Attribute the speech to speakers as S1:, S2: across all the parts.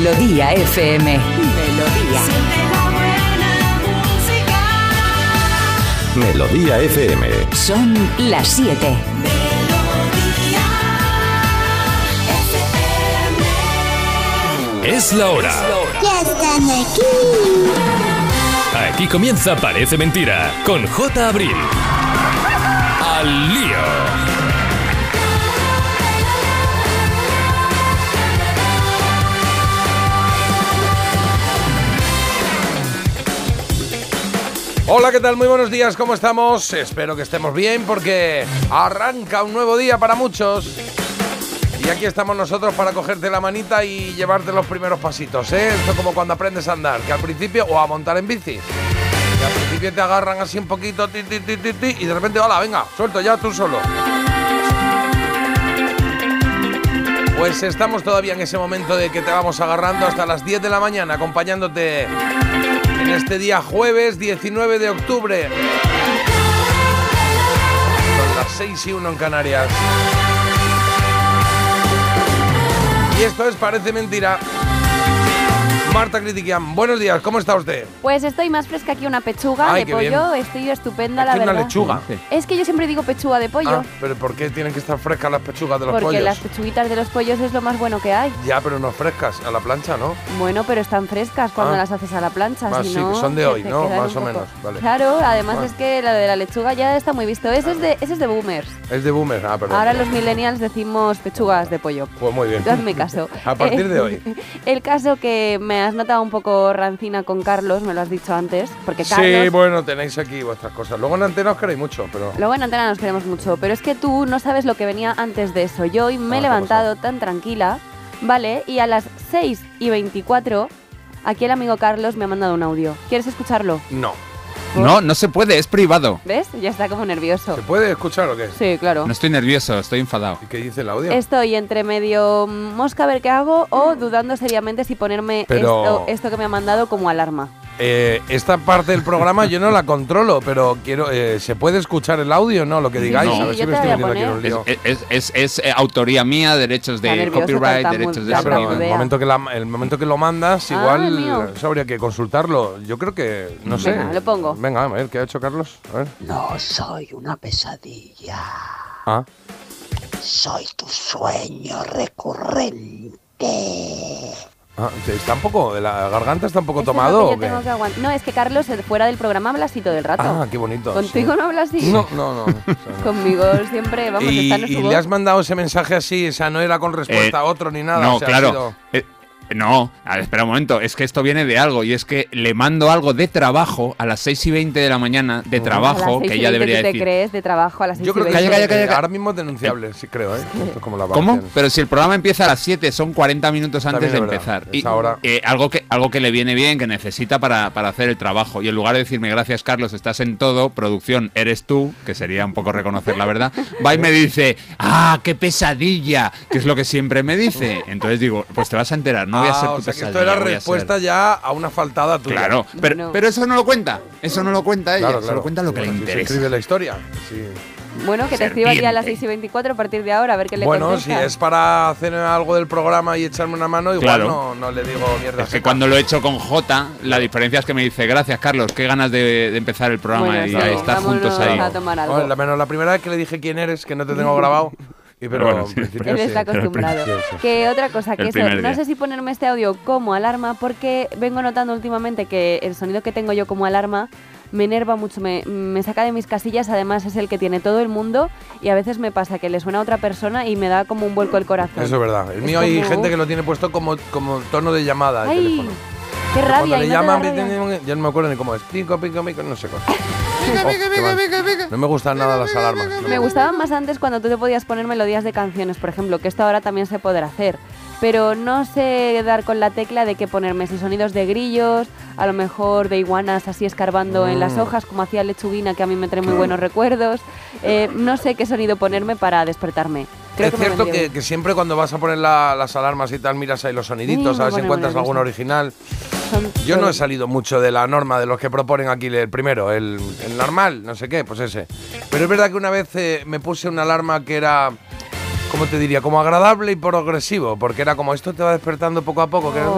S1: Melodía FM. Melodía.
S2: Melodía FM.
S1: Son las 7.
S3: Es la hora.
S4: ¡Ya están aquí!
S3: Aquí comienza Parece Mentira con J. Abril. ¡Al lío!
S5: Hola, ¿qué tal? Muy buenos días, ¿cómo estamos? Espero que estemos bien porque arranca un nuevo día para muchos. Y aquí estamos nosotros para cogerte la manita y llevarte los primeros pasitos, ¿eh? Esto es como cuando aprendes a andar, que al principio, o a montar en bici, que al principio te agarran así un poquito, y de repente, hola, venga, suelto ya tú solo. Pues estamos todavía en ese momento de que te vamos agarrando hasta las 10 de la mañana, acompañándote en este día jueves 19 de octubre. Son las 6:01 en Canarias. Y esto es Parece Mentira. Marta Critiquian, buenos días, ¿cómo está usted?
S6: Pues estoy más fresca que una pechuga de pollo, estoy estupenda, la verdad.
S5: ¿Una lechuga?
S6: Es que yo siempre digo pechuga de pollo.
S5: ¿Pero por qué tienen que estar frescas las pechugas de los pollos?
S6: Porque las pechuguitas de los pollos es lo más bueno que hay.
S5: Ya, pero no frescas, a la plancha, ¿no?
S6: Bueno, pero están frescas cuando las haces a la plancha.
S5: Más,
S6: si
S5: sí,
S6: no,
S5: que son de hoy, ¿no? Más o menos, vale.
S6: Claro, además es que la de la lechuga ya está muy visto. Ese es de boomers.
S5: Es de boomers, perdón.
S6: Ahora los millennials decimos pechugas de pollo.
S5: Pues muy bien.
S6: Hazme caso.
S5: A partir de hoy.
S6: El caso que me has notado un poco rancina con Carlos, me lo has dicho antes, porque Carlos...
S5: Sí, bueno, tenéis aquí vuestras cosas. Luego en Antena os queréis mucho, pero...
S6: Luego en Antena nos queremos mucho, pero es que tú no sabes lo que venía antes de eso. Yo hoy me he levantado tan tranquila, ¿vale? Y a las 6:24, aquí el amigo Carlos me ha mandado un audio. ¿Quieres escucharlo?
S5: No.
S7: No se puede, es privado.
S6: ¿Ves? Ya está como nervioso.
S5: ¿Se puede escuchar o qué?
S6: Sí, claro.
S7: No estoy nervioso, estoy enfadado.
S5: ¿Y qué dice el audio?
S6: Estoy entre medio mosca a ver qué hago o dudando seriamente si ponerme esto que me ha mandado como alarma.
S5: Esta parte del programa yo no la controlo, pero quiero ¿se puede escuchar el audio? No, lo que digáis.
S6: Sí,
S5: a ver si
S6: yo
S5: me
S6: te
S5: estoy
S6: voy a
S5: metiendo aquí en un lío.
S7: Es autoría mía, derechos de copyright, derechos de
S5: Ya, pero
S7: sonido.
S5: el momento que lo mandas, igual eso habría que consultarlo. Yo creo que, no sé.
S6: Venga, lo pongo.
S5: Venga, a ver, ¿qué ha hecho Carlos? A ver.
S4: No soy una pesadilla.
S5: Ah.
S4: Soy tu sueño recurrente.
S5: Está un poco, la garganta está un poco
S6: Eso es
S5: tomado.
S6: lo que
S5: ¿o
S6: yo
S5: qué?
S6: tengo que aguantar. No, es que Carlos fuera del programa habla así todo el rato.
S5: Ah, qué bonito.
S6: ¿Contigo
S5: sí.
S6: no habla así?
S5: No.
S6: Conmigo siempre, vamos, está en su
S5: ¿Y
S6: voz.
S5: le has mandado ese mensaje así? O sea, no era con respuesta a otro ni nada.
S7: No,
S5: o sea,
S7: claro. No, a ver, espera un momento, es que esto viene de algo y es que le mando algo de trabajo a las 6:20 de la mañana, de trabajo, que ella debería decir.
S6: ¿Te crees de trabajo a las 6:20?
S5: Yo creo que
S7: Calla.
S5: ahora mismo es denunciable, sí creo, ¿eh? Esto es como la
S7: ¿Cómo?
S5: Barcel.
S7: Pero si el programa empieza a las 7, son 40 minutos antes de
S5: También es
S7: empezar.
S5: verdad,
S7: Y
S5: es ahora.
S7: algo que le viene bien, que necesita para hacer el trabajo. Y en lugar de decirme, gracias Carlos, estás en todo, producción, eres tú, que sería un poco reconocer la verdad, va y me dice, qué pesadilla, que es lo que siempre me dice. Entonces digo, pues te vas a enterar, no voy a ser tu
S5: o sea, que
S7: pesadilla.
S5: esto era
S7: voy a
S5: respuesta
S7: ser-
S5: ya a una faltada tuya.
S7: Claro, pero eso no lo cuenta. Eso no lo cuenta ella.
S5: Claro.
S7: Solo cuenta lo que le
S5: Bueno, si se
S7: interesa.
S5: escribe la historia. Sí.
S6: Bueno, que te escriba aquí a las 6:24 a partir de ahora, a ver qué le
S5: Bueno,
S6: contestas.
S5: si es para hacer algo del programa y echarme una mano, igual
S7: Claro.
S5: no le digo mierda.
S7: Es que cuando lo he hecho con Jota, la diferencia es que me dice, gracias Carlos, qué ganas de empezar el programa
S6: Bueno,
S7: y
S6: sí,
S7: ahí estar
S6: vámonos
S7: juntos ahí.
S6: a tomar algo.
S5: Bueno, la primera vez que le dije quién eres, que no te tengo grabado. Pero
S7: bueno,
S5: en
S7: sí.
S5: principio
S6: Él
S5: sí.
S6: está acostumbrado.
S5: Sí, sí.
S6: Que otra cosa, que
S7: El
S6: eso,
S7: primer
S6: no
S7: día.
S6: sé si ponerme este audio como alarma, porque vengo notando últimamente que el sonido que tengo yo como alarma me enerva mucho, me saca de mis casillas, además es el que tiene todo el mundo y a veces me pasa que le suena a otra persona y me da como un vuelco el corazón.
S5: Eso es verdad. El
S6: Es
S5: mío hay
S6: como,
S5: gente que lo tiene puesto como tono de llamada de
S6: ¡ay!
S5: teléfono.
S6: ¡Qué rabia!
S5: Cuando le
S6: ¿y no te da
S5: llaman,
S6: rabia?
S5: ya no me acuerdo ni cómo es. Pico, no sé cómo. No me gustan nada las alarmas.
S6: Me gustaban más antes cuando tú te podías poner melodías de canciones, por ejemplo, que esto ahora también se podrá hacer. Pero no sé dar con la tecla de qué ponerme, si sonidos de grillos, a lo mejor de iguanas así escarbando en las hojas, como hacía Lechuguina, que a mí me trae muy buenos recuerdos. No sé qué sonido ponerme para despertarme. Creo
S5: es
S6: que me
S5: cierto
S6: vendría bien.
S5: que siempre cuando vas a poner las alarmas y tal, miras ahí los soniditos,
S6: Sí,
S5: a ver si
S6: me pone
S5: encuentras
S6: muy
S5: alguno
S6: nerviosa.
S5: original.
S6: Son
S5: Yo no
S6: todos.
S5: he salido mucho de la norma de los que proponen aquí el primero, el normal, no sé qué, pues ese. Pero es verdad que una vez me puse una alarma que era ¿cómo te diría? Como agradable y progresivo, porque era como esto te va despertando poco a poco. Que era...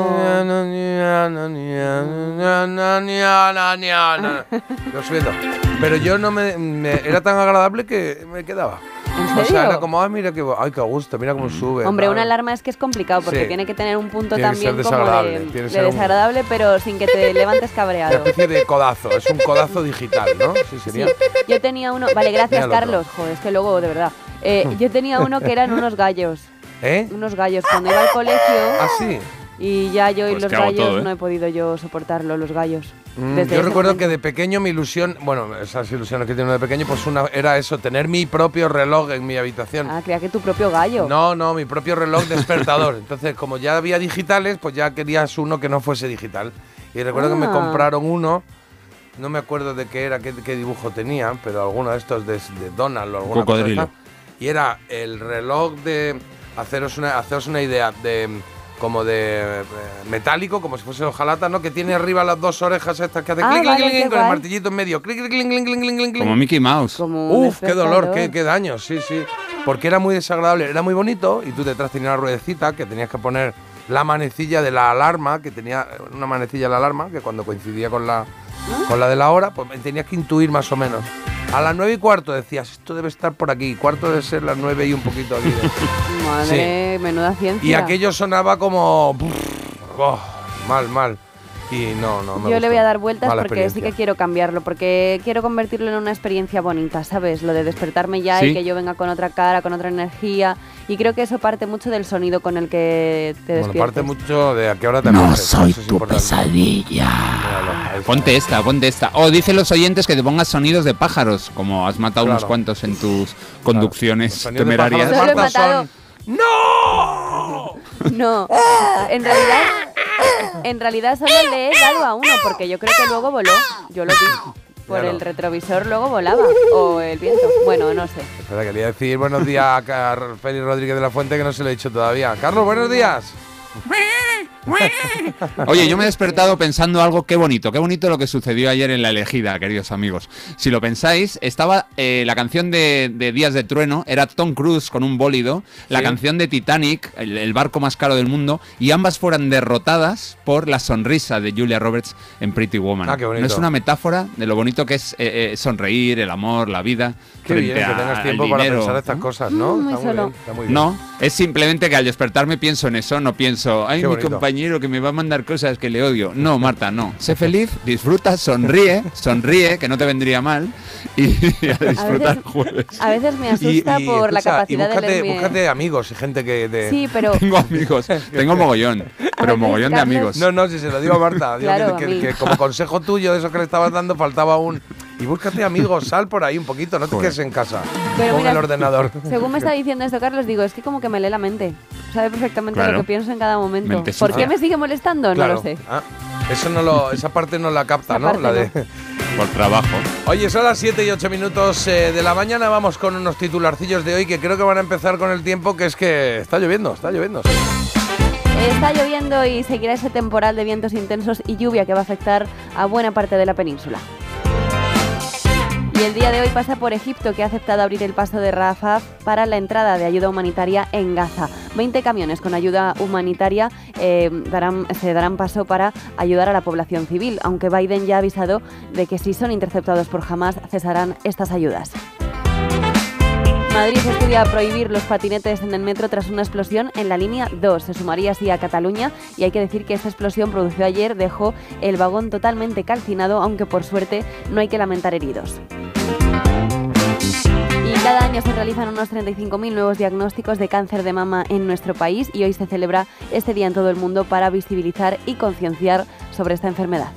S5: Yo subiendo. Pero yo no era tan agradable que me quedaba.
S6: ¿En serio?
S5: O sea, era como, mira qué gusto, mira cómo sube.
S6: Hombre, una alarma es que es complicado porque
S5: Sí.
S6: tiene que tener un punto
S5: Tiene que
S6: también
S5: ser
S6: como
S5: desagradable,
S6: de
S5: tiene que ser un-
S6: desagradable, pero sin que te levantes
S5: Una
S6: cabreado.
S5: especie de codazo, es un codazo digital, ¿no? Sí, sería.
S6: Sí, yo tenía uno, vale, gracias
S5: Mira el otro.
S6: Carlos, joder, es que luego, de verdad, yo tenía uno que eran unos gallos, cuando iba al colegio
S5: ¿Ah, sí?
S6: y ya yo y
S7: Pues
S6: los
S7: que hago
S6: gallos
S7: todo, ¿eh?
S6: no he podido yo soportarlo, los gallos.
S5: Yo
S6: Desde ese
S5: recuerdo
S6: momento.
S5: que de pequeño mi ilusión, bueno, esas ilusiones que tiene uno de pequeño, pues una era eso, tener mi propio reloj en mi habitación.
S6: Ah, creía que tu propio gallo.
S5: No, mi propio reloj despertador. Entonces, como ya había digitales, pues ya querías uno que no fuese digital. Y recuerdo que me compraron uno, no me acuerdo de qué era, qué dibujo tenía, pero alguno de estos de Donald o alguna
S7: Cocodrilo.
S5: cosa. Y era el reloj de, haceros una idea, como de metálico, como si fuese hojalata, ¿no? Que tiene arriba las dos orejas estas que hacen
S6: Ah,
S5: clic, clic,
S6: vale,
S5: clic,
S6: qué
S5: con el
S6: guay.
S5: martillito en medio. Clic, clic, clic, clic, clic, clic, clic, clic.
S7: Como Mickey Mouse.
S6: Como un
S5: Uf, qué dolor,
S6: despertador.
S5: qué daño, sí. Porque era muy desagradable, era muy bonito y tú detrás tenías una ruedecita que tenías que poner la manecilla de la alarma, que tenía una manecilla de la alarma, que cuando coincidía con la de la hora, pues tenías que intuir más o menos. A las 9:15 decías, esto debe estar por aquí, cuarto debe ser las 9 y un poquito aquí.
S6: Madre, menuda ciencia.
S5: Y aquello sonaba como... mal. Y no me
S6: Yo
S5: gustó.
S6: le voy a dar vueltas
S5: Mala
S6: porque sí
S5: experiencia.
S6: que quiero cambiarlo, porque quiero convertirlo en una experiencia bonita, ¿sabes? Lo de despertarme ya
S7: Sí.
S6: y que yo venga con otra cara, con otra energía. Y creo que eso parte mucho del sonido con el que te
S5: Bueno,
S6: despiertes.
S5: parte mucho de a qué hora te
S4: No
S5: acuestes,
S4: soy
S5: eso es
S4: tu
S5: importante.
S4: pesadilla.
S5: Míralo, ahí está.
S7: Ponte esta. O dicen los oyentes que te pongas sonidos de pájaros, como has matado unos
S5: Claro.
S7: cuantos en tus conducciones
S5: Los sonidos de
S7: temerarias.
S5: pájaros
S6: Solo he
S5: Marta,
S6: matado.
S5: son- ¡No!
S6: No, en realidad solo le he dado a uno, porque yo creo que luego voló. Yo lo vi. Por
S5: Claro.
S6: el retrovisor luego volaba. O el viento. Bueno, no sé.
S5: Espera, quería decir buenos días a Félix Rodríguez de la Fuente, que no se lo he dicho todavía. Carlos, buenos días.
S7: Oye, yo me he despertado pensando algo, qué bonito lo que sucedió ayer en La Elegida, queridos amigos. Si lo pensáis, estaba la canción de Días de Trueno, era Tom Cruise con un bólido, la
S5: Sí.
S7: canción de Titanic, el barco más caro del mundo, y ambas fueran derrotadas por la sonrisa de Julia Roberts en Pretty Woman.
S5: Ah, qué bonito.
S7: ¿No es una metáfora de lo bonito que es sonreír, el amor, la vida?
S5: Qué
S7: frente
S5: bien que
S7: a-
S5: tengas
S7: al
S5: tiempo para
S7: dinero,
S5: pensar estas
S7: ¿no?
S5: cosas, ¿no?
S6: Muy
S5: Está
S6: solo.
S5: bien, está muy bien.
S7: No, es simplemente que al despertarme pienso en eso, no pienso, ay,
S5: Qué
S7: mi
S5: bonito.
S7: compañero que me va a mandar cosas que le odio. No, Marta, no. Sé feliz, disfruta, sonríe, que no te vendría mal, y a disfrutar el jueves.
S6: A veces me asusta por la
S5: escucha,
S6: capacidad
S5: búscate,
S6: de leerme.
S5: búscate amigos y gente que...
S6: Sí, pero
S7: Tengo amigos, tengo mogollón, pero
S6: veces,
S7: mogollón de
S6: Carlos,
S7: amigos.
S5: No, si se lo digo a Marta. Digo
S6: Claro,
S5: que,
S6: a mí.
S5: que como consejo tuyo de eso que le estabas dando faltaba un... Y búscate amigos, sal por ahí un poquito, no te
S7: Joder.
S5: quedes en casa
S6: Pero
S5: con
S6: mira,
S5: el ordenador.
S6: según me está diciendo esto Carlos, digo, es que como que me lee la mente. Sabe perfectamente
S7: Claro.
S6: lo que pienso en cada momento.
S7: Mente
S6: ¿Por
S7: sucia.
S6: qué me sigue molestando?
S5: Claro.
S6: No lo sé.
S5: Ah, esa parte no la capta,
S6: Esa
S5: ¿no?
S6: parte
S5: La de...
S7: Por trabajo.
S5: Oye, son las 7 y 8 minutos de la mañana. Vamos con unos titularcillos de hoy que creo que van a empezar con el tiempo, que es que está lloviendo.
S6: Está lloviendo y seguirá ese temporal de vientos intensos y lluvia que va a afectar a buena parte de la península. Y el día de hoy pasa por Egipto, que ha aceptado abrir el paso de Rafah para la entrada de ayuda humanitaria en Gaza. 20 camiones con ayuda humanitaria se darán paso para ayudar a la población civil, aunque Biden ya ha avisado de que si son interceptados por Hamas cesarán estas ayudas. Madrid estudia prohibir los patinetes en el metro tras una explosión en la línea 2. Se sumaría así a Cataluña y hay que decir que esta explosión producido ayer dejó el vagón totalmente calcinado, aunque por suerte no hay que lamentar heridos. Y cada año se realizan unos 35.000 nuevos diagnósticos de cáncer de mama en nuestro país y hoy se celebra este día en todo el mundo para visibilizar y concienciar sobre esta enfermedad.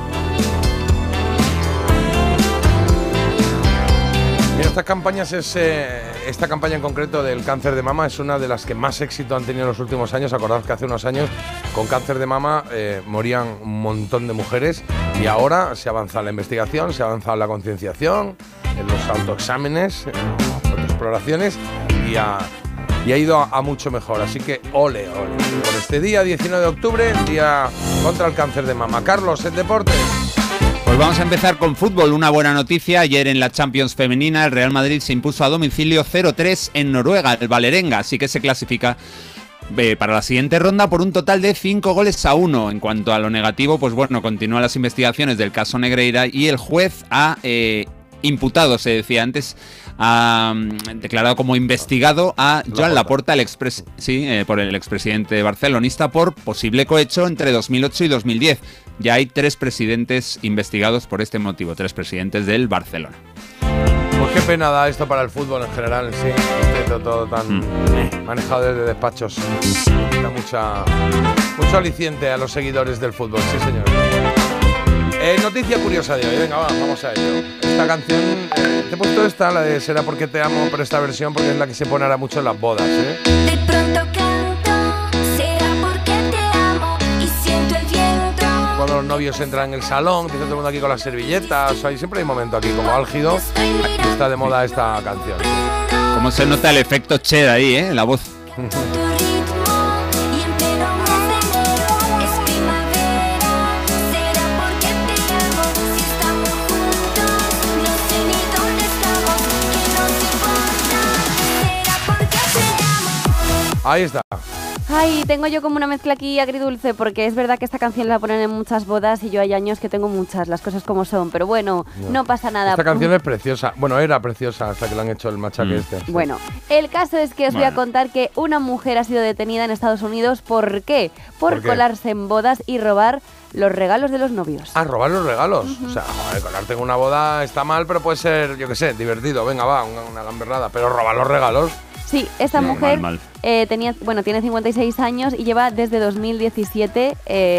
S5: Mira, esta campaña en concreto del cáncer de mama es una de las que más éxito han tenido en los últimos años. Acordad que hace unos años con cáncer de mama morían un montón de mujeres y ahora se ha avanzado en la investigación, se ha avanzado en la concienciación, en los autoexámenes, en las autoexploraciones y ha ido a mucho mejor. Así que ole por este día 19 de octubre, día contra el cáncer de mama. Carlos, en deportes.
S7: Pues vamos a empezar con fútbol. Una buena noticia. Ayer en la Champions femenina el Real Madrid se impuso a domicilio 0-3 en Noruega, el Vålerenga, así que se clasifica para la siguiente ronda por un total de 5-1. En cuanto a lo negativo, pues bueno, continúan las investigaciones del caso Negreira y el juez ha imputado, se decía antes, ha declarado como investigado a Joan Laporta, por el expresidente barcelonista, por posible cohecho entre 2008 y 2010. Ya hay 3 presidentes investigados por este motivo, 3 presidentes del Barcelona.
S5: Pues qué pena da esto para el fútbol en general, sí. Todo tan manejado desde despachos. Da mucho aliciente a los seguidores del fútbol, sí señor. Noticia curiosa de hoy, venga, vamos a ello. Esta canción, te he puesto esta, la de Será porque te amo, pero esta versión porque es la que se pone ahora mucho en las bodas, ¿eh?
S2: De pronto canto, será porque te amo y siento el viento.
S5: Cuando los novios entran en el salón, empieza todo el mundo aquí con las servilletas, siempre hay un momento aquí como álgido. Está de moda esta canción.
S7: Como se nota el efecto Cher ahí, en la voz.
S5: Ahí está.
S6: Ay, tengo yo como una mezcla aquí agridulce, porque es verdad que esta canción la ponen en muchas bodas y yo hay años que tengo muchas, las cosas como son, pero bueno, no pasa nada.
S5: Esta canción es preciosa. Bueno, era preciosa hasta que le han hecho el machaque este. Sí.
S6: Bueno, el caso es que os voy a contar que una mujer ha sido detenida en Estados Unidos. ¿Por qué? Por colarse en bodas y robar los regalos de los novios.
S5: Ah, robar los regalos. O sea, joder, colarte en una boda está mal, pero puede ser, yo qué sé, divertido. Venga, va, una gamberrada. Pero robar los regalos...
S6: Sí, esta mujer tiene 56 años y lleva desde 2017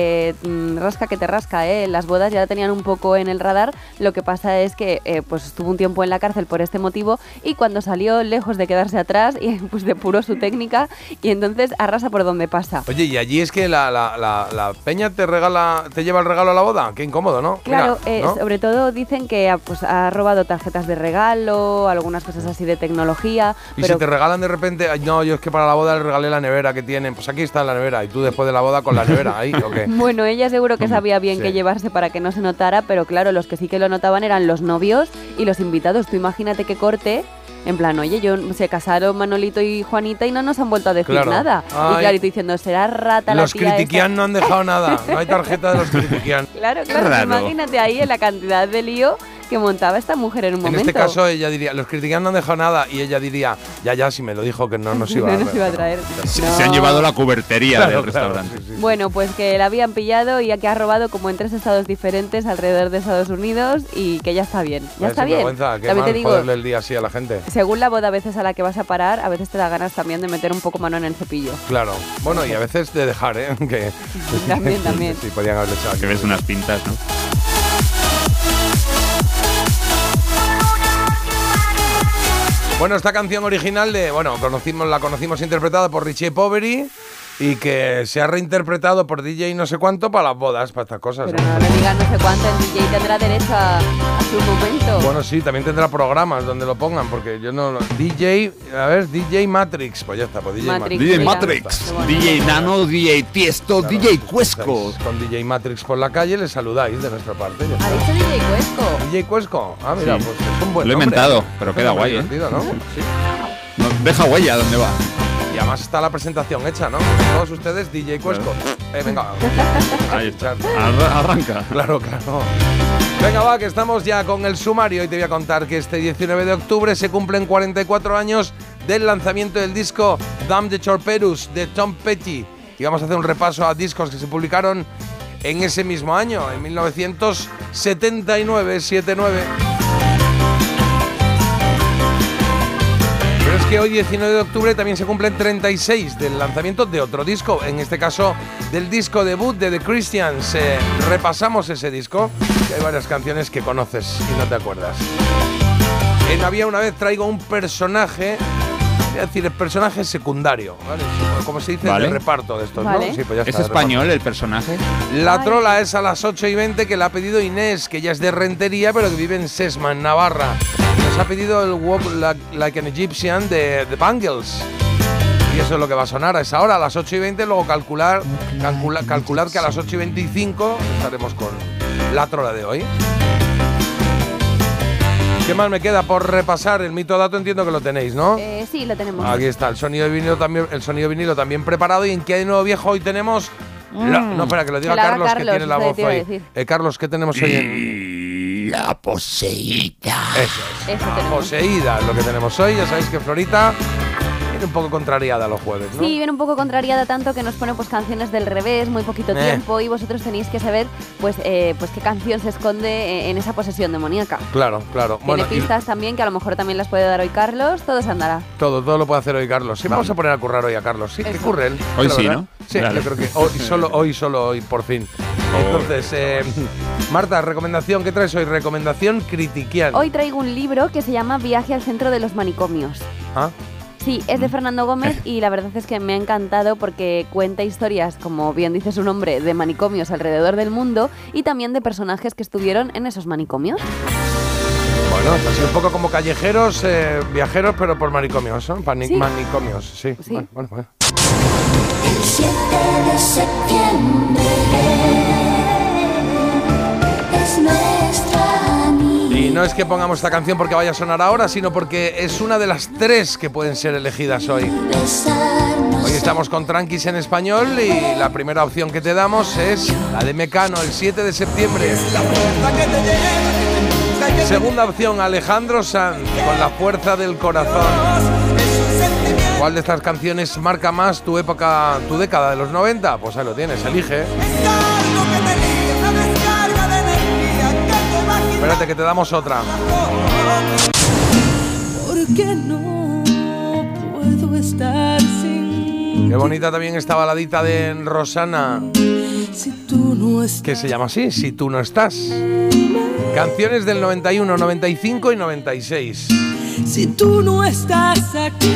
S6: rasca que te rasca, las bodas ya la tenían un poco en el radar. Lo que pasa es que pues estuvo un tiempo en la cárcel por este motivo y cuando salió, lejos de quedarse atrás, y pues depuró su técnica y entonces arrasa por donde pasa.
S5: Oye, y allí es que la peña te lleva el regalo a la boda. Qué incómodo, ¿no?
S6: Claro,
S5: mira, ¿no?
S6: Sobre todo dicen que ha robado tarjetas de regalo, algunas cosas así de tecnología.
S5: Y
S6: pero
S5: si te regalan de repente, no, yo es que para la boda le regalé la nevera que tienen, pues aquí está la nevera, y tú después de la boda con la nevera ahí, ¿o qué?
S6: Bueno, ella seguro que sabía bien qué llevarse para que no se notara, pero claro, los que sí que lo notaban eran los novios y los invitados. Tú imagínate qué corte, en plan, oye, se casaron Manolito y Juanita y no nos han vuelto a decir nada.
S5: Ay.
S6: Y clarito diciendo, será rata la tía.
S5: Los critiquian no han dejado nada, no hay tarjeta de los critiquian.
S6: Claro, imagínate ahí en la cantidad de lío que montaba esta mujer en un momento.
S5: En este caso ella diría, los critican no han dejado nada, y ella diría, ya, si me lo dijo que no nos iba a
S6: traer.
S7: Se han llevado la cubertería del restaurante.
S5: Sí.
S6: Bueno, pues que la habían pillado y que ha robado como en 3 estados diferentes alrededor de Estados Unidos y que ya está bien. Ya está bien.
S5: También te digo, joderle el día así a la gente.
S6: Según la boda a veces a la que vas a parar, a veces te da ganas también de meter un poco mano en el cepillo.
S5: Claro. Bueno, y a veces de dejar, que
S6: también.
S5: Sí, podían haberle echado.
S7: Que ves unas pintas, ¿no?
S5: Bueno, esta canción original la conocimos interpretada por Richie Poveri y que se ha reinterpretado por DJ no sé cuánto para las bodas, para estas cosas.
S6: Pero no le digas no sé cuánto, el DJ tendrá derecho a su momento.
S5: Bueno, sí, también tendrá programas donde lo pongan, porque yo no... DJ Matrix, pues ya está, pues DJ Matrix.
S7: DJ Matrix, DJ Nano, DJ Tiesto, claro, DJ Cuesco.
S5: Con DJ Matrix por la calle le saludáis de nuestra parte.
S6: ¿Ha dicho DJ Cuesco?
S5: DJ Cuesco, mira,
S7: sí.
S5: Pues es un buen
S7: Lo he
S5: nombre,
S7: inventado, pero queda guay,
S5: ¿no? Sí.
S7: No, deja huella donde va.
S5: Y además está la presentación hecha, ¿no? Todos ustedes, DJ Cuesco. Venga.
S7: Ahí está. Arranca.
S5: Claro. Venga, va, que estamos ya con el sumario y te voy a contar que este 19 de octubre se cumplen 44 años del lanzamiento del disco Dame de Torpedos de Tom Petty. Y vamos a hacer un repaso a discos que se publicaron en ese mismo año, en 1979. Pero es que hoy, 19 de octubre, también se cumplen 36 del lanzamiento de otro disco, en este caso del disco debut de The Christians. Repasamos ese disco, que hay varias canciones que conoces y no te acuerdas. En Había una vez traigo un personaje, es decir, el personaje secundario, ¿vale? Como se dice, de reparto de estos,
S6: ¿vale?
S5: ¿no? Sí, pues ya está,
S7: ¿Es español el personaje?
S5: La trola es a las 8:20 que le ha pedido Inés, que ya es de Rentería, pero que vive en Sesma, en Navarra. Nos ha pedido el Walk Like an Egyptian de The Bangles. Y eso es lo que va a sonar a esa hora, a las 8:20. Luego calcular que a las 8:25 estaremos con la trola de hoy. ¿Qué más me queda por repasar? El mito dato entiendo que lo tenéis, ¿no?
S6: Sí, lo tenemos.
S5: Aquí está, el sonido de vinilo también preparado. ¿Y en qué nuevo viejo hoy tenemos? No, espera, que lo diga Carlos, que tiene la voz hoy. Carlos, ¿qué tenemos hoy en...?
S8: La poseída.
S5: Eso es. Poseída es lo que tenemos hoy. Ya sabéis que Florita viene un poco contrariada los jueves, ¿no?
S6: Sí, viene un poco contrariada, tanto que nos pone pues canciones del revés, muy poquito tiempo, y vosotros tenéis que saber pues qué canción se esconde en esa posesión demoníaca.
S5: Claro.
S6: Tiene pistas también, que a lo mejor también las puede dar hoy Carlos. Todo se andará.
S5: Todo lo puede hacer hoy Carlos. Sí, vamos a poner a currar hoy a Carlos. Sí, que curre él.
S7: Hoy sí, ¿no?
S5: Sí, claro. Yo creo que hoy, por fin. Entonces, Marta, recomendación, ¿qué traes hoy? Recomendación critiquiana.
S6: Hoy traigo un libro que se llama Viaje al centro de los manicomios.
S5: ¿Ah?
S6: Sí, es de Fernando Gómez y la verdad es que me ha encantado porque cuenta historias, como bien dice su nombre, de manicomios alrededor del mundo y también de personajes que estuvieron en esos manicomios.
S5: Bueno, así un poco como callejeros, viajeros, pero por manicomios, ¿no?
S6: Sí.
S5: Manicomios, sí. Bueno.
S2: El 7 de septiembre es nuestra niña.
S5: Y no es que pongamos esta canción porque vaya a sonar ahora, sino porque es una de las 3 que pueden ser elegidas hoy. Hoy estamos con Tranquis en español y la primera opción que te damos es la de Mecano, el 7 de septiembre. Segunda opción, Alejandro Sanz, con La fuerza del corazón. ¿Cuál de estas canciones marca más tu época, tu década de los 90? Pues ahí lo tienes, elige. Espérate que te damos otra.
S9: Porque no puedo estar sin.
S5: Qué bonita también esta baladita de Rosana,
S9: Si tú no estás.
S5: que se llama así, Si tú no estás. Canciones del 91, 95 y 96.
S9: Si tú no estás aquí.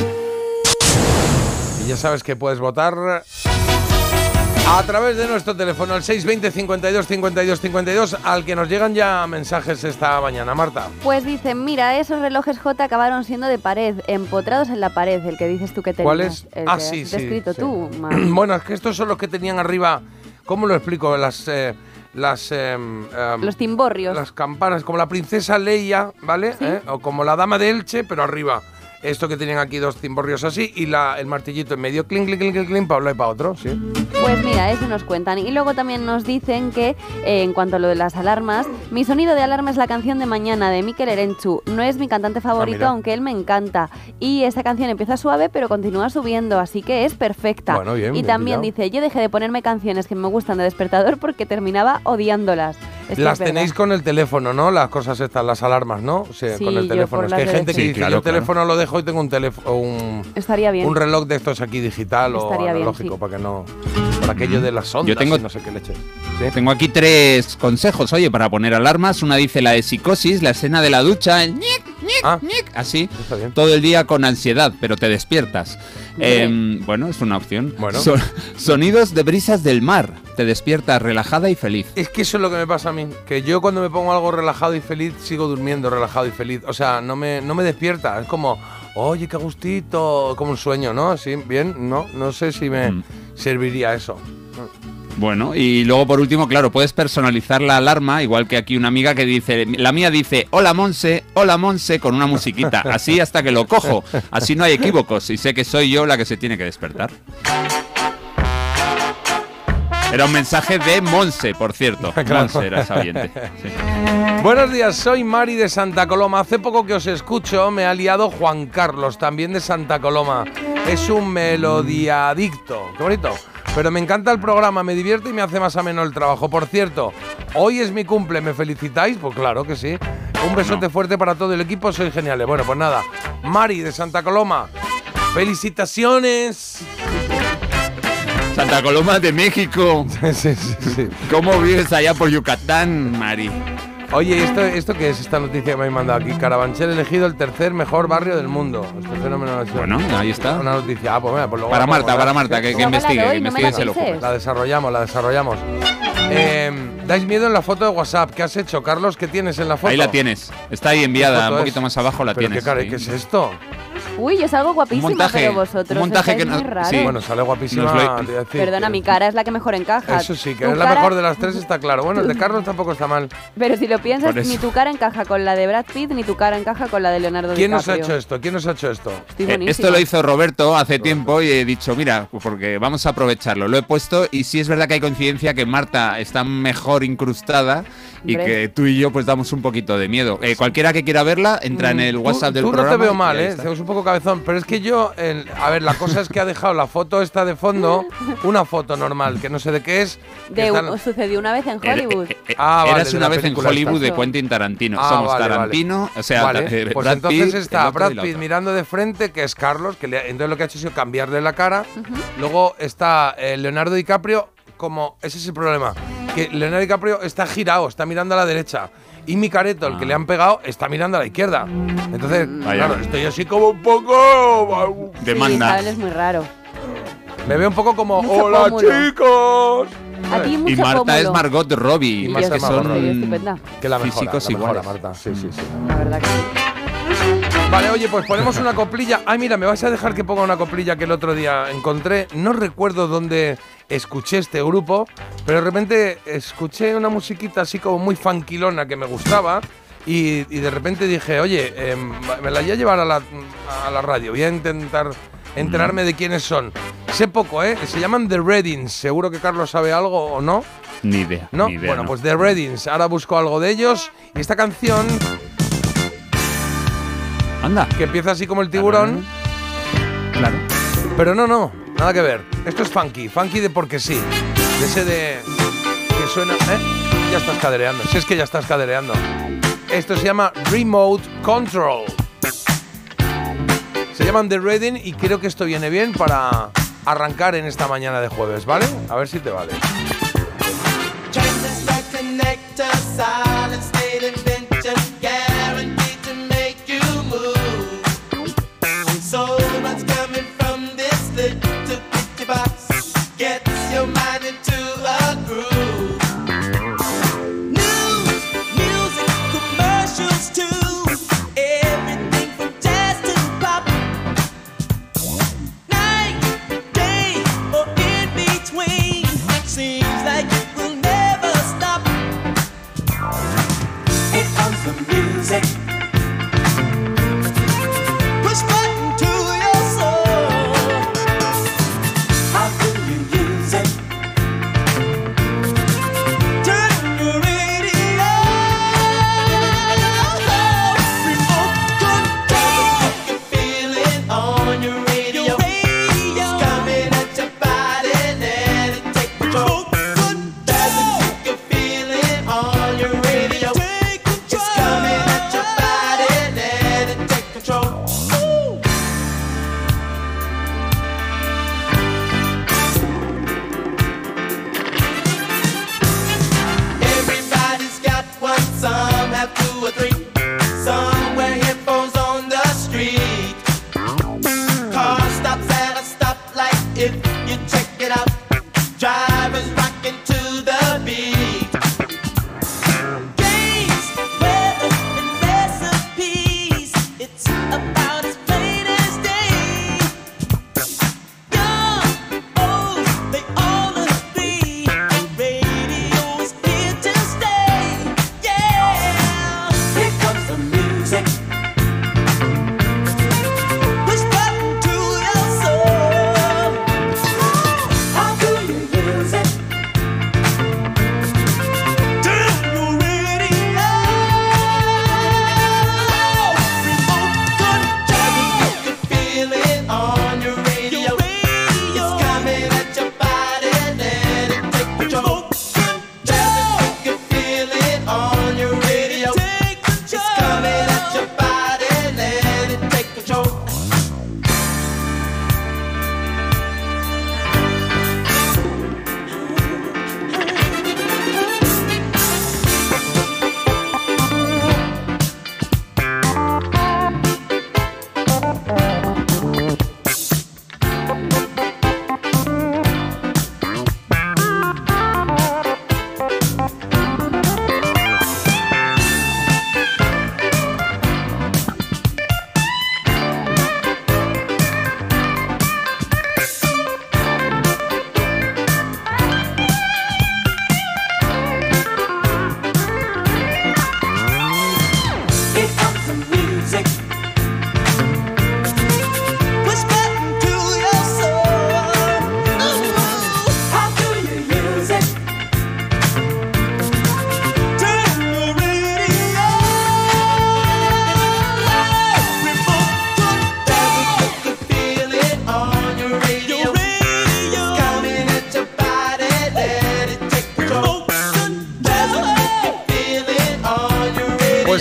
S5: Y ya sabes que puedes votar a través de nuestro teléfono, al 620 52 52 52, al que nos llegan ya mensajes esta mañana. Marta.
S6: Pues dicen, mira, esos relojes J acabaron siendo de pared, empotrados en la pared, el que dices tú que tenías.
S5: ¿Cuál es?
S6: El
S5: Ah,
S6: que
S5: sí,
S6: has
S5: sí.
S6: descrito
S5: sí.
S6: tú, Mar.
S5: Bueno, es que estos son los que tenían arriba, ¿cómo lo explico?
S6: Los timborrios.
S5: Las campanas, como la princesa Leia, ¿vale?
S6: Sí.
S5: O como la dama de Elche, pero arriba. Esto que tienen aquí 2 timborrios así y el martillito en medio, clink, clink, clink, clink, clink, para un lado y para otro, sí.
S6: Pues mira, eso nos cuentan. Y luego también nos dicen que, en cuanto a lo de las alarmas, mi sonido de alarma es la canción de Mañana, de Mikel Erenchu. No es mi cantante favorito,
S5: mira.
S6: aunque él me encanta. Y esta canción empieza suave, pero continúa subiendo, así que es perfecta.
S5: Bueno, bien,
S6: y
S5: bien
S6: también
S5: pillado.
S6: dice, yo dejé de ponerme canciones que me gustan de despertador porque terminaba odiándolas. Es que
S5: Las
S6: es verdad.
S5: tenéis con el teléfono, ¿no? Las cosas estas, las alarmas, ¿no? O sea,
S6: Sí,
S5: con el
S6: yo
S5: teléfono.
S6: por
S5: Es que hay
S6: las de-
S5: gente que
S7: Sí,
S5: dice,
S7: claro,
S5: yo el
S7: claro.
S5: teléfono lo dejo y tengo un teléfono,
S6: Estaría bien.
S5: un reloj de estos aquí digital
S6: Estaría
S5: o
S6: bien,
S5: analógico,
S6: sí.
S5: para que no... Por aquello de las ondas
S7: Yo tengo-
S5: y no sé qué leche. ¿Sí?
S7: Tengo aquí 3 consejos, oye, para poner alarmas. Una dice la de psicosis, la escena de la ducha, el ñic, ñic,
S5: Ah.
S7: ñic, así,
S5: Está bien.
S7: todo el día con ansiedad, pero te despiertas. Bueno, es una opción.
S5: Bueno.
S7: Sonidos de brisas del mar, te despiertas relajada y feliz.
S5: Es que eso es lo que me pasa a mí, que yo cuando me pongo algo relajado y feliz, sigo durmiendo relajado y feliz. O sea, no me despierta, es como, oye, qué gustito, como un sueño, ¿no? Sí, bien, no sé si me serviría eso.
S7: Bueno, y luego por último, claro, puedes personalizar la alarma, igual que aquí una amiga que dice, la mía dice, hola Monse, con una musiquita, así hasta que lo cojo, así no hay equívocos y sé que soy yo la que se tiene que despertar. Era un mensaje de Monse, por cierto.
S5: Claro.
S7: Monse era esa oyente. Sí.
S5: Buenos días, soy Mari de Santa Coloma. Hace poco que os escucho, me ha liado Juan Carlos, también de Santa Coloma. Es un melodiadicto. Qué bonito. Pero me encanta el programa, me divierte y me hace más ameno el trabajo. Por cierto, hoy es mi cumple, ¿me felicitáis? Pues claro que sí. Un besote fuerte para todo el equipo, sois geniales. Bueno, pues nada, Mari de Santa Coloma, felicitaciones.
S7: Santa Coloma de México.
S5: Sí.
S7: ¿Cómo vives allá por Yucatán, Mari?
S5: Oye, ¿esto qué es esta noticia que me habéis mandado aquí? Carabanchel elegido el 3er mejor barrio del mundo. Este fenómeno es
S7: Bueno, ahí está.
S5: una noticia. Ah, pues mira, pues luego
S7: Para
S5: la pongo,
S7: Marta, que
S6: Luego me la
S7: investigue,
S6: doy,
S7: que
S6: no me
S7: investigue
S6: la
S7: se lo
S6: dices.
S7: ocurre.
S5: La desarrollamos. Dais miedo en la foto de WhatsApp. ¿Qué has hecho, Carlos? ¿Qué tienes en la foto?
S7: Ahí la tienes. Está ahí enviada, un poquito más abajo la
S5: ¿Pero
S7: tienes.
S5: qué
S7: ahí.
S5: es esto?
S6: Uy, yo salgo guapísima,
S7: montaje,
S6: pero vosotros
S7: un montaje
S6: estáis
S7: que no-
S6: muy raros.
S7: sí.
S5: Bueno, sale guapísima.
S7: Nos lo-
S5: te voy a decir
S6: Perdona,
S5: que-
S6: mi cara es la que mejor encaja.
S5: Eso sí, que
S6: Tu
S5: es la
S6: cara-
S5: mejor de las tres, está claro. Bueno, el de Carlos tampoco está mal.
S6: Pero si lo piensas,
S7: Por eso.
S6: ni tu cara encaja con la de Brad Pitt, ni tu cara encaja con la de Leonardo
S5: ¿Quién nos
S6: DiCaprio.
S5: ha hecho esto? ¿Quién nos ha hecho esto?
S6: Estoy
S7: Esto
S6: buenísima.
S7: lo hizo Roberto hace tiempo y he dicho, mira, porque vamos a aprovecharlo. Lo he puesto y sí es verdad que hay coincidencia que Marta está mejor incrustada y
S6: Hombre.
S7: que tú y yo pues damos un poquito de miedo. Cualquiera que quiera verla, entra en el WhatsApp del
S5: tú
S7: programa.
S5: no te veo
S7: y
S5: mal,
S7: ahí
S5: ¿eh?
S7: está.
S5: Te ves un poco cabezón, pero es que yo, a ver, la cosa es que ha dejado la foto esta de fondo, una foto normal, que no sé de qué es. que están-
S6: Sucedió una vez en Hollywood.
S5: Ah, vale,
S7: Eras
S5: de
S7: una
S5: la
S7: vez en
S5: película
S7: Hollywood
S6: esta.
S7: de Quentin Tarantino.
S5: Ah,
S7: Somos
S5: vale, vale.
S7: Tarantino, o sea,
S5: Vale, pues
S7: Brad
S5: entonces
S7: Pitt,
S5: está
S7: el otro
S5: Brad
S7: y la
S5: Pitt
S7: otra.
S5: mirando de frente, que es Carlos, que entonces lo que ha hecho ha sido cambiarle la cara. Luego está Leonardo DiCaprio, como ese es el problema, que Leonardo DiCaprio está girado, está mirando a la derecha. Y mi careto, el que le han pegado, está mirando a la izquierda. Entonces,
S7: Vaya.
S5: claro, estoy así como un poco...
S7: Demanda.
S6: Sí, Isabel es muy raro.
S5: Me veo un poco como,
S6: Mucho
S5: ¡hola,
S6: pómulo.
S5: chicos!
S6: A ti mucho
S7: Y Marta
S6: pómulo.
S7: es Margot Robbie,
S5: Y
S6: Y
S5: más
S6: yo
S5: que
S6: soy
S5: Margot Robbie.
S6: estupenda.
S5: Que la mejora,
S7: Físicos
S5: la mejora,
S7: iguales.
S5: Marta. Sí, sí, sí.
S6: La verdad que sí.
S5: Vale, oye, pues ponemos una coplilla. Ay, mira, me vais a dejar que ponga una coplilla que el otro día encontré. No recuerdo dónde escuché este grupo, pero de repente escuché una musiquita así como muy funkilona que me gustaba. Y de repente dije, oye, me la voy a llevar a la radio. Voy a intentar enterarme de quiénes son. Sé poco, ¿eh? Se llaman The Reddings. Seguro que Carlos sabe algo o no.
S7: Ni idea.
S5: ¿No?
S7: Ni idea,
S5: Bueno,
S7: no.
S5: pues The Reddings. Ahora busco algo de ellos. Y esta canción,
S7: Anda.
S5: que empieza así como el tiburón.
S7: Claro.
S5: Pero no, nada que ver. Esto es funky de porque sí. De ese de que suena, ya estás cadereando. Si es que ya estás cadereando. Esto se llama Remote Control. Se llaman The Reading y creo que esto viene bien para arrancar en esta mañana de jueves, ¿vale? A ver si te vale.
S9: Seems like it will never stop.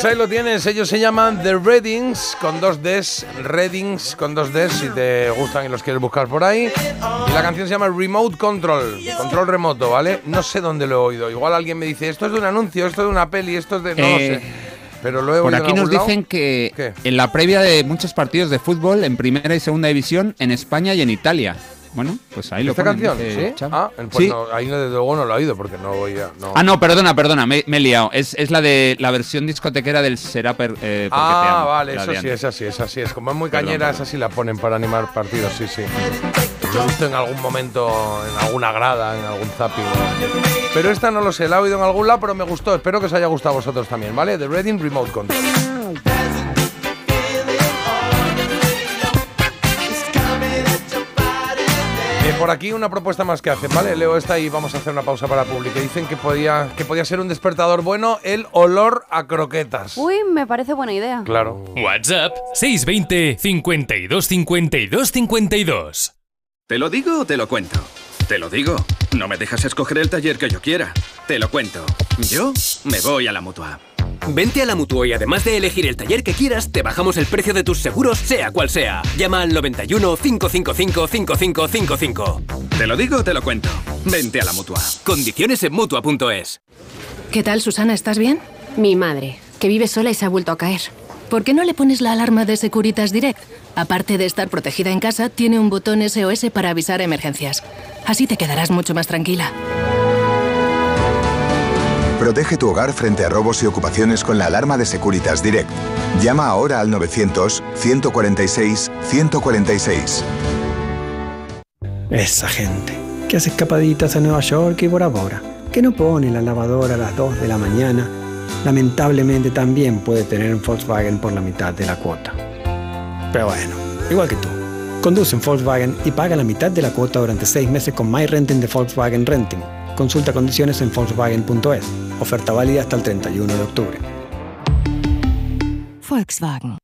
S5: ahí lo tienes, ellos se llaman The Reddings con 2 Ds, Reddings con 2 Ds si te gustan y los quieres buscar por ahí. Y la canción se llama Remote Control, control remoto, ¿vale? No sé dónde lo he oído, igual alguien me dice, esto es de un anuncio, esto es de una peli, esto es de... No lo sé, pero lo he oído.
S7: Por aquí
S5: en
S7: nos
S5: algún lado.
S7: dicen que
S5: ¿Qué?
S7: en la previa de muchos partidos de fútbol en primera y segunda división en España y en Italia. Bueno, pues ahí lo
S5: ¿Esta
S7: ponen,
S5: canción?
S7: dice
S5: ¿Sí?
S7: Cham.
S5: Ah, pues
S7: Sí.
S5: no, ahí desde luego no lo he oído porque no voy a... No.
S7: Ah, no, perdona, me he liado. Es la de la versión discotequera del Será Porque Te Amo.
S5: Vale,
S7: la
S5: eso
S7: de
S5: sí,
S7: antes.
S5: es así. Es como es muy
S7: Perdón,
S5: cañera,
S7: perdón.
S5: esa sí la ponen para animar partidos, sí. Lo he visto en algún momento, en alguna grada, en algún zapping. Pero esta no lo sé, la he oído en algún lado, pero me gustó. Espero que os haya gustado a vosotros también, ¿vale? The Reading Remote Control. Por aquí una propuesta más que hacen, ¿vale? Leo esta y vamos a hacer una pausa para Publi. Dicen que podía ser un despertador bueno el olor a croquetas.
S6: Uy, me parece buena idea.
S5: Claro.
S3: WhatsApp 620 52 52 52.
S10: ¿Te lo digo o te lo cuento? Te lo digo. No me dejas escoger el taller que yo quiera. Te lo cuento. Yo me voy a la Mutua.
S11: Vente a la Mutua y además de elegir el taller que quieras, te bajamos el precio de tus seguros, sea cual sea. Llama al 91 555 5555.
S10: Te lo digo o te lo cuento. Vente a la Mutua.
S11: Condiciones en Mutua.es.
S12: ¿Qué tal, Susana? ¿Estás bien?
S13: Mi madre, que vive sola y se ha vuelto a caer.
S12: ¿Por qué no le pones la alarma de Securitas Direct? Aparte de estar protegida en casa, tiene un botón SOS para avisar emergencias. Así te quedarás mucho más tranquila.
S14: Protege tu hogar frente a robos y ocupaciones con la alarma de Securitas Direct. Llama ahora al 900-146-146.
S15: Esa gente que hace escapaditas a Nueva York y Bora Bora, que no pone la lavadora a las 2 de la mañana, lamentablemente también puede tener un Volkswagen por la mitad de la cuota. Pero bueno, igual que tú, conduce un Volkswagen y paga la mitad de la cuota durante 6 meses con My Renting de Volkswagen Renting. Consulta condiciones en Volkswagen.es. Oferta válida hasta el 31 de octubre.
S12: Volkswagen.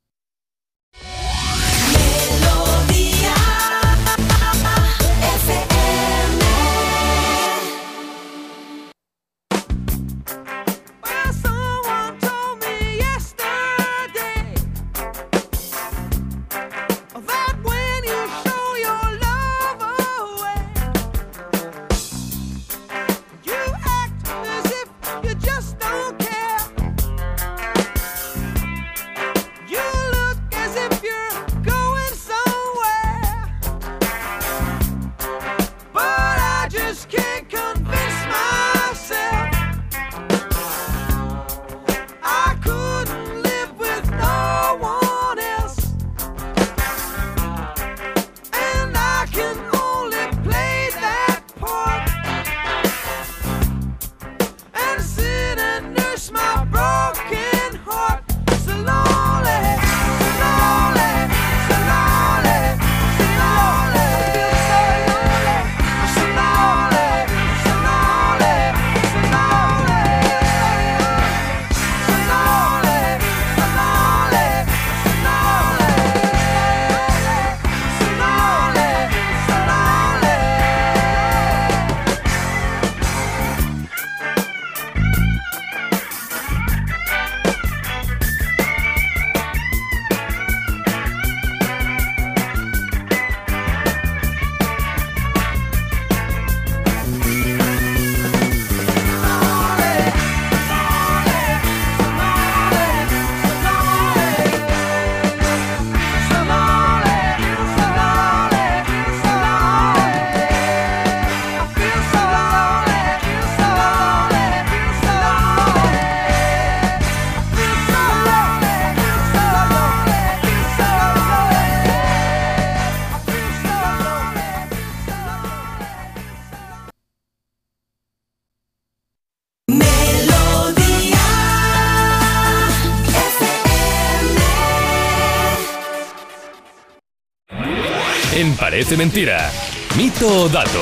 S3: En Parece Mentira, mito o dato.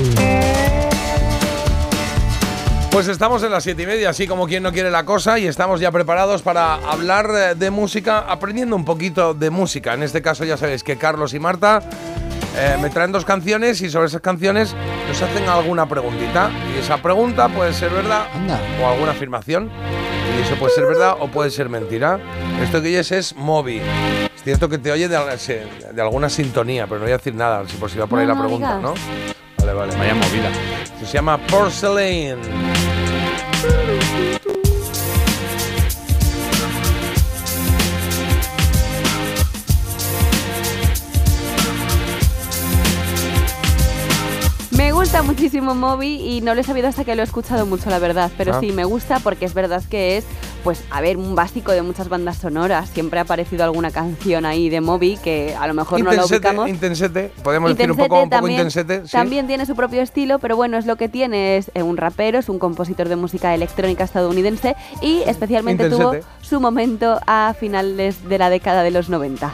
S5: Pues estamos en las 7:30, así como quien no quiere la cosa, y estamos ya preparados para hablar de música, aprendiendo un poquito de música. En este caso ya sabéis que Carlos y Marta me traen 2 canciones y sobre esas canciones nos hacen alguna preguntita. Y esa pregunta puede ser verdad o alguna afirmación. Y eso puede ser verdad o puede ser mentira. Esto que oyes es Moby. Es cierto que te oye de alguna sintonía, pero no voy a decir nada, si por si va por ahí la pregunta, ¿no? Vale.
S7: Vaya movida.
S5: Esto se llama Porcelain.
S6: Me gusta muchísimo Moby y no lo he sabido hasta que lo he escuchado mucho, la verdad. Pero sí, me gusta porque es verdad que es, pues, a ver, un básico de muchas bandas sonoras. Siempre ha aparecido alguna canción ahí de Moby que a lo mejor no la ubicamos.
S5: Intensete, podemos decir un poco Intensete. ¿Sí?
S6: También tiene su propio estilo, pero bueno, es lo que tiene. Es un rapero, es un compositor de música electrónica estadounidense y especialmente tuvo su momento a finales de la década de los 90.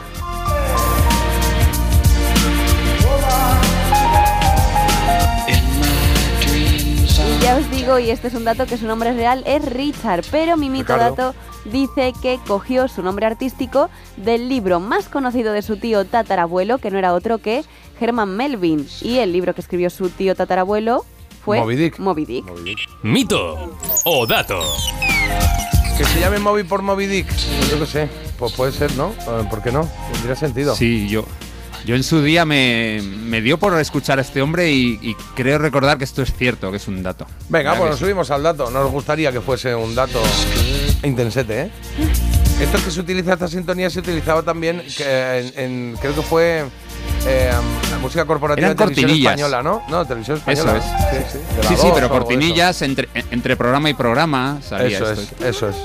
S6: Ya os digo, y este es un dato, que su nombre real es Richard, pero mi dato dice que cogió su nombre artístico del libro más conocido de su tío tatarabuelo, que no era otro que Herman Melville. Y el libro que escribió su tío tatarabuelo fue Moby Dick.
S3: Mito o dato.
S5: Que se llame Moby por Moby Dick. Yo qué sé, pues puede ser, ¿no? ¿Por qué no? Tendría sentido.
S7: Sí, yo en su día me dio por escuchar a este hombre y creo recordar que esto es cierto, que es un dato.
S5: Venga, pues nos subimos al dato. Nos gustaría que fuese un dato intensete, ¿eh? Esto que se utiliza, esta sintonía se utilizaba también creo que fue la música corporativa de televisión española, ¿no? No, televisión española.
S7: Eso es. Sí, pero cortinillas entre programa y programa salía
S5: Eso es.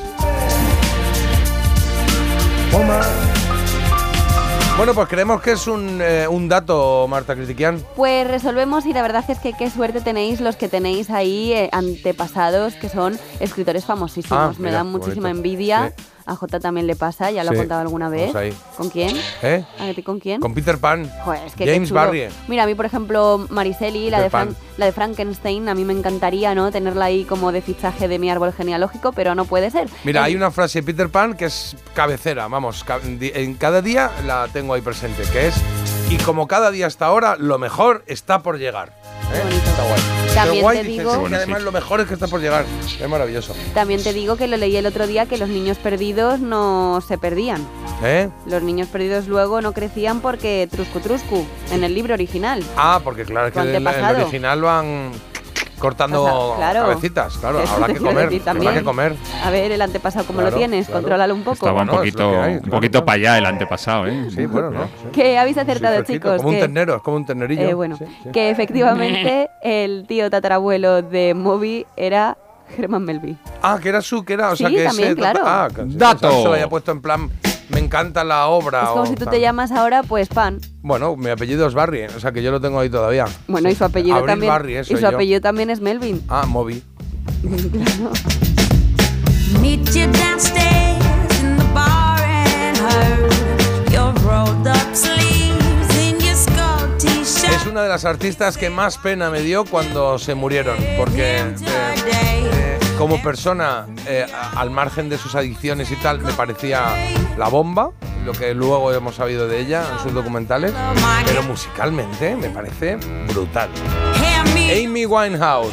S5: Bueno, pues creemos que es un dato, Marta Critiquian.
S6: Pues resolvemos y la verdad es que qué suerte tenéis los que tenéis ahí antepasados que son escritores famosísimos. Me dan muchísima envidia. Sí. A Jota también le pasa, ya lo ha contado alguna vez. ¿Con quién? ¿A ti con quién?
S5: Con Peter Pan.
S6: Joder, es que
S5: James Barrie.
S6: Mira, a mí, por ejemplo, Mariceli, la de Frankenstein, a mí me encantaría, ¿no? Tenerla ahí como de fichaje de mi árbol genealógico, pero no puede ser.
S5: Mira, hay una frase de Peter Pan que es cabecera, vamos, en cada día la tengo ahí presente, que es: y como cada día hasta ahora, lo mejor está por llegar. Está guay.
S6: También
S5: guay,
S6: te digo
S5: que además lo mejor es que está por llegar. Es maravilloso.
S6: También te digo que lo leí el otro día, que los niños perdidos no se perdían. Los niños perdidos luego no crecían porque truscu en el libro original.
S5: Porque claro, es que en el original van cortando cabecitas, claro, habrá que comer,
S6: A ver, el antepasado, ¿cómo lo tienes? Contrólalo un poco.
S7: Estaba un poquito para allá el antepasado, ¿eh?
S5: Sí, bueno, ¿no? Sí.
S6: Que habéis acertado, chicos.
S5: Como un ternero, es como un ternerillo.
S6: Que efectivamente el tío tatarabuelo de Moby era Herman Melville.
S5: Que era o
S6: sí,
S5: sea que
S6: también, claro.
S7: Dato.
S5: Se lo había puesto en plan, me encanta la obra.
S6: Es como si tú te llamas ahora, pues, Pan.
S5: Bueno, mi apellido es Barrie, o sea que yo lo tengo ahí todavía.
S6: Bueno, y su apellido
S5: Abril
S6: también.
S5: Barrie,
S6: y su apellido también es Melvin.
S5: Moby.
S6: Claro.
S2: Meet you downstairs in the bar and her your rolled up sleeves in your skull t-shirt.
S5: Es una de las artistas que más pena me dio cuando se murieron, porque como persona, al margen de sus adicciones y tal, me parecía la bomba, lo que luego hemos sabido de ella en sus documentales, pero musicalmente me parece brutal. Amy Winehouse.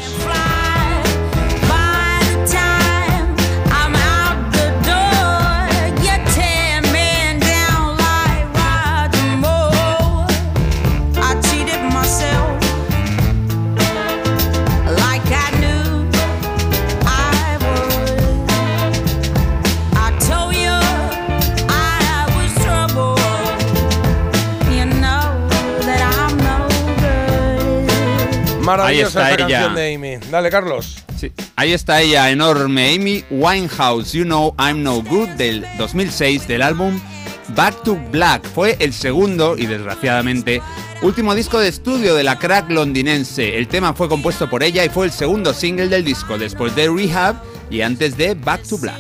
S5: Maravillosa esta canción de Amy. Dale, Carlos.
S7: Sí, ahí está ella, enorme. Amy Winehouse, You Know I'm No Good, del 2006, del álbum Back to Black. Fue el segundo y, desgraciadamente, último disco de estudio de la crack londinense. El tema fue compuesto por ella y fue el segundo single del disco, después de Rehab y antes de Back to Black.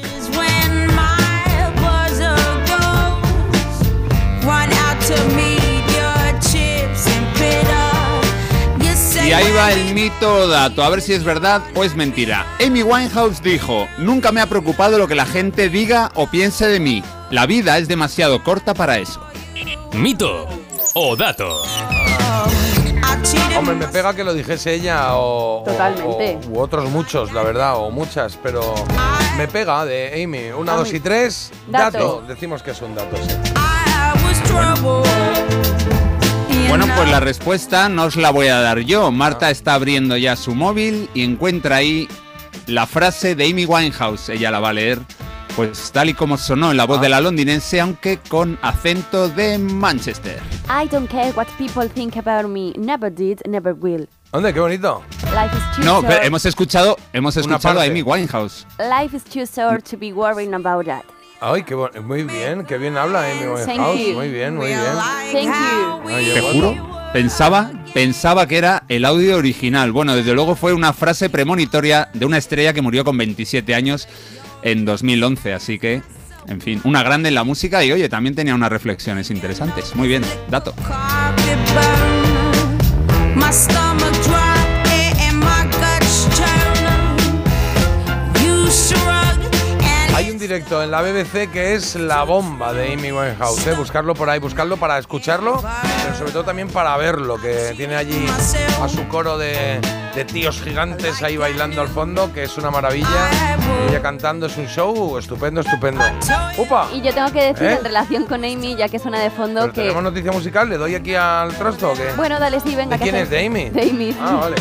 S7: Y ahí va el mito o dato, a ver si es verdad o es mentira. Amy Winehouse dijo: nunca me ha preocupado lo que la gente diga o piense de mí. La vida es demasiado corta para eso.
S3: Mito o dato.
S5: Hombre, me pega que lo dijese ella o
S6: totalmente.
S5: u otros muchos, la verdad, o muchas, pero Me pega de Amy. 1, 2 y 3.
S6: Dato.
S5: Decimos que es un dato, sí.
S7: Bueno, pues la respuesta no os la voy a dar yo. Marta está abriendo ya su móvil y encuentra ahí la frase de Amy Winehouse. Ella la va a leer, pues tal y como sonó en la voz de la londinense, aunque con acento de Manchester.
S6: I don't care what people think about me. Never did, never will.
S5: ¿Dónde? Qué bonito.
S6: Life is too
S7: No,
S6: short.
S7: pero hemos escuchado a
S5: parte.
S7: Amy Winehouse.
S6: Life is too short to be worrying about that.
S5: Ay, muy bien, qué bien habla Amy Winehouse.
S6: Thank you.
S5: Muy bien, muy bien.
S6: Thank you.
S5: Ay,
S7: Te juro, pensaba que era el audio original. Bueno, desde luego fue una frase premonitoria de una estrella que murió con 27 años en 2011, así que, en fin, una grande en la música y, oye, también tenía unas reflexiones interesantes. Muy bien, dato.
S2: My stomach drop and my guts turn. You shrug and
S5: Hay un directo en la BBC que es la bomba de Amy Winehouse, ¿eh? Buscarlo por ahí, buscarlo para escucharlo, pero sobre todo también para verlo, que tiene allí a su coro de tíos gigantes ahí bailando al fondo, que es una maravilla. Ella cantando, es un show estupendo, estupendo. ¡Upa!
S6: Y yo tengo que decir,
S5: ¿Eh?
S6: en relación con Amy, ya que suena de fondo,
S5: ¿Pero
S6: que...
S5: tenemos noticia musical? ¿Le doy aquí al trosto o qué?
S6: Bueno, dale, sí, venga.
S5: ¿De quién es? ¿De Amy?
S6: De Amy.
S5: Ah, vale.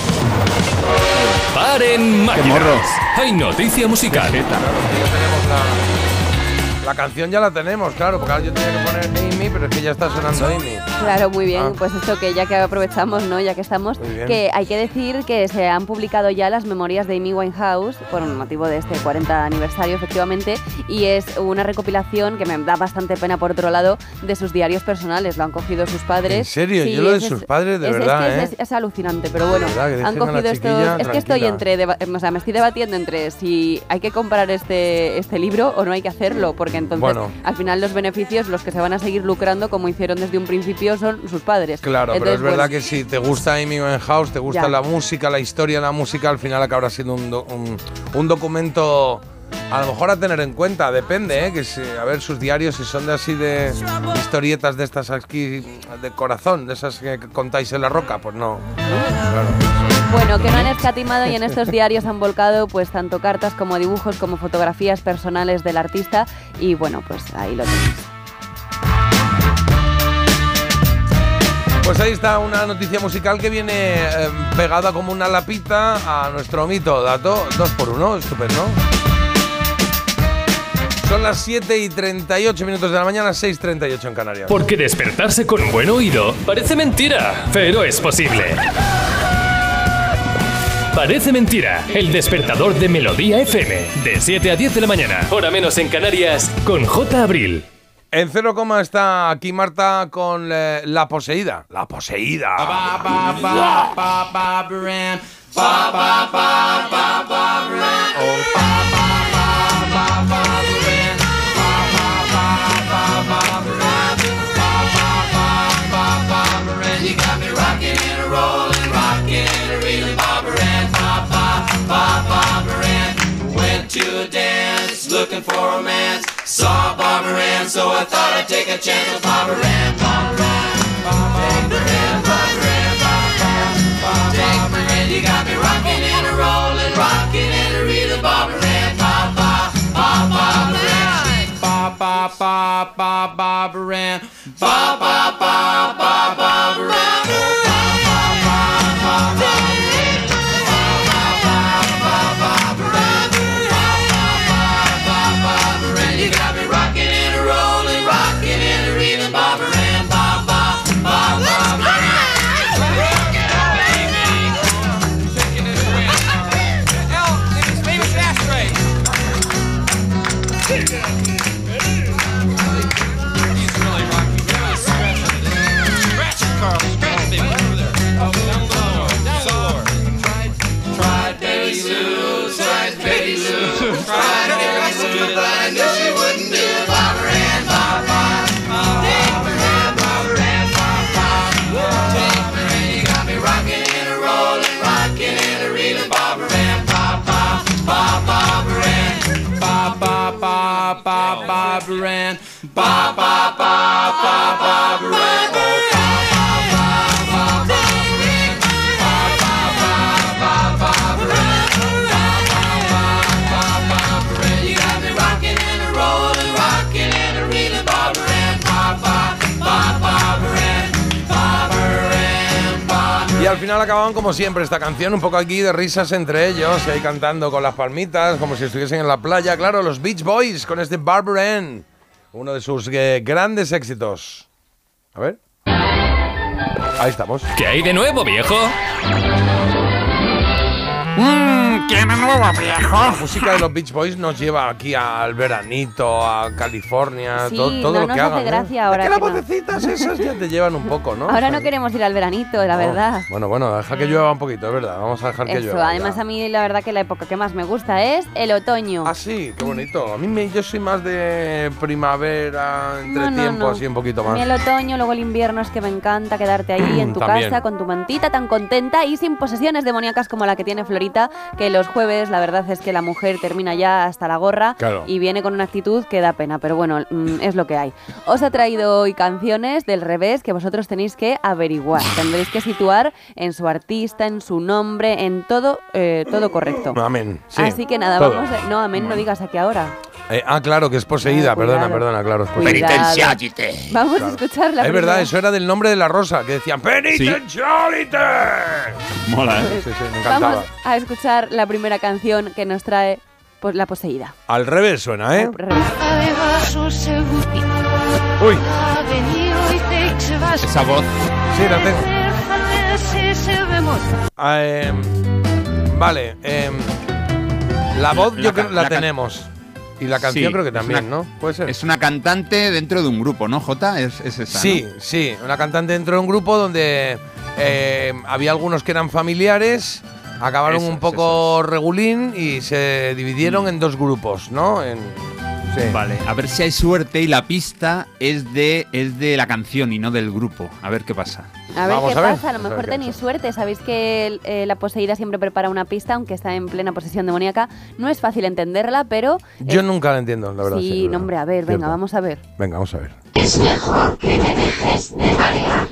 S3: Paren máquinas.
S7: morro.
S3: Hay noticia musical.
S5: Claro, que ya tenemos la canción ya la tenemos, claro, porque ahora yo tenía que poner Amy, pero es que ya está sonando Amy.
S6: Claro, muy bien.
S5: Ah.
S6: Pues esto que ya que aprovechamos, ¿no? Ya que estamos,
S5: Muy bien.
S6: que hay que decir que se han publicado ya las memorias de Amy Winehouse por un motivo de este 40 aniversario, efectivamente, y es una recopilación que me da bastante pena, por otro lado, de sus diarios personales. Lo han cogido sus padres.
S5: ¿En serio?
S6: Sí,
S5: Yo lo de
S6: es-
S5: sus padres, de
S6: es
S5: verdad,
S6: que
S5: ¿eh?
S6: es alucinante, pero bueno,
S5: De verdad, que
S6: han
S5: dejen a la
S6: cogido estos...
S5: chiquilla
S6: Es que estoy
S5: tranquila.
S6: o sea, me estoy debatiendo entre si hay que comprar este libro o no hay que hacerlo, porque entonces
S5: Bueno.
S6: al final los beneficios, los que se van a seguir lucrando, como hicieron desde un principio, son sus padres.
S5: Claro, pero
S6: Entonces,
S5: es verdad
S6: bueno,
S5: que si te gusta Amy Winehouse, te gusta
S6: Ya.
S5: la música, la historia de la música, al final acabará siendo un documento a lo mejor a tener en cuenta, depende, que si, a ver sus diarios, si son de así de historietas de estas aquí de corazón, de esas que contáis en la roca, pues no. Claro.
S6: Bueno, que no han escatimado y en estos diarios han volcado pues tanto cartas como dibujos como fotografías personales del artista y bueno, pues ahí lo tenéis.
S5: Pues ahí está una noticia musical que viene pegada como una lapita a nuestro mito. Dato 2x1, estupendo. Son las 7:38 de la mañana, 6:38 en Canarias.
S3: Porque despertarse con buen oído parece mentira, pero es posible. Parece mentira, el despertador de Melodía FM, de 7 a 10 de la mañana, hora menos en Canarias, con J. Abril.
S5: En 0, está aquí Marta con La Poseída. La Poseída.
S16: Looking for romance, saw Barbara Ann, so I thought I'd take a chance with Barbara Ann, Barbara Ann, Barbara Ann, Barbara Ann, Barbara Ann, you got me rocking and a rolling, rocking and a reeling, Barbara Ann, Barbara Ann, Barbara Ann, Barbara Ann. You got me rocking and a rolling, rocking and a reeling, Barbara Ann, Tried Betty Lou, tried Betty Lou, tried Betty Lou, but I knew she wouldn't do it. Barbara Ann, Barbara Ann, Barbara Ann, Barbara Ann, you got me rocking and a rolling, rocking and a reeling, Barbara Ann, Barbara Ann, Barbara Ann, Barbara Ann. You
S5: al final acababan como siempre esta canción, un poco aquí de risas entre ellos, ahí cantando con las palmitas, como si estuviesen en la playa. Claro, los Beach Boys con este Barbara Ann, uno de sus grandes éxitos. A ver. Ahí estamos.
S3: ¿Qué hay de nuevo, viejo?
S5: ¿Tiene nuevo, viejo? La música de los Beach Boys nos lleva aquí al veranito, a California,
S6: Sí,
S5: todo
S6: no
S5: lo
S6: nos
S5: que
S6: hace
S5: hagan.
S6: gracia ahora
S5: Es que
S6: que
S5: las
S6: no.
S5: vocecitas esas ya te llevan un poco, ¿no?
S6: Ahora no queremos ir al veranito, la verdad.
S5: Bueno, deja que llueva un poquito, es verdad. Vamos a dejar que
S6: Eso,
S5: llueva.
S6: además a mí la verdad que la época que más me gusta es el otoño.
S5: Ah, sí, qué bonito. A mí yo soy más de primavera, entre tiempo, así un poquito
S6: A
S5: más.
S6: mí el otoño, luego el invierno es que me encanta quedarte ahí en tu
S5: También.
S6: casa con tu mantita tan contenta y sin posesiones demoníacas como la que tiene Florita, que los jueves la verdad es que la mujer termina ya hasta la gorra
S5: Claro.
S6: y viene con una actitud que da pena, pero bueno, es lo que hay. Os ha traído hoy canciones del revés que vosotros tenéis que averiguar. Tendréis que situar en su artista, en su nombre, en todo correcto.
S5: Amén. Sí,
S6: Así que nada,
S5: todo.
S6: vamos. No, amén, no digas aquí ahora.
S5: Claro, que es poseída,
S6: Cuidado.
S5: perdona, claro. Es poseída.
S6: Penitencialite. Vamos a escuchar la
S5: Es verdad,
S6: primera.
S5: eso era del nombre de la rosa, que decían Penitencialite.
S7: Mola,
S5: Sí, me encantaba.
S6: Vamos a escuchar la primera canción que nos trae pues, La Poseída.
S5: Al revés suena, ¿eh? Uy.
S7: Esa voz.
S5: Sí, la tengo. Vale, la voz yo creo que la tenemos. Y la canción
S7: Sí,
S5: creo que
S7: es
S5: también,
S7: una-
S5: ¿no? Puede ser.
S7: Es una cantante dentro de un grupo, ¿no, Jota? Es esa,
S5: Sí,
S7: ¿no?
S5: sí, una cantante dentro de un grupo donde había algunos que eran familiares, acabaron
S7: Eso
S5: un
S7: es,
S5: poco regulín y se dividieron en dos grupos, ¿no? Sí.
S7: Vale, a ver si hay suerte y la pista es de la canción y no del grupo. A ver qué pasa.
S6: A ver
S5: Vamos
S6: qué
S5: a ver.
S6: pasa, a lo
S5: Vamos a
S6: mejor
S5: ver qué
S6: tenéis suerte. Sabéis que La Poseída siempre prepara una pista, aunque está en plena posesión demoníaca. No es fácil entenderla, pero...
S5: Yo nunca la entiendo, la verdad.
S6: Sí,
S5: es
S6: no, hombre, a ver,
S5: Cierto.
S6: venga, vamos a ver.
S5: Venga, vamos a ver.
S8: Es mejor que me dejes de marear.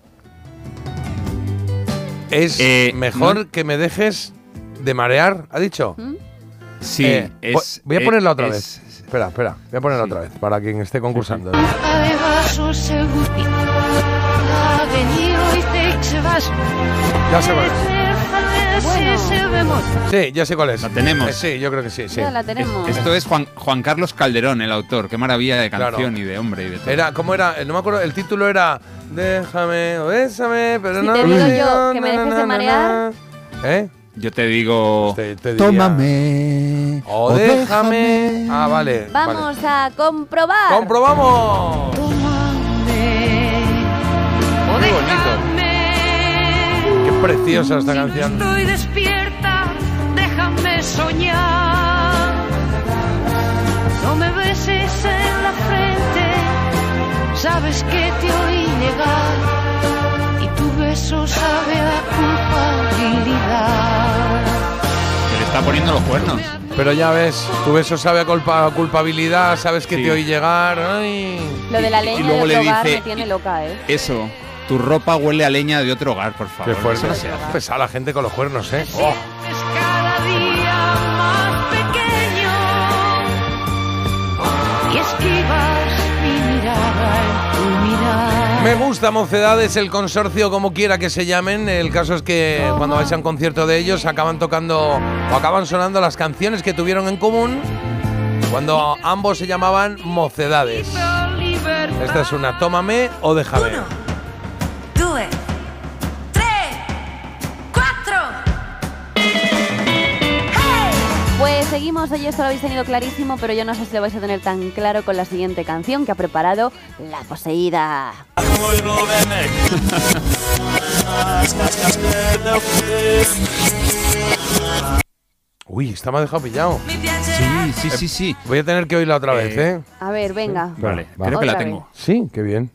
S5: Es mejor
S7: no-
S5: que me dejes de marear, ¿ha dicho?
S7: Sí,
S5: voy a ponerla otra
S7: es-
S5: vez. Espera, voy a ponerla otra vez para quien esté concursando. Ya sé cuál es. Sí, ya sé cuál es.
S7: La tenemos.
S5: Sí, yo creo que sí.
S6: Ya la tenemos.
S7: Esto es Juan Carlos Calderón, el autor. Qué maravilla de canción
S5: Claro.
S7: y de hombre y de todo.
S5: ¿Cómo era? No me acuerdo, el título era Déjame o bésame, pero
S6: Si
S5: no...
S6: te digo
S5: me-
S6: yo que me dejes de marear...
S5: ¿Eh?
S7: Yo te digo...
S5: Te diría-
S7: Tómame.
S5: O déjame... Ah, vale.
S6: Vamos a comprobar.
S5: Vale. ¡Comprobamos! Qué bonito. Qué preciosa esta canción.
S9: Estoy despierta, déjame soñar. No me beses en la frente, sabes que te oí llegar. Y tu beso sabe a culpabilidad.
S7: Que le está poniendo los cuernos.
S5: Pero ya ves, tu beso sabe a culpabilidad, sabes que
S7: Sí.
S5: te oí llegar. Ay.
S6: Lo de la
S7: Y
S6: leña de
S7: luego
S6: otro
S7: le
S6: hogar
S7: dice-
S6: me tiene loca, ¿eh?
S7: Eso. Tu ropa huele a leña de otro hogar, por favor.
S5: Qué fuerte.
S7: Eso no se hace.
S5: Pesada la gente con los cuernos, ¿eh? Oh.
S9: Es cada día más pequeño y esquivas mi mirada en tu mirada.
S5: Me gusta Mocedades, el consorcio, como quiera que se llamen. El caso es que cuando vais a un concierto de ellos acaban tocando o acaban sonando las canciones que tuvieron en común cuando ambos se llamaban Mocedades. Esta es una Tómame o Déjame.
S2: 2, 3, 4.
S6: Pues seguimos, hoy esto lo habéis tenido clarísimo, pero yo no sé si lo vais a tener tan claro con la siguiente canción que ha preparado La Poseída.
S5: Uy, esta me ha dejado pillado.
S7: Sí.
S5: Voy a tener que oírla otra vez, ¿eh?
S6: A ver, venga.
S7: Vale,
S5: Va.
S7: creo que la
S6: Otra
S7: tengo.
S5: Sí, qué bien.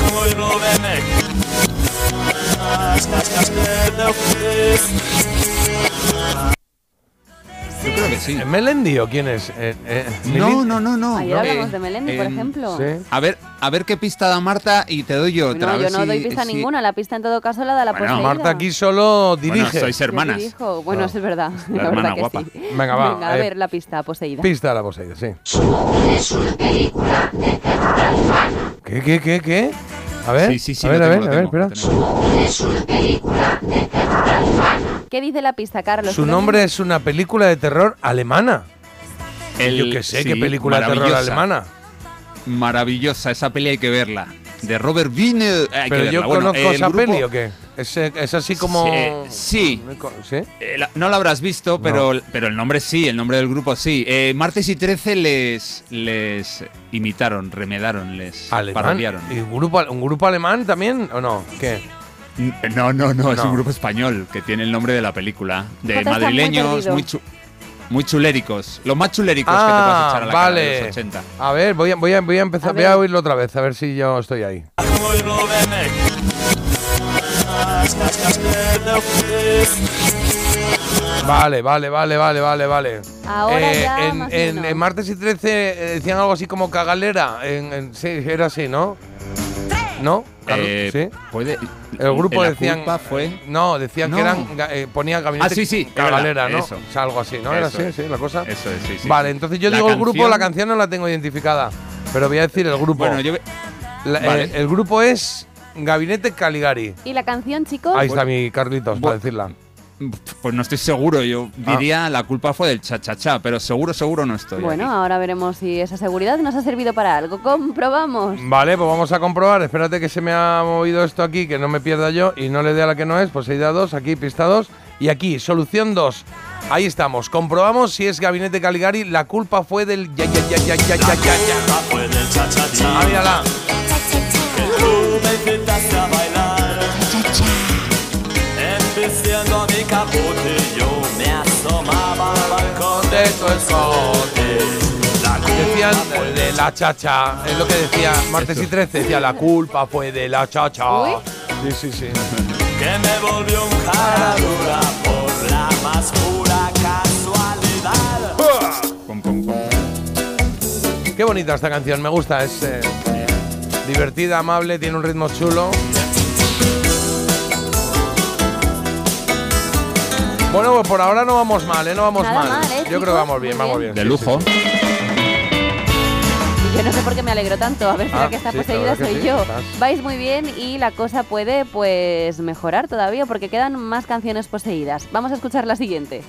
S7: Yo creo que sí.
S5: ¿Melendi o quién es?
S7: No.
S6: Ayer hablamos de Melendi, por ejemplo.
S5: Sí.
S7: A ver qué pista da Marta y te doy yo otra.
S6: No,
S7: a
S6: yo
S7: ver
S6: no
S7: si-
S6: doy pista
S7: si-
S6: ninguna. La pista en todo caso la da La
S7: Bueno,
S6: Poseída.
S5: Marta aquí solo dirige.
S7: Bueno, sois hermanas.
S6: Yo dirijo. Bueno, eso es verdad.
S7: La
S6: La
S7: hermana
S6: verdad que
S7: guapa.
S6: sí.
S5: Venga, va,
S6: Venga, a ver la pista Poseída.
S5: Pista a la poseída, sí.
S8: Su nombre es una película de terror alemana.
S5: ¿Qué? A ver,
S7: Sí,
S5: a ver,
S7: lo tengo,
S5: espera.
S8: Su nombre es una película de terror alemana.
S6: ¿Qué dice la pista, Carlos?
S5: Su nombre es una película de terror alemana. Yo que sé, ¿qué película de terror
S7: maravillosa.
S5: alemana?
S7: Maravillosa, esa peli hay que verla. De Robert Wiener.
S5: Pero yo conozco esa peli, ¿o qué? Es así como...
S7: Sí.
S5: ¿Sí?
S7: No la habrás visto, pero el nombre sí, el nombre del grupo sí. Martes y 13 les imitaron, remedaron, les parodiaron.
S5: ¿Y un grupo alemán también o no? ¿Qué?
S7: No, es un grupo español que tiene el nombre de la película. De
S6: Jota está
S7: madrileños,
S6: muy
S7: muy chuléricos. Los más chuléricos que te puedes echar a la cara de los 80.
S5: A ver, voy a empezar, voy a oírlo otra vez, a ver si yo estoy ahí. Vale.
S6: Ahora ya, más o
S5: en
S6: menos.
S5: Martes y 13 decían algo así como cagalera. Sí, era así, ¿no? ¿No? Carlos, ¿sí?
S7: Puede.
S5: El grupo
S7: la
S5: decían.
S7: culpa fue.
S5: No, decían
S7: No.
S5: que eran. Ponían gabinete.
S7: Sí,
S5: cagalera, ¿no?
S7: eso.
S5: O sea, algo así, ¿no? Era así, sí, la cosa.
S7: Eso es, sí.
S5: Vale, entonces yo
S7: La
S5: digo el grupo,
S7: canción-
S5: la canción no la tengo identificada. Pero voy a decir el grupo.
S7: Bueno, vale.
S5: El grupo es Gabinete Caligari.
S6: ¿Y la canción, chicos?
S5: Ahí está mi Carlitos para decirla.
S7: Pues no estoy seguro, yo diría la culpa fue del cha-cha-cha, pero seguro no estoy.
S6: Bueno,
S7: aquí.
S6: ahora veremos si esa seguridad nos ha servido para algo. Comprobamos.
S5: Vale, pues vamos a comprobar. Espérate que se me ha movido esto aquí, que no me pierda yo y no le dé a la que no es. Pues idea 2, aquí pista 2 y aquí solución 2. Ahí estamos. Comprobamos si es Gabinete Caligari. La culpa fue del ya.
S16: Fue del cha-cha-cha.
S5: Ah, mírala.
S16: Que tú me invitaste a bailar. Embistiendo mi capote, yo me asomaba al balcón de tu escote.
S5: Decían de la chacha. Es lo que decía Martes y 13. Decía la culpa fue de la chacha.
S6: Uy.
S5: Sí.
S16: Que me volvió un cara dura por la más pura casualidad.
S5: Qué bonita esta canción, me gusta. Es divertida, amable, tiene un ritmo chulo. Bueno, pues por ahora no vamos mal, ¿eh? No vamos
S6: Nada
S5: mal.
S6: mal,
S5: Yo
S6: chicos,
S5: creo que vamos bien,
S6: muy
S5: vamos bien.
S7: De
S5: sí,
S7: lujo.
S6: Yo no sé por qué me alegro tanto. A ver si la que está
S5: sí,
S6: poseída
S5: la verdad que
S6: soy
S5: sí,
S6: yo.
S5: estás.
S6: Vais muy bien y la cosa puede, pues, mejorar todavía porque quedan más canciones poseídas. Vamos a escuchar la siguiente.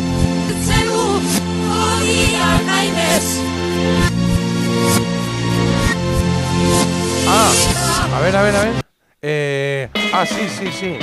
S5: A ver. Sí.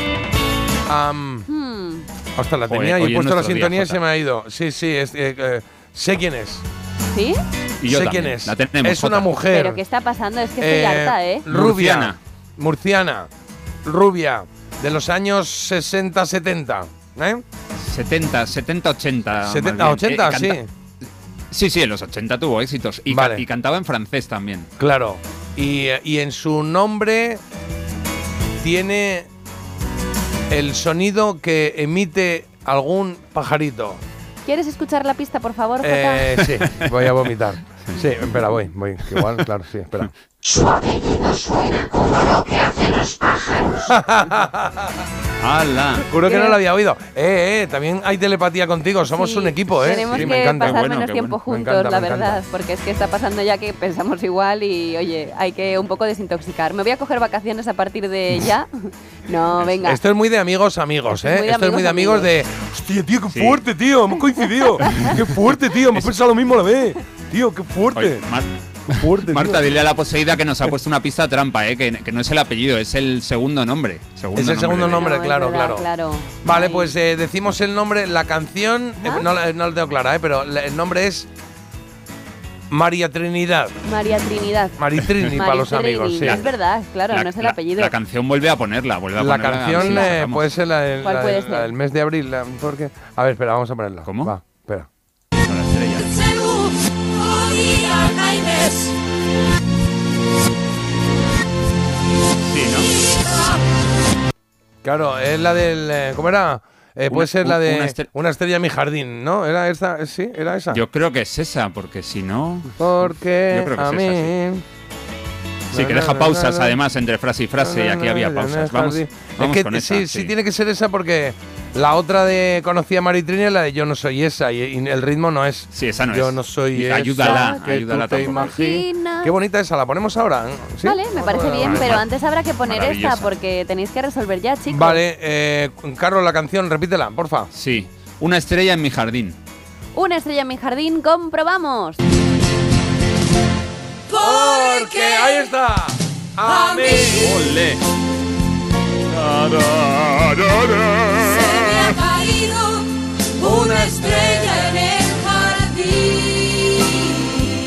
S5: Hasta la tenía y he
S7: hoy es
S5: puesto la
S7: nuestro día,
S5: sintonía y
S7: Jota.
S5: se me ha ido. Sí, sé quién es.
S6: ¿Sí?
S7: Y yo
S5: sé
S7: también,
S5: quién es.
S7: la tenemos,
S5: Es una
S7: Jota.
S5: mujer.
S6: ¿Pero qué está pasando? Es que estoy harta, ¿eh?
S5: Murciana. Rubia. De los años 60-70. ¿Eh?
S7: 70, 80.
S5: 70, 80, sí.
S7: Sí, en los 80 tuvo éxitos. Y,
S5: Vale.
S7: y cantaba en francés también.
S5: Claro. Y en su nombre tiene el sonido que emite algún pajarito.
S6: ¿Quieres escuchar la pista, por favor, Jota?
S5: Sí, voy a vomitar. Sí, espera, voy. Que igual, claro, sí, espera.
S8: Su apellido suena como lo que hacen los pájaros.
S7: ¡Hala!
S5: Juro que no lo había oído. También hay telepatía contigo. Somos
S6: Sí,
S5: un equipo, ¿eh?
S6: Tenemos
S5: Sí,
S6: que
S5: me encanta.
S6: pasar
S7: bueno,
S6: menos
S7: qué
S6: tiempo
S5: bueno. Me
S6: juntos,
S5: encanta,
S6: la
S5: me
S6: verdad,
S5: encanta.
S6: porque es que está pasando ya que pensamos igual y, oye, hay que un poco desintoxicar. Me voy a coger vacaciones a partir de ya. No, venga.
S5: Esto es muy de amigos, ¿eh? Esto es muy de amigos de... Hostia, tío, qué fuerte, tío. Hemos coincidido. Qué fuerte, tío. Hemos pensado lo mismo a la vez. Tío, qué fuerte.
S7: Oye,
S5: Qué fuerte,
S7: Marta,
S5: tío.
S7: dile a la poseída que nos ha puesto una pista trampa, que no es el apellido, es el segundo nombre.
S5: Es el segundo nombre,
S6: No, es
S5: claro,
S6: verdad,
S5: claro.
S6: claro.
S5: Vale,
S6: Ay.
S5: pues decimos el nombre, la canción, no la tengo clara, pero el nombre es María Trinidad.
S6: María Trinidad.
S5: Maritrini para los
S6: Maritrini,
S5: amigos, sí.
S6: Es verdad, claro, no es el apellido.
S7: La canción vuelve a ponerla,
S5: La canción puede ser la
S6: ¿Cuál puede
S5: la
S6: ser?
S5: del mes de abril, porque... A ver, espera, vamos a ponerla.
S7: ¿Cómo?
S5: Va, espera.
S7: Sí, ¿no?
S5: Claro, es la del... ¿Cómo era? Puede ser la de
S7: una
S5: Una estrella en mi jardín, ¿no? ¿Era esta? Sí, era esa.
S7: Yo creo que es esa, porque si no...
S5: Porque
S7: Yo creo que
S5: a
S7: es
S5: mí...
S7: esa, Sí, que deja pausas además entre frase y frase, y aquí había pausas. Vamos
S5: Es
S7: con
S5: que
S7: esa.
S5: sí, tiene que ser esa porque La otra de Conocí a Maritrini es la de Yo no soy esa y el ritmo no es.
S7: Sí, esa no
S5: Yo
S7: es.
S5: no soy esa.
S7: Ayúdala,
S5: que
S7: ayúdala
S5: tú te
S7: tampoco.
S5: imaginas. Qué bonita esa, la ponemos ahora. ¿Sí?
S6: Vale, me parece bien, pero antes habrá que poner
S7: Maravillosa.
S6: esta porque tenéis que resolver ya, chicos.
S5: Vale, Carlos, la canción, repítela, porfa.
S7: Sí. Una estrella en mi jardín.
S6: Una estrella en mi jardín, comprobamos.
S5: Porque ahí está. A mí.
S7: ¡Ole!
S2: Se me ha caído una estrella en el jardín.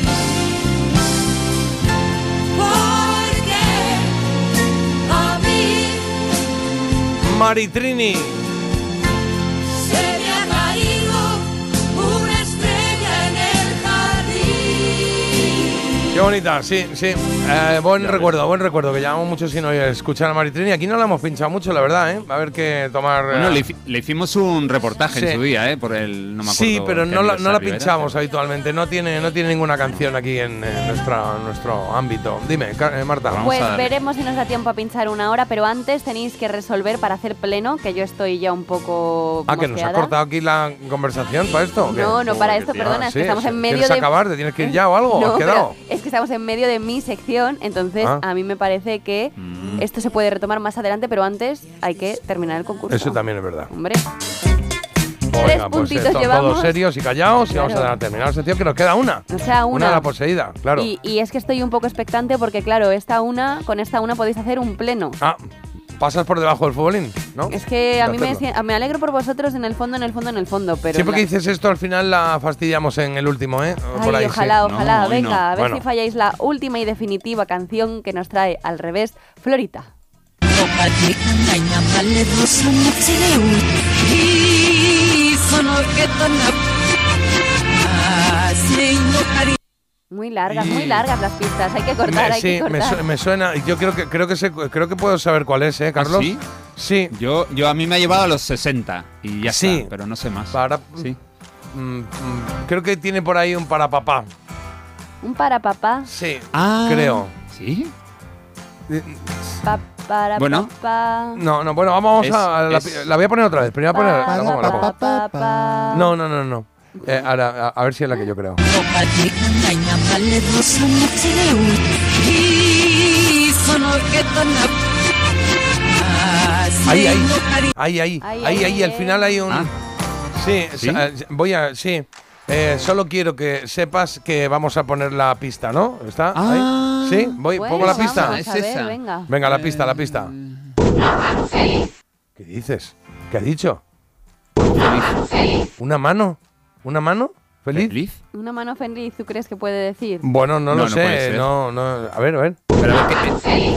S2: Porque a mí
S5: Maritrini.
S2: se me ha caído una estrella en el jardín.
S5: Qué bonita, sí, sí. Buen recuerdo, que llevamos mucho sin oír escuchar a Maritrini. Aquí no la hemos pinchado mucho, la verdad, ¿eh? A ver qué tomar.
S7: Bueno, le hicimos un reportaje
S5: Sí.
S7: en su día, por el. No me acuerdo.
S5: Sí, pero
S7: qué
S5: no la
S7: aniversario era.
S5: pinchamos habitualmente. No tiene ninguna canción aquí en nuestro ámbito. Dime, Marta.
S6: Pues veremos si nos da tiempo a pinchar una hora, pero antes tenéis que resolver para hacer pleno, que yo estoy ya un poco
S5: Ah, que nos ha
S6: mosqueada.
S5: cortado aquí la conversación para esto. ¿o qué?
S6: No, no para esto, perdona, es
S5: sí,
S6: que estamos en medio
S5: ¿Quieres
S6: de...
S5: acabar? ¿Te tienes que ir ya o algo?
S6: No,
S5: ¿Has quedado?
S6: pero es que estamos en medio de mi sección, entonces
S5: Ah.
S6: a mí me parece que esto se puede retomar más adelante, pero antes hay que terminar el concurso.
S5: Eso también es verdad.
S6: Hombre.
S5: Venga, pues
S6: puntitos
S5: esto,
S6: llevamos.
S5: todos serios y callados y
S6: Claro.
S5: vamos a terminar la sección, que nos queda una.
S6: O sea, una.
S5: Una de la poseída, claro.
S6: Y es que estoy un poco expectante porque, claro, con esta una podéis hacer un pleno.
S5: Ah, pasas por debajo del futbolín, ¿no?
S6: Es que a mí
S5: hacerlo.
S6: me alegro por vosotros en el fondo, pero...
S5: Siempre que dices esto, al final la fastidiamos en el último, ¿eh?
S6: Ay,
S5: Por ahí,
S6: ojalá,
S5: sí.
S6: ojalá.
S5: No, hoy
S6: Venga,
S5: no.
S6: a ver
S5: Bueno.
S6: si falláis la última y definitiva canción que nos trae al revés, Florita. Muy largas las pistas. Hay que cortar, hay que cortar.
S5: Me suena. Yo creo que puedo saber cuál es, ¿eh, Carlos?
S7: ¿Sí?
S5: Sí.
S7: Yo a mí me ha llevado a los 60 y ya
S5: Sí.
S7: está, pero no sé más. Sí.
S5: Creo que tiene por ahí un para papá.
S6: Un para papá.
S5: Sí.
S7: Ah,
S5: Creo.
S7: ¿Sí?
S6: Para
S7: Bueno.
S6: papá.
S5: No, bueno, vamos a la voy a poner otra vez. Primero voy a poner.
S6: Para
S5: la pongo.
S6: papá.
S5: No. Ahora, a ver si es la que yo creo. Ahí, al final hay un. Sí,
S7: ¿Sí?
S5: sí. Solo quiero que sepas que vamos a poner la pista, ¿no? ¿Está? Ahí. ¿Sí? ¿Pongo la pista?
S6: Vamos a ver, venga.
S5: Venga, la pista. ¿Qué dices? ¿Qué ha dicho? ¿Una mano? ¿Una mano? ¿Feliz?
S6: Una mano feliz, ¿tú crees que puede decir?
S5: Bueno, no lo
S7: No puede
S5: sé.
S7: ser.
S5: No. A ver.
S7: Pero a ver qué.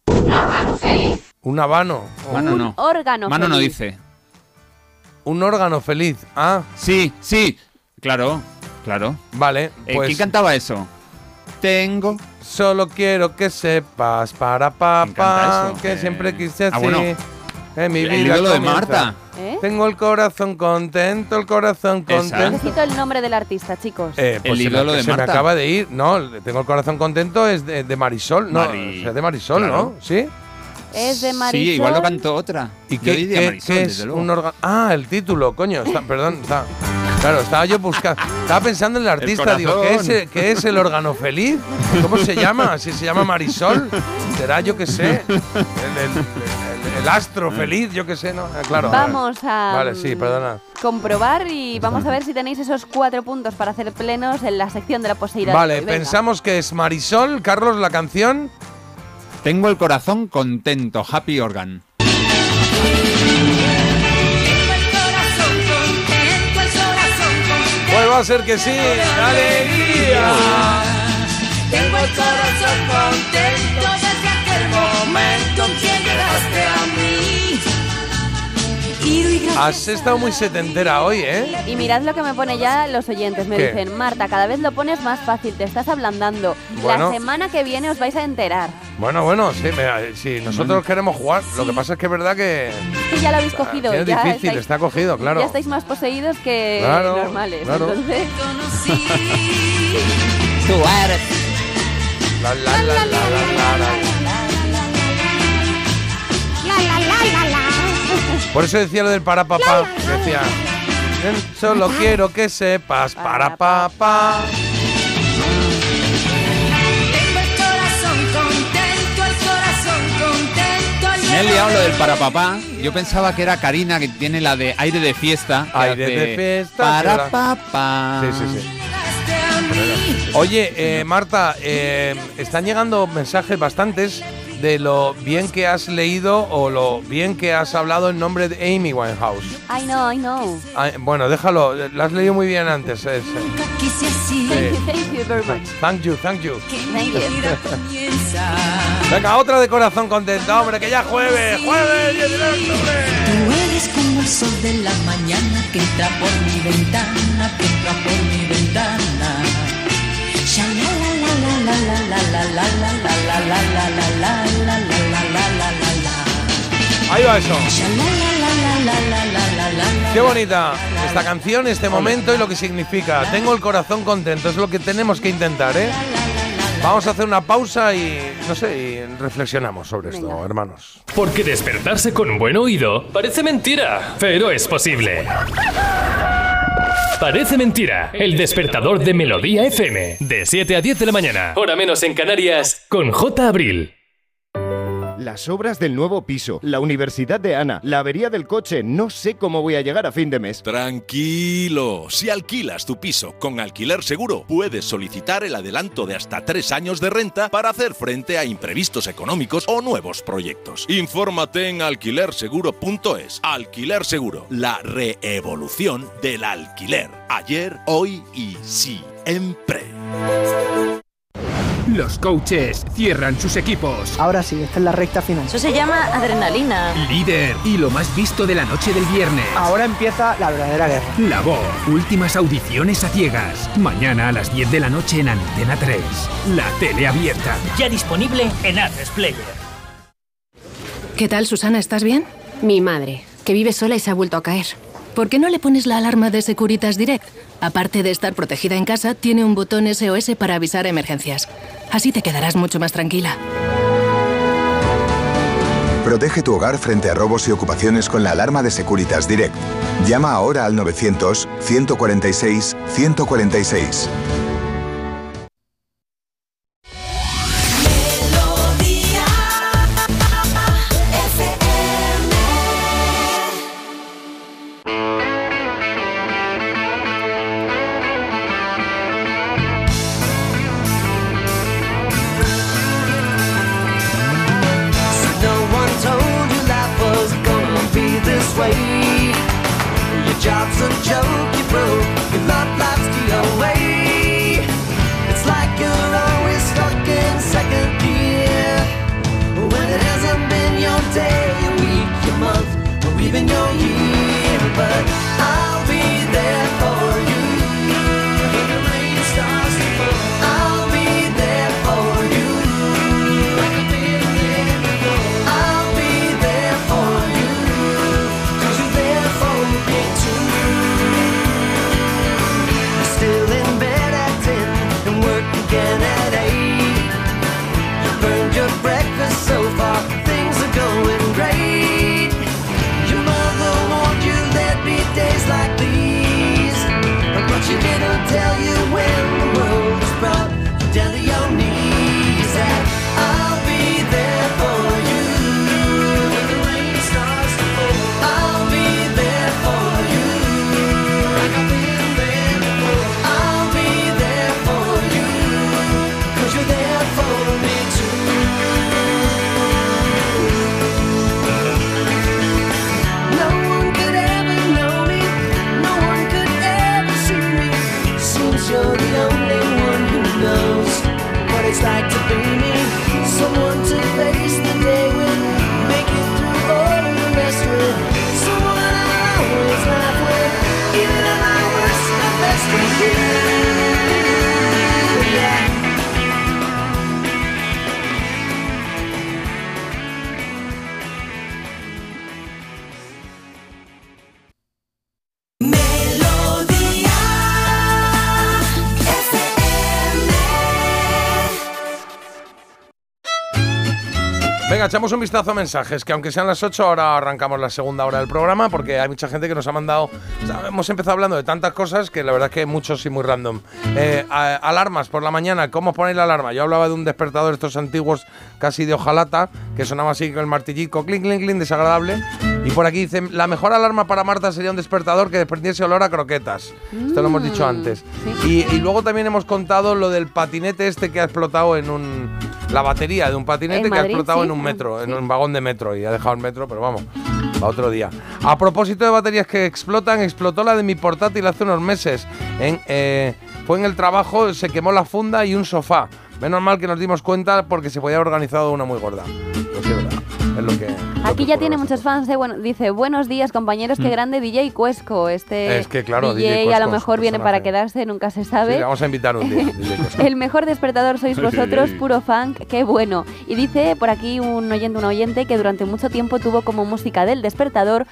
S5: Un habano.
S7: Mano no.
S6: Órgano
S7: Mano no
S6: feliz.
S7: dice.
S5: Un órgano feliz. Ah,
S7: Sí. Claro.
S5: vale. Pues
S7: ¿Quién cantaba eso? Tengo.
S5: solo quiero que sepas para
S7: ¿Quién
S5: papá
S7: canta eso?
S5: que siempre quise así.
S7: bueno.
S5: En mi
S7: El
S5: vida
S7: ídolo de
S5: comienza.
S7: Marta.
S6: ¿Eh?
S5: Tengo el corazón contento,
S7: Esa.
S6: Necesito el nombre del artista, chicos.
S5: Pues
S7: El ídolo de
S5: se me
S7: Marta.
S5: acaba de ir. No, tengo el corazón contento, es de Marisol. No,
S7: Mari-
S5: es de Marisol,
S7: claro.
S5: ¿no? ¿Sí?
S6: Es de Marisol.
S7: Sí, igual lo cantó otra.
S5: ¿Y
S7: Yo
S5: qué,
S7: diría
S5: qué-
S7: Marisol,
S5: qué
S7: desde
S5: es
S7: luego.
S5: un órgano? Ah, el título, coño. Claro, estaba yo buscando. Estaba pensando en el artista. Digo,
S7: corazón.
S5: ¿qué es el órgano feliz? ¿Cómo se llama? Si se llama Marisol. Será, yo qué sé. El astro feliz, yo qué sé, ¿no? Claro.
S6: Vamos a
S5: Vale, sí, perdona.
S6: comprobar y vamos a ver si tenéis esos 4 puntos para hacer plenos en la sección de la poseída.
S5: Vale,
S6: Venga.
S5: pensamos que es Marisol. Carlos, la canción.
S7: Tengo el corazón contento. Happy Organ.
S5: Pues va a ser que sí. ¡Alegría!
S2: Tengo el corazón contento desde aquel momento en que llegaste a mí.
S5: Has estado muy setentera hoy, ¿eh?
S6: Y mirad lo que me pone ya los oyentes. Me
S5: ¿Qué?
S6: dicen, Marta, cada vez lo pones más fácil, te estás ablandando.
S5: Bueno.
S6: La semana que viene os vais a enterar.
S5: Bueno, sí, si nosotros queremos jugar, lo que pasa es que es verdad que
S6: Que ya lo habéis cogido.
S5: es
S6: ya
S5: difícil, está cogido, claro.
S6: Ya estáis más poseídos que
S5: Claro,
S6: normales.
S5: claro.
S6: Entonces,
S7: Tú eres.
S5: Por eso decía lo del para papá. Decía, solo quiero que sepas para papá.
S7: Me he liado lo del para papá. Yo pensaba que era Karina, que tiene la de aire de fiesta.
S5: Aire de fiesta.
S7: Para papá.
S5: Sí. Oye, Marta, están llegando mensajes bastantes de lo bien que has leído o lo bien que has hablado el nombre de Amy Winehouse.
S6: I know.
S5: Bueno, déjalo, lo has leído muy bien antes.
S6: Thank you very much.
S5: Thank you.
S6: Thank you.
S5: Venga, otra de corazón contento, hombre, que ya jueves 19 de octubre.
S17: Tú eres como el sol de la mañana que entra por mi ventana, Sha la la la la la la la la la la la la la la.
S5: Ahí va eso.
S17: Sha la la la la la la la.
S5: Qué bonita esta canción, este momento y lo que significa. Tengo el corazón contento, es lo que tenemos que intentar, ¿eh? Vamos a hacer una pausa y, no sé, y reflexionamos sobre esto, hermanos.
S3: Porque despertarse con un buen oído parece mentira, pero es posible. Parece mentira, el despertador de Melodía FM, de 7 a 10 de la mañana, hora menos en Canarias, con J. Abril.
S18: Las obras del nuevo piso, la universidad de Ana, la avería del coche, no sé cómo voy a llegar a fin de mes.
S19: Tranquilo, si alquilas tu piso con Alquiler Seguro, puedes solicitar el adelanto de hasta 3 años de renta para hacer frente a imprevistos económicos o nuevos proyectos. Infórmate en alquilerseguro.es. Alquiler Seguro, la reevolución del alquiler. Ayer, hoy y siempre.
S20: Los coaches cierran sus equipos.
S21: Ahora sí, esta es la recta final.
S22: Eso se llama adrenalina.
S20: Líder y lo más visto de la noche del viernes.
S21: Ahora empieza la verdadera guerra.
S20: La Voz, últimas audiciones a ciegas. Mañana a las 10 de la noche en Antena 3. La tele abierta.
S23: Ya disponible en A3 Player.
S12: ¿Qué tal, Susana? ¿Estás bien?
S13: Mi madre, que vive sola y se ha vuelto a caer.
S12: ¿Por qué no le pones la alarma de Securitas Direct? Aparte de estar protegida en casa, tiene un botón SOS para avisar emergencias. Así te quedarás mucho más tranquila.
S14: Protege tu hogar frente a robos y ocupaciones con la alarma de Securitas Direct. Llama ahora al 900-146-146.
S16: Your job's a joke, you broke, your love life's the away.
S5: Venga, echamos un vistazo a mensajes, que aunque sean las 8, ahora arrancamos la segunda hora del programa, porque hay mucha gente que nos ha mandado... O sea, hemos empezado hablando de tantas cosas que la verdad es que muchos y muy random. Alarmas por la mañana, ¿cómo poner la alarma? Yo hablaba de un despertador de estos antiguos, casi de hojalata, que sonaba así con el martillico, clink, clink, clink, desagradable. Y por aquí dicen, la mejor alarma para Marta sería un despertador que desprendiese olor a croquetas. Esto lo hemos dicho antes.
S6: Sí.
S5: Y luego también hemos contado lo del patinete este que ha explotado en la batería de un patinete que ha explotado en un metro, en un vagón de metro, y ha dejado el metro, pero vamos, para otro día. A propósito de baterías que explotan, explotó la de mi portátil hace unos meses. Fue en el trabajo, se quemó la funda y un sofá. Menos mal que nos dimos cuenta porque se podía haber organizado una muy gorda. Pues sí, verdad. Es lo que...
S6: Aquí ya tiene muchos fans, dice, buenos días compañeros, qué grande DJ Cuesco.
S5: Es que claro,
S6: DJ
S5: Cuesco
S6: a lo mejor viene para quedarse, nunca se sabe.
S5: Sí, le vamos a invitar un día. DJ Cuesco.
S6: El mejor despertador sois vosotros, puro funk, qué bueno. Y dice por aquí un oyente que durante mucho tiempo tuvo como música del despertador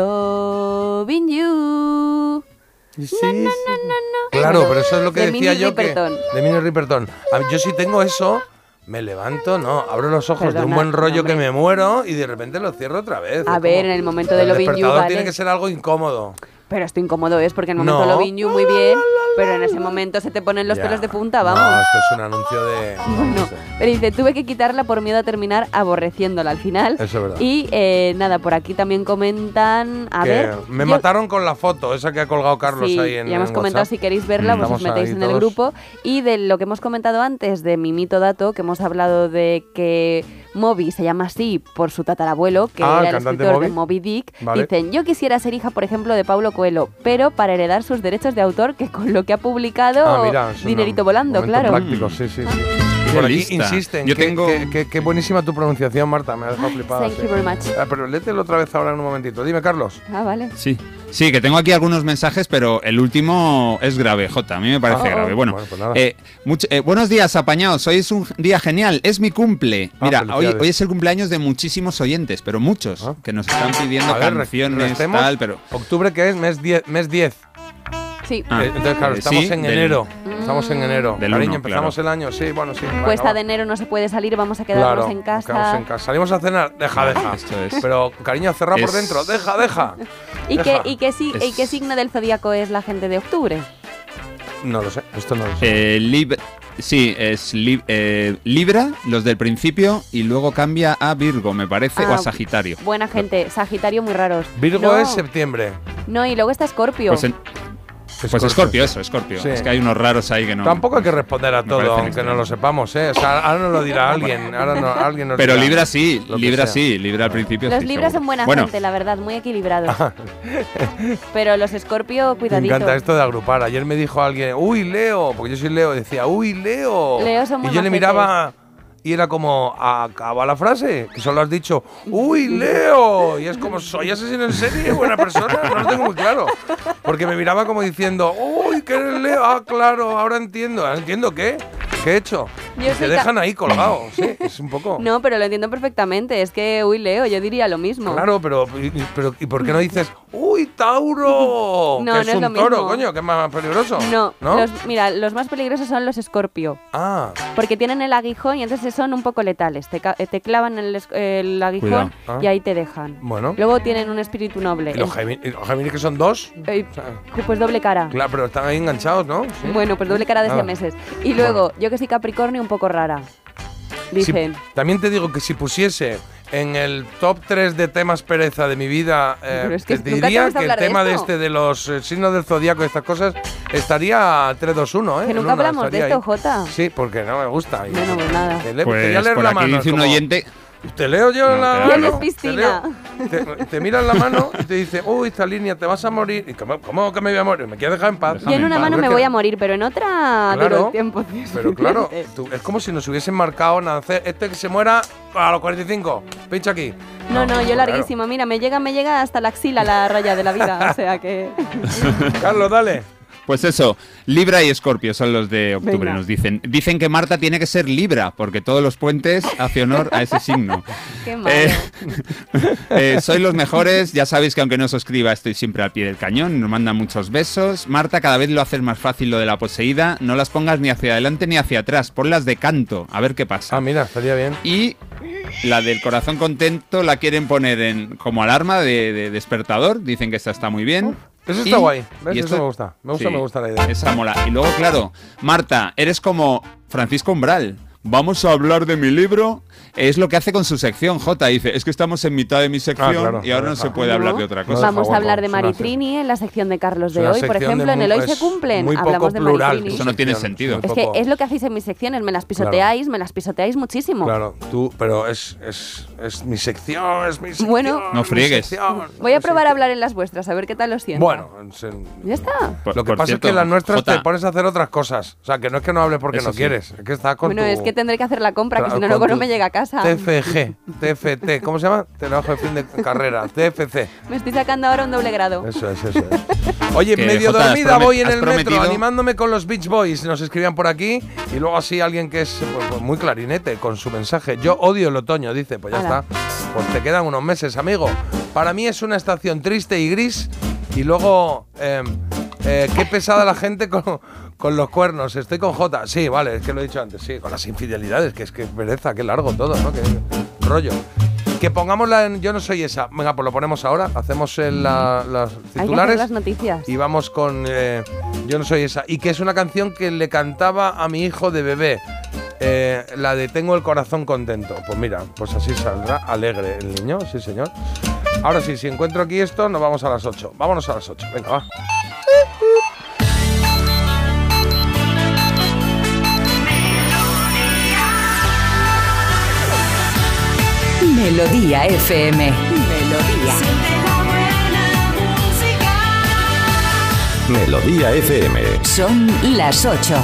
S6: Loving You.
S5: Sí, no. Claro, pero eso es lo que
S6: de
S5: decía
S6: Minnie
S5: yo
S6: Riperton.
S5: de Minnie Riperton. Yo sí tengo eso, me levanto, abro los ojos de un buen rollo que me muero y de repente lo cierro otra vez.
S6: A ver, en el momento de Loving You,
S5: El despertador
S6: vale.
S5: tiene que ser algo incómodo.
S6: Pero esto incómodo es porque en el momento Loving You muy bien, pero en ese momento se te ponen los pelos de punta, vamos.
S5: No, esto es un anuncio de...
S6: No, pero dice, tuve que quitarla por miedo a terminar aborreciéndola al final.
S5: Eso es verdad.
S6: Y nada, por aquí también comentan... A ver...
S5: Me mataron con la foto, esa que ha colgado Carlos
S6: sí,
S5: ahí en
S6: ya hemos comentado,
S5: WhatsApp.
S6: si queréis verla, pues os metéis en el grupo. Y de lo que hemos comentado antes, de mi mito dato, que hemos hablado de que Moby se llama así por su tatarabuelo, que era el escritor de Moby Dick. Vale. Dicen, yo quisiera ser hija, por ejemplo, de Paulo Coelho, pero para heredar sus derechos de autor, que con lo que ha publicado,
S5: mira,
S6: dinerito volando, claro.
S5: Práctico, sí. Por aquí insisten.
S7: Yo tengo...
S5: Qué buenísima tu pronunciación, Marta. Me ha dejado flipada.
S6: Thank you very much.
S5: Pero léetelo otra vez ahora en un momentito. Dime, Carlos.
S6: Vale.
S7: Sí, que tengo aquí algunos mensajes, pero el último es grave, Jota. A mí me parece grave. Bueno,
S5: pues nada.
S7: Buenos días, apañados. Hoy es un día genial. Es mi cumple. Mira, hoy es el cumpleaños de muchísimos oyentes, pero muchos, que nos están pidiendo canciones, tal, pero...
S5: ¿Octubre qué es? Mes 10.
S6: Sí.
S5: Entonces, claro, estamos en enero. Estamos en enero. Cariño, empezamos el año. Sí, bueno, sí.
S6: Cuesta de enero no se puede salir, vamos a quedarnos en casa.
S5: Salimos a cenar, deja.
S7: Esto es.
S5: Pero, cariño, cerrar por dentro, deja.
S6: ¿Y qué signo del zodíaco es la gente de octubre?
S5: No lo sé, esto no lo sé.
S7: Es Libra, los del principio, y luego cambia a Virgo, me parece, o a Sagitario.
S6: Buena gente, Sagitario muy raros.
S5: Virgo es septiembre.
S6: No, y luego está Escorpio.
S7: Pues Escorpio. Sí. Es que hay unos raros ahí que no...
S5: Tampoco hay que responder a todo, aunque no lo sepamos, ¿eh? O sea, ahora no lo dirá alguien. Alguien nos
S7: Pero
S5: dirá
S7: Libra sí, Libra al principio
S6: Los
S7: sí,
S6: Libras son buena gente, la verdad, muy equilibrados. Pero los Escorpio, cuidadito.
S5: Me encanta esto de agrupar. Ayer me dijo alguien, uy, Leo, porque yo soy Leo, decía, uy, Leo.
S6: Leo son muy
S5: y yo le
S6: majetes.
S5: miraba... Y era como, acaba la frase, que solo has dicho, ¡uy, Leo! Y es como, ¿soy asesino en serie? ¿Buena persona? No lo tengo muy claro. Porque me miraba como diciendo, ¡uy, que eres Leo! Ah, claro, ahora entiendo. ¿Entiendo qué? ¿Qué he hecho? Te dejan ahí colgado, sí, es un poco...
S6: No, pero lo entiendo perfectamente, es que, uy, Leo, yo diría lo mismo.
S5: Claro, pero ¿y por qué no dices, ¡uy, Tauro!
S6: No,
S5: que es
S6: no es
S5: un
S6: lo
S5: toro,
S6: mismo.
S5: coño, que es más peligroso.
S6: No. Mira, los más peligrosos son los Escorpio. Porque tienen el aguijón y entonces son un poco letales. Te clavan el aguijón y ahí te dejan.
S5: Bueno.
S6: Luego tienen un espíritu noble.
S5: ¿Y los Géminis que son dos?
S6: Pues doble cara.
S5: Claro, pero están ahí enganchados, ¿no? Sí.
S6: Bueno, pues doble cara de siameses. Y luego, yo que soy Capricornio, un poco rara. Dicen.
S5: También te digo que si pusiese en el top 3 de temas pereza de mi vida,
S6: que
S5: te diría que el tema de los signos del zodiaco y estas cosas estaría 3-2-1, ¿eh?
S6: Que nunca hablamos de esto, Jota.
S5: Sí, porque no me gusta.
S6: Bueno, pues nada.
S5: Te voy a leer
S7: por
S5: la
S7: aquí
S5: mano.
S7: dice un oyente...
S5: Te leo yo la mano.
S6: Tienes piscina.
S5: Te miran la mano y te dice, uy, esta línea, te vas a morir. ¿Y cómo que me voy a morir? ¿Me quieres dejar en paz?
S6: Yo en una mano me voy a morir, pero en otra duro el tiempo.
S5: Pero claro, es como si nos hubiesen marcado nacer. Este que se muera a los 45. Pincha aquí.
S6: No, yo larguísimo. Mira, me llega hasta la axila la raya de la vida. O sea que...
S5: Carlos, dale.
S7: Pues eso, Libra y Escorpio son los de octubre,
S6: Venga.
S7: nos dicen. Dicen que Marta tiene que ser Libra, porque todos los puentes hace honor a ese signo.
S6: Qué malo.
S7: Sois los mejores, ya sabéis que aunque no os escriba estoy siempre al pie del cañón, nos mandan muchos besos. Marta, cada vez lo haces más fácil lo de la poseída, no las pongas ni hacia adelante ni hacia atrás, ponlas de canto, a ver qué pasa.
S5: Mira, estaría bien.
S7: Y La del corazón contento la quieren poner como alarma de despertador. Dicen que esta está muy bien.
S5: Eso está guay. ¿Ves?
S7: y
S5: Eso
S7: esto-
S5: me gusta.
S7: sí,
S5: Me gusta la idea.
S7: Esa mola. Y luego, claro, Marta, eres como Francisco Umbral. Vamos a hablar de mi libro. Es lo que hace con su sección, Jota. Dice, es que estamos en mitad de mi sección
S5: claro,
S7: y ahora no se puede hablar de otra cosa.
S6: Vamos a hablar de Maritrini en la sección de Carlos de
S5: una
S6: hoy. Por
S5: sección
S6: ejemplo,
S5: de
S6: en el
S5: muy-
S6: Hoy se
S5: es
S6: cumplen.
S5: muy poco
S6: Hablamos de
S5: plural.
S6: Maritrini.
S7: Eso no tiene sentido.
S6: Es que es lo que hacéis en mis secciones, me las pisoteáis muchísimo.
S5: Claro, pero es mi sección, es mi sección.
S6: Bueno.
S7: No
S5: mi
S7: friegues.
S5: sección.
S6: Voy a probar a hablar en las vuestras, a ver qué tal os siento.
S5: Bueno,
S6: Ya está.
S5: lo que
S7: Por
S5: pasa
S7: cierto,
S5: es que las nuestras
S7: Jota.
S5: te pones a hacer otras cosas. O sea, que no es que no hables porque
S7: Eso
S5: no
S7: sí.
S5: quieres. Es que estás con
S6: Bueno,
S5: tu
S6: es que tendré que hacer la compra, que si no,
S5: con
S6: luego no
S5: tu
S6: me llega a casa.
S5: TFG, TFT, ¿cómo se llama? Trabajo de fin de carrera, TFC.
S6: Me estoy sacando ahora un doble grado.
S5: Eso es. Oye,
S7: Que,
S5: medio
S7: Jota,
S5: dormida voy en
S7: has
S5: el metro
S7: prometido-
S5: animándome con los Beach Boys. Nos escribían por aquí. Y luego así alguien que es pues, muy clarinete con su mensaje. Yo odio el otoño, dice. Pues ya
S6: Ala.
S5: está. Pues te quedan unos meses, amigo. Para mí es una estación triste y gris. Y luego, qué pesada la gente con los cuernos. Estoy con Jota. Sí, vale, es que lo he dicho antes. Sí, con las infidelidades. Que es que pereza, qué largo todo, ¿no? Qué rollo. Que pongámosla en Yo no soy esa. Venga, pues lo ponemos ahora. Hacemos las
S6: Hay que hacer
S5: titulares.
S6: las noticias.
S5: Y vamos con Yo no soy esa. Y que es una canción que le cantaba a mi hijo de bebé. La de Tengo el corazón contento. Pues mira, pues así saldrá alegre el niño, sí señor. Ahora sí, si encuentro aquí esto, nos vamos a las 8. Vámonos a las 8. Venga, va.
S17: Melodía FM. Melodía.
S1: Melodía FM.
S17: Son las 8.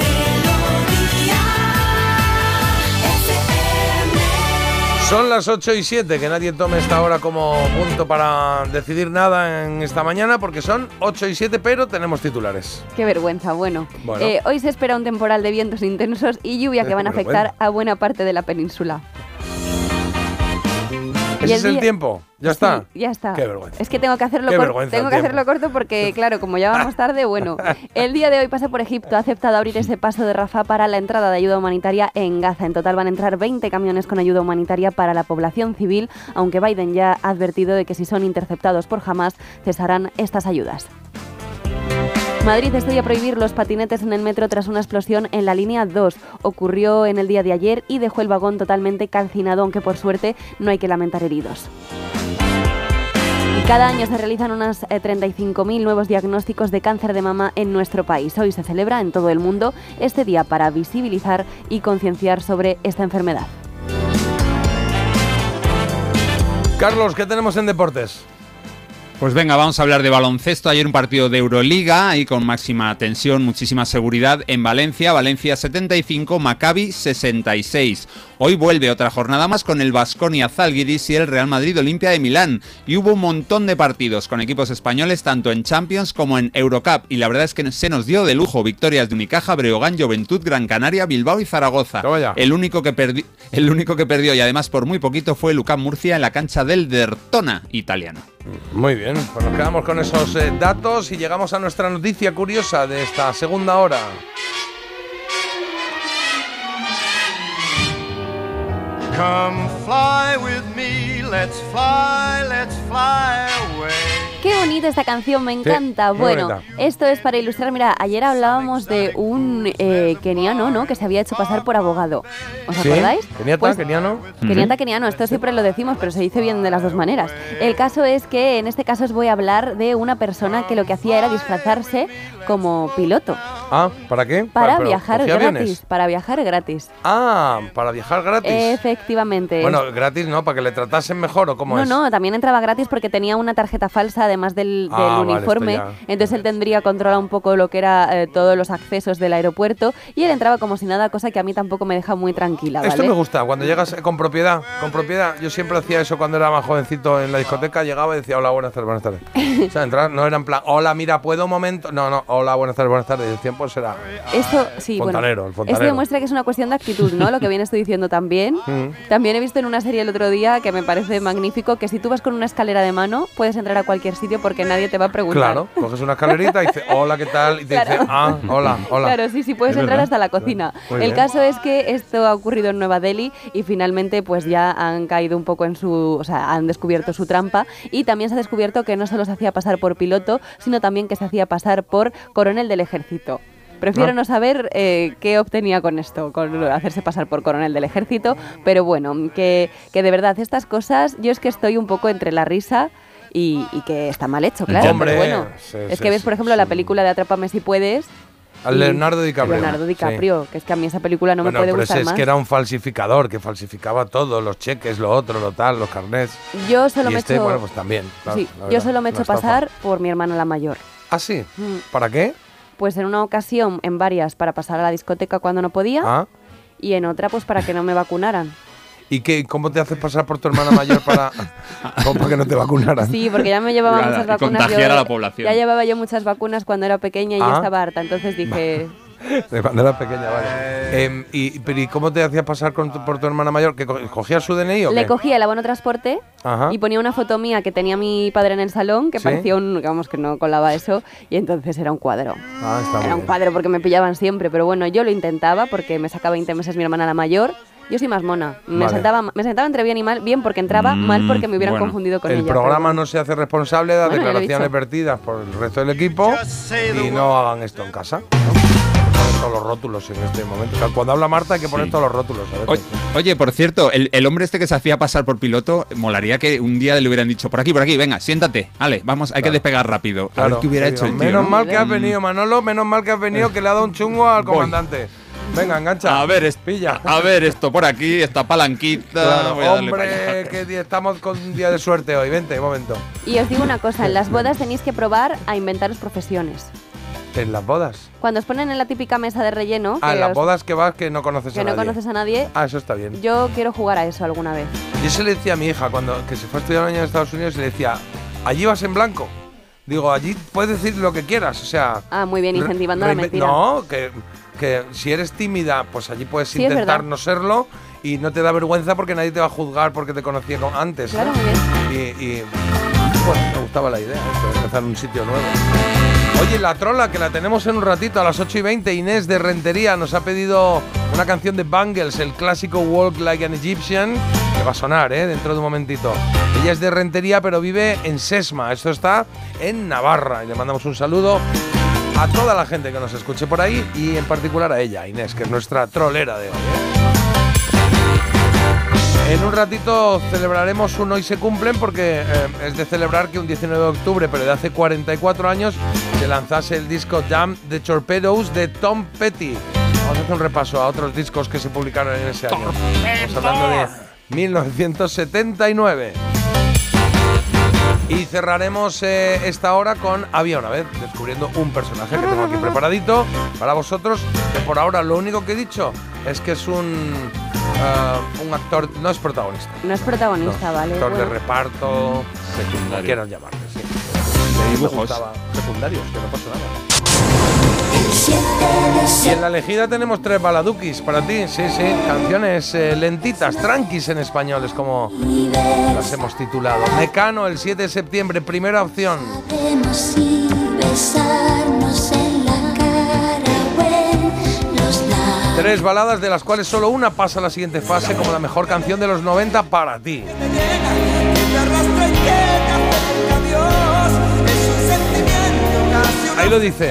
S5: Son las 8:07, que nadie tome esta hora como punto para decidir nada en esta mañana, porque son 8:07, pero tenemos titulares.
S6: Qué vergüenza, bueno.
S5: Bueno.
S6: Hoy se espera un temporal de vientos intensos y lluvia que van a afectar a buena parte de la península.
S5: ¿Ese es el tiempo? ¿Ya está?
S6: Sí, ya está.
S5: Qué vergüenza.
S6: Es que tengo que hacerlo
S5: Qué
S6: corto.
S5: vergüenza
S6: Tengo
S5: el
S6: que
S5: tiempo.
S6: hacerlo corto porque, claro, como ya vamos tarde, bueno. El día de hoy pasa por Egipto. Ha aceptado abrir ese paso de Rafah para la entrada de ayuda humanitaria en Gaza. En total van a entrar 20 camiones con ayuda humanitaria para la población civil, aunque Biden ya ha advertido de que si son interceptados por Hamas, cesarán estas ayudas. Madrid estudia prohibir los patinetes en el metro tras una explosión en la línea 2. Ocurrió en el día de ayer y dejó el vagón totalmente calcinado, aunque por suerte no hay que lamentar heridos. Y cada año se realizan unos 35.000 nuevos diagnósticos de cáncer de mama en nuestro país. Hoy se celebra en todo el mundo este día para visibilizar y concienciar sobre esta enfermedad.
S5: Carlos, ¿qué tenemos en deportes?
S7: Pues venga, vamos a hablar de baloncesto. Ayer un partido de Euroliga, ahí con máxima tensión, muchísima seguridad en Valencia. Valencia 75, Maccabi 66. Hoy vuelve otra jornada más con el Baskonia Zalgiris y el Real Madrid Olimpia de Milán. Y hubo un montón de partidos con equipos españoles, tanto en Champions como en Eurocup. Y la verdad es que se nos dio de lujo victorias de Unicaja, Breogán, Juventud, Gran Canaria, Bilbao y Zaragoza. El único que perdió, y además por muy poquito, fue el UCAM Murcia en la cancha del Dertona italiano.
S5: Muy bien, pues nos quedamos con esos datos y llegamos a nuestra noticia curiosa de esta segunda hora.
S16: Come fly with me, let's fly away.
S6: Qué bonita esta canción, me encanta.
S16: muy
S6: Bueno,
S16: bonita.
S6: esto es para ilustrar. Mira, ayer hablábamos de un keniano, ¿no? Que se había hecho pasar por abogado. ¿Os
S5: ¿Sí?
S6: acordáis?
S5: ¿Keniata?
S6: Pues,
S5: ¿Keniano?
S6: Keniano, esto siempre lo decimos, pero se dice bien de las dos maneras. El caso es que en este caso os voy a hablar de una persona que lo que hacía era disfrazarse como piloto.
S5: Ah, ¿para qué?
S6: Para
S5: Pero,
S6: viajar
S5: ¿cogía
S6: gratis.
S5: aviones?
S6: Para viajar gratis.
S5: Ah, para viajar gratis.
S6: Efectivamente.
S5: Bueno, gratis no, para que le tratasen mejor o cómo
S6: No,
S5: es.
S6: no, también entraba gratis porque tenía una tarjeta falsa además del
S5: Ah, vale,
S6: uniforme.
S5: esto ya.
S6: Entonces él tendría controlado un poco lo que era todos los accesos del aeropuerto y él entraba como si nada, cosa que a mí tampoco me deja muy tranquila, ¿vale?
S5: Esto me gusta, cuando llegas con propiedad. Con propiedad, yo siempre hacía eso cuando era más jovencito en la discoteca, llegaba y decía, hola, buenas tardes, buenas tardes. O sea, entrar, no era en plan, hola, mira, ¿puedo un momento? No, hola, buenas tardes, buenas tardes. Y decía, pues será.
S6: Esto, sí,
S5: fontanero,
S6: bueno,
S5: el fontanero.
S6: esto demuestra que es una cuestión de actitud, ¿no? Lo que vienes tú diciendo también. También he visto en una serie el otro día que me parece magnífico, que si tú vas con una escalera de mano, puedes entrar a cualquier sitio porque nadie te va a preguntar.
S5: Claro, coges una escalerita y dices, hola, ¿qué tal? Y te dice, hola.
S6: Claro, sí, puedes
S5: Es
S6: entrar
S5: verdad.
S6: hasta la cocina.
S5: Muy
S6: El
S5: bien.
S6: caso es que esto ha ocurrido en Nueva Delhi y finalmente pues ya han caído un poco en su... O sea, han descubierto su trampa y también se ha descubierto que no solo se hacía pasar por piloto, sino también que se hacía pasar por coronel del ejército. Prefiero no saber qué obtenía con esto, con hacerse pasar por coronel del ejército, pero bueno, que de verdad estas cosas, yo es que estoy un poco entre la risa y que está mal hecho, claro.
S5: Hombre,
S6: pero bueno,
S5: sí,
S6: es
S5: sí,
S6: que ves,
S5: sí,
S6: por ejemplo, la película de Atrápame si puedes.
S5: Al Leonardo DiCaprio.
S6: Leonardo DiCaprio, que es que a mí esa película no me puede
S5: pero
S6: gustar
S5: ese
S6: más.
S5: es que era un falsificador, que falsificaba todo, los cheques, lo otro, lo tal, los carnets.
S6: Yo solo
S5: y
S6: me he
S5: este,
S6: hecho...
S5: bueno, pues también. Claro,
S6: Sí,
S5: la
S6: yo
S5: verdad,
S6: solo me he
S5: una
S6: hecho
S5: estafa.
S6: pasar por mi hermana la mayor.
S5: ¿Ah, sí? ¿Para qué?
S6: Pues en una ocasión, en varias, para pasar a la discoteca cuando no podía,
S5: Ah.
S6: y en otra, pues para que no me vacunaran.
S5: ¿Y cómo te haces pasar por tu hermana mayor para que no te vacunaran?
S6: Sí, porque ya me llevaba
S7: Claro,
S6: muchas
S7: y
S6: vacunas.
S7: contagiar a la población.
S6: Ya llevaba yo muchas vacunas cuando era pequeña y
S5: Ah.
S6: ya estaba harta, entonces dije...
S5: De cuando eras pequeña, vale. ¿Y cómo te hacías pasar por tu hermana mayor? ¿Que cogías su DNI o qué?
S6: Le cogía el abono transporte
S5: Ajá.
S6: y ponía una foto mía que tenía mi padre en el salón, que
S5: ¿Sí?
S6: parecía vamos, que no colaba eso, y entonces era un cuadro.
S5: Ah, está muy
S6: Era un
S5: bien.
S6: cuadro porque me pillaban siempre, pero bueno, yo lo intentaba porque me sacaba 20 meses mi hermana la mayor. Yo soy más mona. Me
S5: Vale.
S6: sentaba entre bien y mal, bien porque entraba, mal porque me hubieran
S5: Bueno,
S6: confundido con
S5: el
S6: ella.
S5: programa
S6: pero-
S5: no se hace responsable de las
S6: Bueno, ya lo he
S5: declaraciones
S6: dicho.
S5: vertidas por el resto del equipo y no hagan esto en casa. ¿no? Poner todos los rótulos en este momento. O sea, cuando habla Marta hay que poner todos los rótulos. a veces.
S7: Oye, por cierto, el hombre este que se hacía pasar por piloto, molaría que un día le hubieran dicho, por aquí, venga, siéntate, vale, vamos, hay que despegar rápido. A ver qué hubiera hecho el tío.
S5: Menos
S7: ¿no?
S5: mal que has venido, Manolo, menos mal que has venido, que le ha dado un chungo al comandante. Venga, engancha.
S7: A ver,
S5: pilla.
S7: A ver, esto por aquí, esta palanquita.
S5: Claro,
S7: voy a darle para allá.
S5: hombre, que estamos con un día de suerte hoy. Vente, un momento.
S6: Y os digo una cosa, en las bodas tenéis que probar a inventaros profesiones.
S5: En las bodas.
S6: Cuando os ponen en la típica mesa de relleno,
S5: Ah, en
S6: que
S5: las
S6: os-
S5: bodas que vas que no conoces
S6: que
S5: a
S6: no
S5: nadie.
S6: conoces a nadie,
S5: Ah, eso está bien.
S6: yo quiero jugar a eso alguna vez.
S5: Yo se le decía a mi hija que se fue a estudiar un año en Estados Unidos y le decía, ¿allí vas en blanco? Digo, allí puedes decir lo que quieras, o sea...
S6: Ah, muy bien, incentivando la mentira.
S5: No, que si eres tímida, pues allí puedes
S6: Sí, es
S5: intentar
S6: verdad.
S5: no serlo y no te da vergüenza porque nadie te va a juzgar porque te conocía antes.
S6: Claro,
S5: ¿no?
S6: muy bien.
S5: Y bueno, me gustaba la idea, esto, de empezar en un sitio nuevo. Oye, la trola, que la tenemos en un ratito, a las 8:20, Inés de Rentería nos ha pedido una canción de Bangles, el clásico Walk Like an Egyptian, que va a sonar, dentro de un momentito. Ella es de Rentería, pero vive en Sesma, esto está en Navarra, y le mandamos un saludo a toda la gente que nos escuche por ahí, y en particular a ella, Inés, que es nuestra trolera de hoy. En un ratito celebraremos un Hoy se cumplen porque es de celebrar que un 19 de octubre, pero de hace 44 años, se lanzase el disco Damn the Torpedoes de Tom Petty. Vamos a hacer un repaso a otros discos que se publicaron en ese año. Estamos hablando de 1979. Y cerraremos esta hora con Había una vez, descubriendo un personaje que tengo aquí preparadito para vosotros, que por ahora lo único que he dicho es que es un actor, no es protagonista.
S6: No es protagonista,
S5: No,
S6: ¿vale?
S5: actor de
S6: Bueno.
S5: reparto, secundario, quieran llamarle, sí. De
S7: dibujos.
S5: Secundarios, que no pasa nada. Y en la elegida tenemos 3 baladukis para ti, sí, canciones lentitas, tranquis en español, es como las hemos titulado. Mecano, el 7 de septiembre, primera opción.
S2: Y besarnos en la cara o en los labios.
S5: 3 baladas de las cuales solo una pasa a la siguiente fase como la mejor canción de los 90 para ti. Ahí lo dice.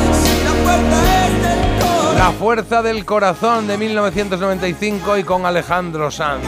S5: La fuerza del corazón de 1995 y con Alejandro Sanz.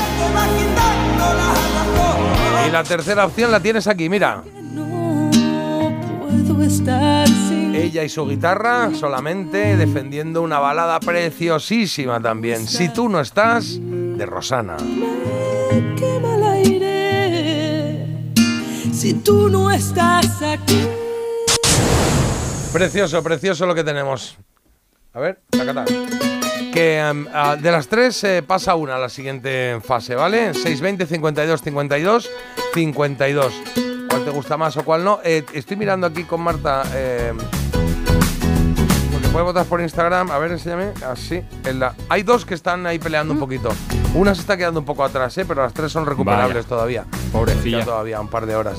S5: Y la tercera opción la tienes aquí, mira.
S2: Puedo estar sin
S5: Ella y su guitarra solamente defendiendo una balada preciosísima también. Si tú no estás, de Rosana.
S2: quema el aire. Si tú no estás aquí.
S5: Precioso, precioso lo que tenemos. A ver, tacata. Que de las 3 pasa una a la siguiente fase, ¿vale? 620, 52, 52, 52. ¿Cuál te gusta más o cuál no? Estoy mirando aquí con Marta. Porque Puedes votar por Instagram. A ver, enséñame. Así. Hay dos que están ahí peleando un poquito. Una se está quedando un poco atrás, pero las tres son recuperables todavía.
S7: Pobrecilla.
S5: Ya todavía un par de horas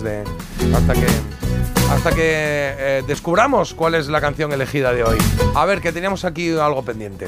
S5: hasta que descubramos cuál es la canción elegida de hoy. A ver, que teníamos aquí algo pendiente.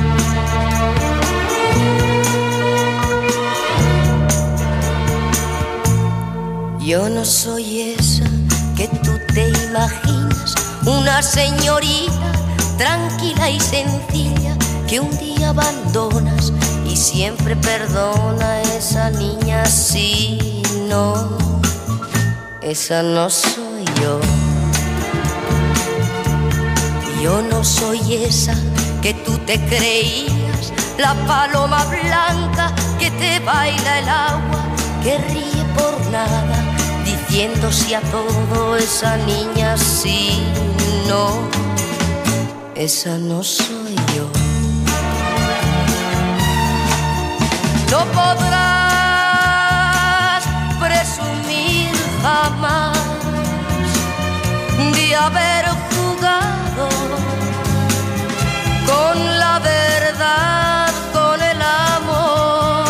S1: Yo no soy esa que tú te imaginas, una señorita tranquila y sencilla que un día abandonas y siempre perdona a esa niña. Sí, no, esa no soy yo. Yo no soy esa que tú te creías, la paloma blanca que te baila el agua, que ríe por nada, diciendo sí a todo. Esa niña sí, no, esa no soy yo. No podrás presumir jamás de haber jugado con la verdad, con el amor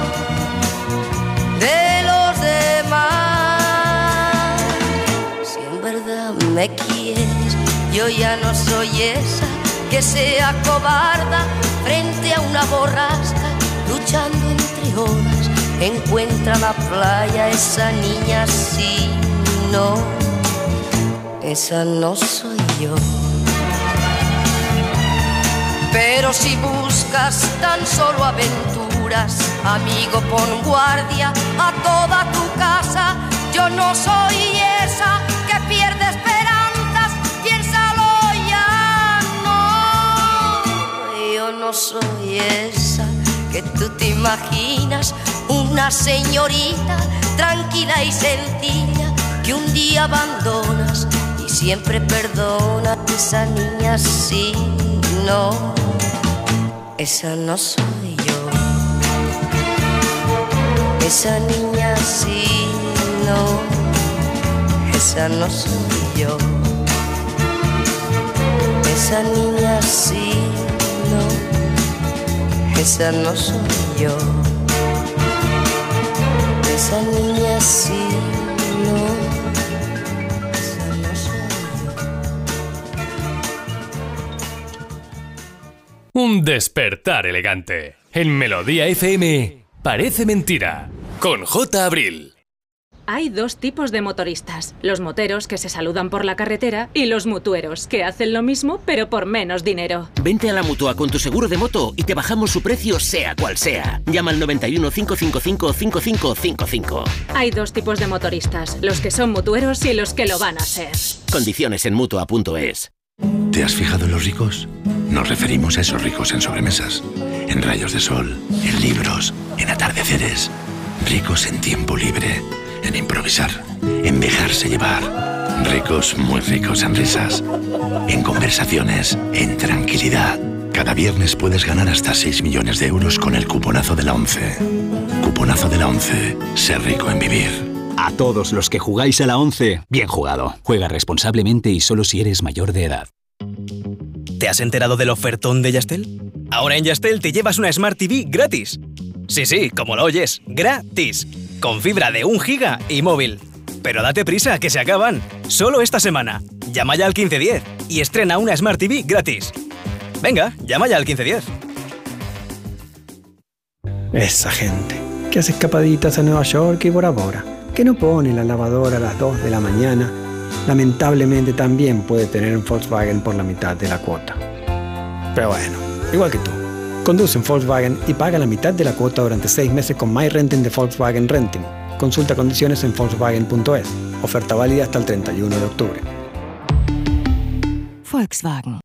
S1: de los demás. Si en verdad me quieres, yo ya no soy esa que sea cobarda frente a una borrasca, luchando entre olas. Encuentra la playa, esa niña sí, no, esa no soy yo. Pero si buscas tan solo aventuras, amigo, pon guardia a toda tu casa. Yo no soy esa que pierde esperanzas, piénsalo ya, no. Yo no soy esa que tú te imaginas, una señorita tranquila y sencilla que un día abandonas y siempre perdona. Esa niña sí, no, esa no soy yo. Esa niña sí, no, esa no soy yo. Esa niña sí, no, esa no soy yo. Esa niña sí, no, esa no soy yo.
S3: Un despertar elegante. En Melodía FM, Parece Mentira, con J. Abril.
S4: Hay dos tipos de motoristas, los moteros que se saludan por la carretera y los mutueros que hacen lo mismo pero por menos dinero.
S11: Vente a la Mutua con tu seguro de moto y te bajamos su precio sea cual sea. Llama al 91 555 5555.
S4: Hay dos tipos de motoristas, los que son mutueros y los que lo van a ser.
S11: Condiciones en Mutua.es.
S10: ¿Te has fijado en los ricos? Nos referimos a esos ricos en sobremesas, en rayos de sol, en libros, en atardeceres. Ricos en tiempo libre, en improvisar, en dejarse llevar. Ricos, muy ricos en risas, en conversaciones, en tranquilidad. Cada viernes puedes ganar hasta 6 millones de euros con el cuponazo de la 11. Cuponazo de la 11. Ser rico en vivir.
S24: A todos los que jugáis a la 11, bien jugado. Juega responsablemente y solo si eres mayor de edad.
S25: ¿Te has enterado del ofertón de Yastel? Ahora en Yastel te llevas una Smart TV gratis. Sí, como lo oyes, gratis. Con fibra de 1 giga y móvil. Pero date prisa, que se acaban. Solo esta semana. Llama ya al 1510 y estrena una Smart TV gratis. Venga, llama ya al 1510.
S15: Esa gente que hace escapaditas a Nueva York y Bora Bora, que no pone la lavadora a las 2 de la mañana, lamentablemente también puede tener un Volkswagen por la mitad de la cuota. Pero bueno, igual que tú, conduce un Volkswagen y paga la mitad de la cuota durante 6 meses con MyRenting de Volkswagen Renting. Consulta condiciones en Volkswagen.es. Oferta válida hasta el 31 de octubre.
S12: Volkswagen.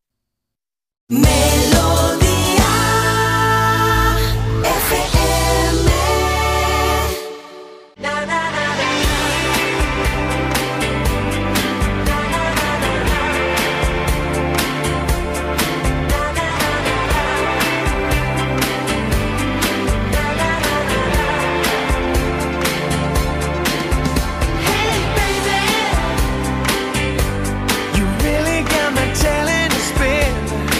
S16: You really got my talent to spin.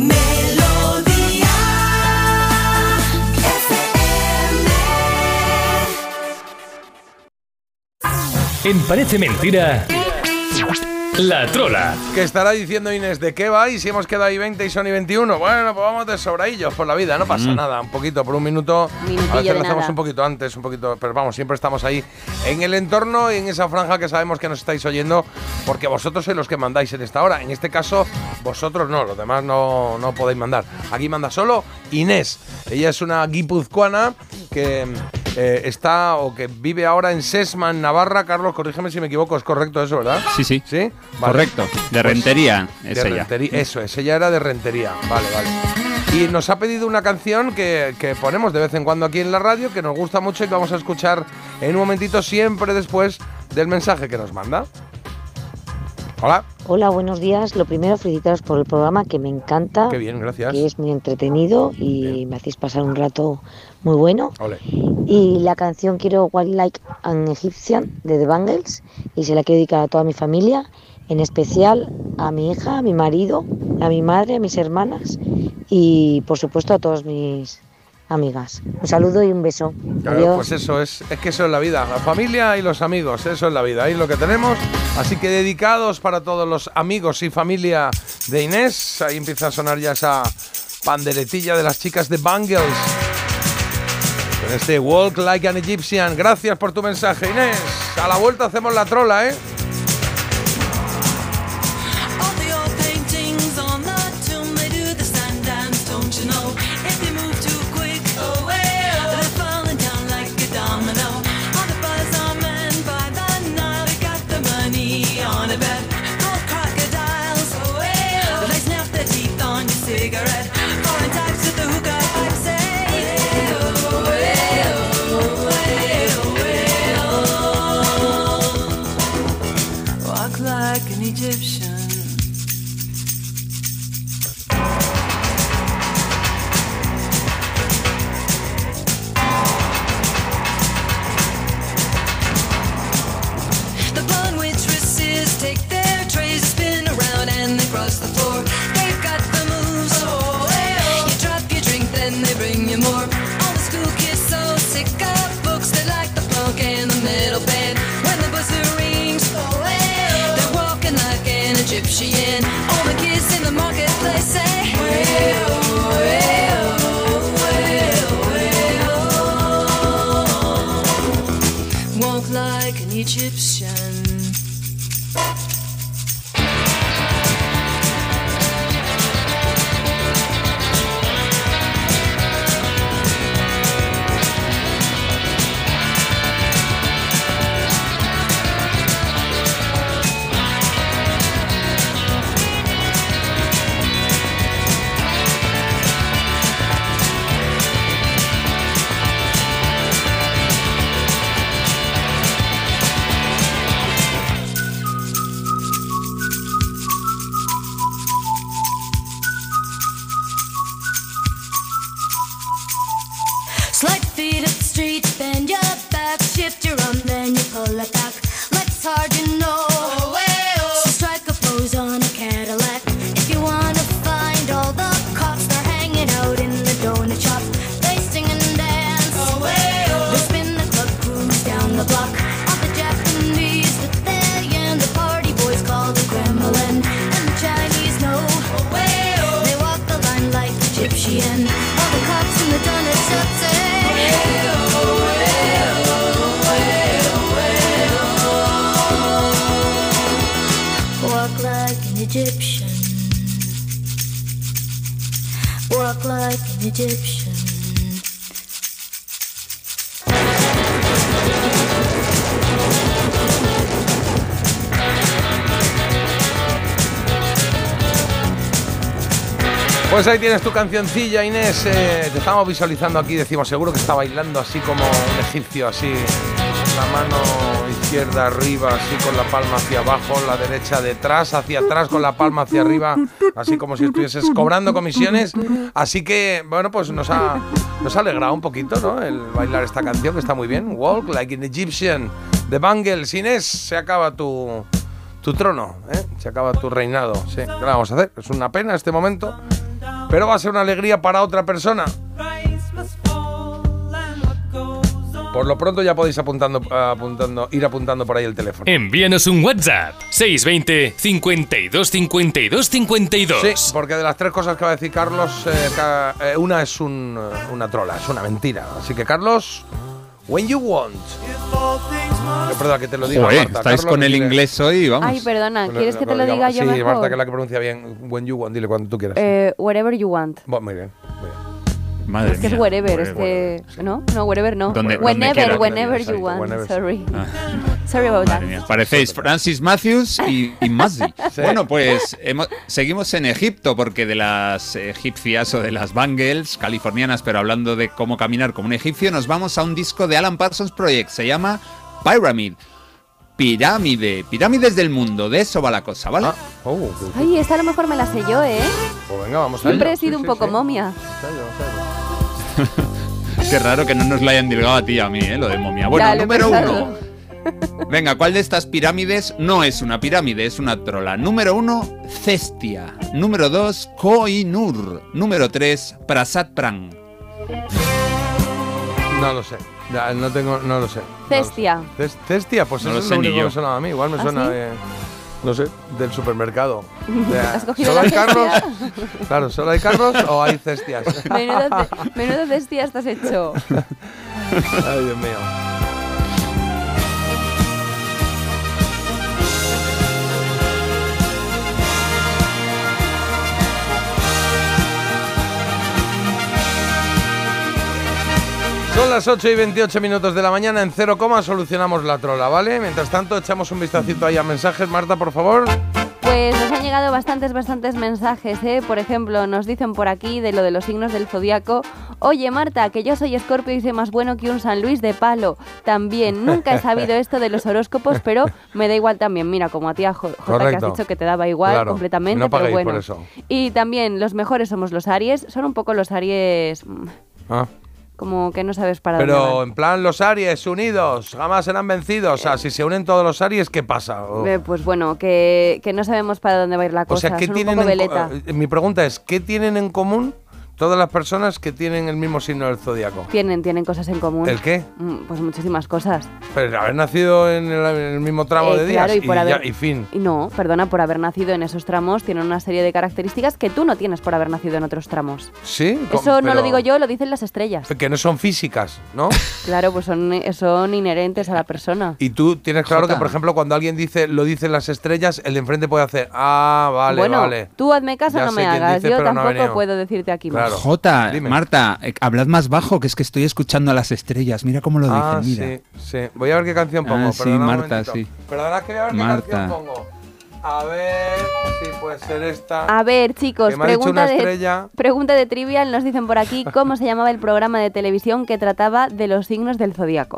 S2: Melodía
S3: En Parece Mentira, La Trola.
S5: ¿Qué estará diciendo Inés? ¿De qué va? Y si hemos quedado ahí 20 y son y 21. Bueno, pues vamos de sobradillos por la vida, no pasa nada. Un poquito, por un minuto. A veces lo hacemos un poquito antes, un poquito. Pero vamos, siempre estamos ahí en el entorno y en esa franja que sabemos que nos estáis oyendo, porque vosotros sois los que mandáis en esta hora. En este caso, vosotros no, los demás no podéis mandar. Aquí manda solo Inés. Ella es una guipuzcoana que está o que vive ahora en Sesma, en Navarra. Carlos, corrígeme si me equivoco, es correcto eso, ¿verdad?
S7: Sí.
S5: ¿Sí? Vale.
S7: Correcto. De Rentería es
S5: de
S7: ella.
S5: Rentería, eso es, ella era de Rentería. Vale. Y nos ha pedido una canción que ponemos de vez en cuando aquí en la radio, que nos gusta mucho y que vamos a escuchar en un momentito, siempre después del mensaje que nos manda. Hola.
S8: Hola, buenos días. Lo primero, felicitaros por el programa, que me encanta.
S5: Qué bien, gracias.
S8: Que es muy entretenido y me hacéis pasar un rato muy bueno.
S5: Ole.
S8: Y la canción quiero White Like an Egyptian de The Bangles y se la quiero dedicar a toda mi familia, en especial a mi hija, a mi marido, a mi madre, a mis hermanas y por supuesto a todas mis amigas. Un saludo y un beso.
S5: Claro,
S8: Adiós.
S5: pues eso es que eso es la vida, la familia y los amigos, eso es la vida, ahí es lo que tenemos. Así que dedicados para todos los amigos y familia de Inés. Ahí empieza a sonar ya esa panderetilla de las chicas de Bangles con este Walk Like an Egyptian. Gracias por tu mensaje, Inés. A la vuelta hacemos la trola, ¿eh? Pues ahí tienes tu cancioncilla, Inés. Te estamos visualizando aquí, decimos, seguro que está bailando así como un egipcio, así, la mano izquierda arriba, así con la palma hacia abajo, la derecha detrás, hacia atrás con la palma hacia arriba, así como si estuvieses cobrando comisiones. Así que, bueno, pues nos ha alegrado un poquito, ¿no?, el bailar esta canción, que está muy bien. Walk Like an Egyptian, The Bangles. Inés, se acaba tu trono, ¿eh? Se acaba tu reinado. Sí, ¿qué le vamos a hacer? Es una pena este momento. pero va a ser una alegría para otra persona. Por lo pronto ya podéis ir apuntando por ahí el teléfono.
S3: Envíanos un WhatsApp 620 52 52 52.
S5: Sí, porque de las tres cosas que va a decir Carlos, una es una trola, es una mentira. Así que Carlos, when you want. Perdón, que te lo diga Marta.
S7: Estáis
S5: Carlos,
S7: con el inglés hoy, vamos.
S6: Ay, perdona, ¿quieres que te lo diga yo
S5: sí,
S6: mejor?
S5: Sí, Marta, que es la que pronuncia bien. When you want, dile cuando tú quieras.
S6: Wherever you want.
S5: Muy bien, muy bien.
S7: Madre
S6: es que
S7: mía,
S6: es wherever, es que... No, wherever no. Whenever you want,
S5: whenever.
S6: sorry. Sorry about that.
S7: Parecéis Francis Matthews y Mazzi.
S5: Sí.
S7: Bueno, pues seguimos en Egipto, porque de las egipcias o de las bangles californianas, pero hablando de cómo caminar como un egipcio, nos vamos a un disco de Alan Parsons Project. Se llama Pyramid. Pirámides del mundo, de eso va la cosa, ¿vale?
S6: Ay, esta a lo mejor me la sé yo, ¿eh?
S5: Pues venga, vamos a
S6: Siempre
S5: ello.
S6: he sido un poco momia.
S7: Qué raro que no nos la hayan dilgado a ti y a mí, lo de momia. Bueno,
S6: Ya, lo he
S7: número
S6: pensado.
S7: 1. Venga, ¿cuál de estas pirámides no es una pirámide, es una trola? Número 1, Cestia. Número 2, Koh-i-Noor. Número 3, Prasat Prang.
S5: No lo sé. Ya, no lo sé.
S6: Cestia.
S5: Cestia, pues
S7: No
S5: eso
S7: lo
S5: es
S7: sé
S5: lo
S7: ni
S5: único que
S7: yo.
S5: me suena a mí. Igual me
S6: ¿Ah,
S5: suena
S6: sí?
S5: de, no sé, del supermercado.
S6: ¿Has cogido
S5: ¿Solo
S6: la
S5: hay carros?
S6: cestia?
S5: Claro, ¿solo hay carros o hay cestias?
S6: Menudo cestia estás hecho.
S5: Ay, Dios mío. Son las 8 y 28 minutos de la mañana. En 0, solucionamos la trola, ¿vale? Mientras tanto, echamos un vistacito ahí a mensajes. Marta, por favor.
S6: Pues nos han llegado bastantes mensajes, ¿eh? Por ejemplo, nos dicen por aquí de lo de los signos del zodiaco. Oye, Marta, que yo soy Escorpio y soy más bueno que un San Luis de palo. También, nunca he sabido esto de los horóscopos, pero me da igual también. Mira, como a ti, Jota, que has
S5: Correcto.
S6: dicho que te daba igual
S5: Claro,
S6: completamente,
S5: no
S6: pero
S5: paguéis
S6: bueno.
S5: por eso.
S6: Y también, los mejores somos los Aries. Son un poco los Aries...
S5: Ah.
S6: Como que no sabes para dónde
S5: Pero
S6: van.
S5: en plan, los Aries unidos jamás serán vencidos. O sea, si se unen todos los Aries, ¿qué pasa?
S6: Pues bueno, que no sabemos para dónde va a ir la
S5: O
S6: cosa.
S5: sea, ¿qué
S6: Son
S5: tienen
S6: un poco veleta.
S5: mi pregunta es, ¿qué tienen en común todas las personas que tienen el mismo signo del zodiaco?
S6: Tienen cosas en común.
S5: ¿El qué?
S6: Pues muchísimas cosas.
S5: Pero haber nacido en el mismo tramo de días
S6: claro,
S5: y fin.
S6: Y no, perdona, por haber nacido en esos tramos tienen una serie de características que tú no tienes por haber nacido en otros tramos.
S5: ¿Sí?
S6: Eso no
S5: pero
S6: lo digo yo, lo dicen las estrellas.
S5: Que no son físicas, ¿no?
S6: Claro, pues son inherentes a la persona.
S5: Y tú tienes claro
S6: Jota.
S5: que, por ejemplo, cuando alguien lo dicen las estrellas, el de enfrente puede hacer, vale,
S6: bueno,
S5: vale.
S6: tú hazme caso,
S5: Ya
S6: no
S5: sé
S6: me
S5: quién
S6: hagas.
S5: dice,
S6: Yo
S5: pero no ha
S6: tampoco
S5: venido.
S6: puedo decirte aquí más.
S5: Claro.
S7: Jota,
S5: Dime.
S7: Marta, hablad más bajo, que es que estoy escuchando a las estrellas. Mira cómo lo dicen, mira.
S5: Sí. Voy a ver qué canción pongo.
S7: Sí,
S5: perdona un
S7: Marta,
S5: momentito.
S7: sí.
S5: Perdona, que voy a ver
S7: Marta.
S5: qué canción pongo. A ver si puede ser esta.
S6: A ver, chicos,
S5: Que me ha dicho una estrella.
S6: pregunta de Trivial, nos dicen por aquí cómo se llamaba el programa de televisión que trataba de los signos del zodiaco.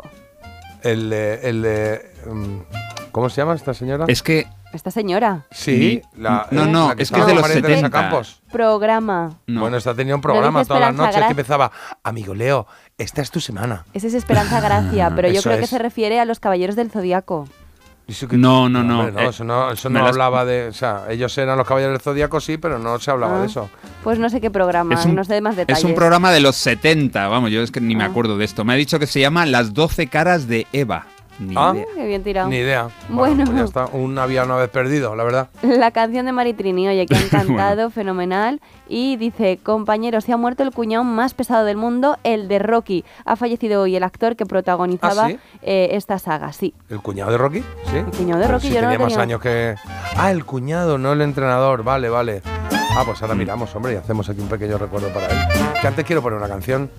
S5: ¿Cómo se llama esta señora?
S7: Es que...
S6: Esta señora.
S5: Sí,
S7: No,
S5: que
S7: es que es de los
S5: María Teresa
S7: 70.
S5: Campos.
S6: Programa.
S7: No.
S5: Bueno, esta tenía un programa
S6: dice
S5: todas las
S6: Esperanza
S5: noches que
S6: Gracia.
S5: empezaba, amigo Leo, esta es tu semana.
S6: Esa es Esperanza Gracia, pero yo
S5: Eso
S6: creo que
S5: es.
S6: se refiere a los caballeros del zodiaco.
S7: No.
S5: Hombre, eso no
S7: me las-
S5: hablaba de... O sea, ellos eran los caballeros del Zodíaco, sí, pero no se hablaba
S6: Ah.
S5: de eso.
S6: Pues no sé qué programa, no sé más detalles.
S7: Es un programa de los 70, vamos, yo es que ni me acuerdo de esto. Me ha dicho que se llama Las 12 caras de Eva. Ni idea.
S6: Qué bien tirado.
S5: Ni idea.
S6: Bueno.
S5: Pues ya está, había una vez perdido, la verdad.
S6: La canción de Maritrini, oye, que han cantado, fenomenal. Y dice, compañero, se ha muerto el cuñado más pesado del mundo, el de Rocky. Ha fallecido hoy el actor que protagonizaba
S5: ¿Ah, sí?
S6: Esta saga, sí.
S5: ¿El cuñado de Rocky? Sí.
S6: El cuñado de Rocky,
S5: Sí,
S6: yo no
S5: tenía
S6: lo
S5: más
S6: tenía.
S5: años que... el cuñado, no el entrenador. Vale. Pues ahora miramos, hombre, y hacemos aquí un pequeño recuerdo para él. Que antes quiero poner una canción.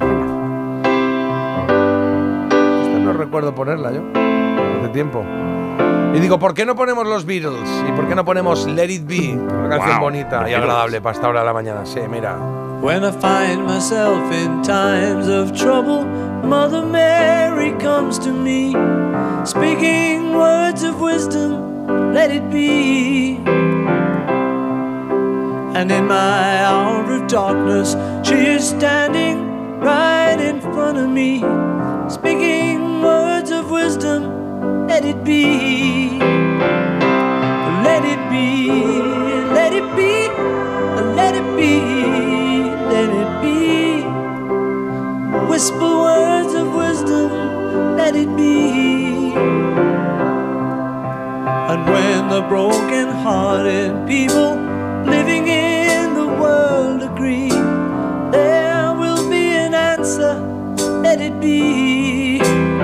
S5: Esta no recuerdo ponerla yo. Hace tiempo. Y digo, ¿por qué no ponemos los Beatles? ¿Y por qué no ponemos Let It Be? Una canción
S9: Wow,
S5: bonita
S9: the
S5: y agradable para esta hora de la mañana. Sí, mira.
S9: When I find myself in times of trouble, Mother Mary comes to me, speaking words of wisdom, let it be. And in my hour of darkness, she is standing right in front of me, speaking words of wisdom, let it be. Let it be, let it be, let it be. broken-hearted people living in the world agree there will be an answer, let it be.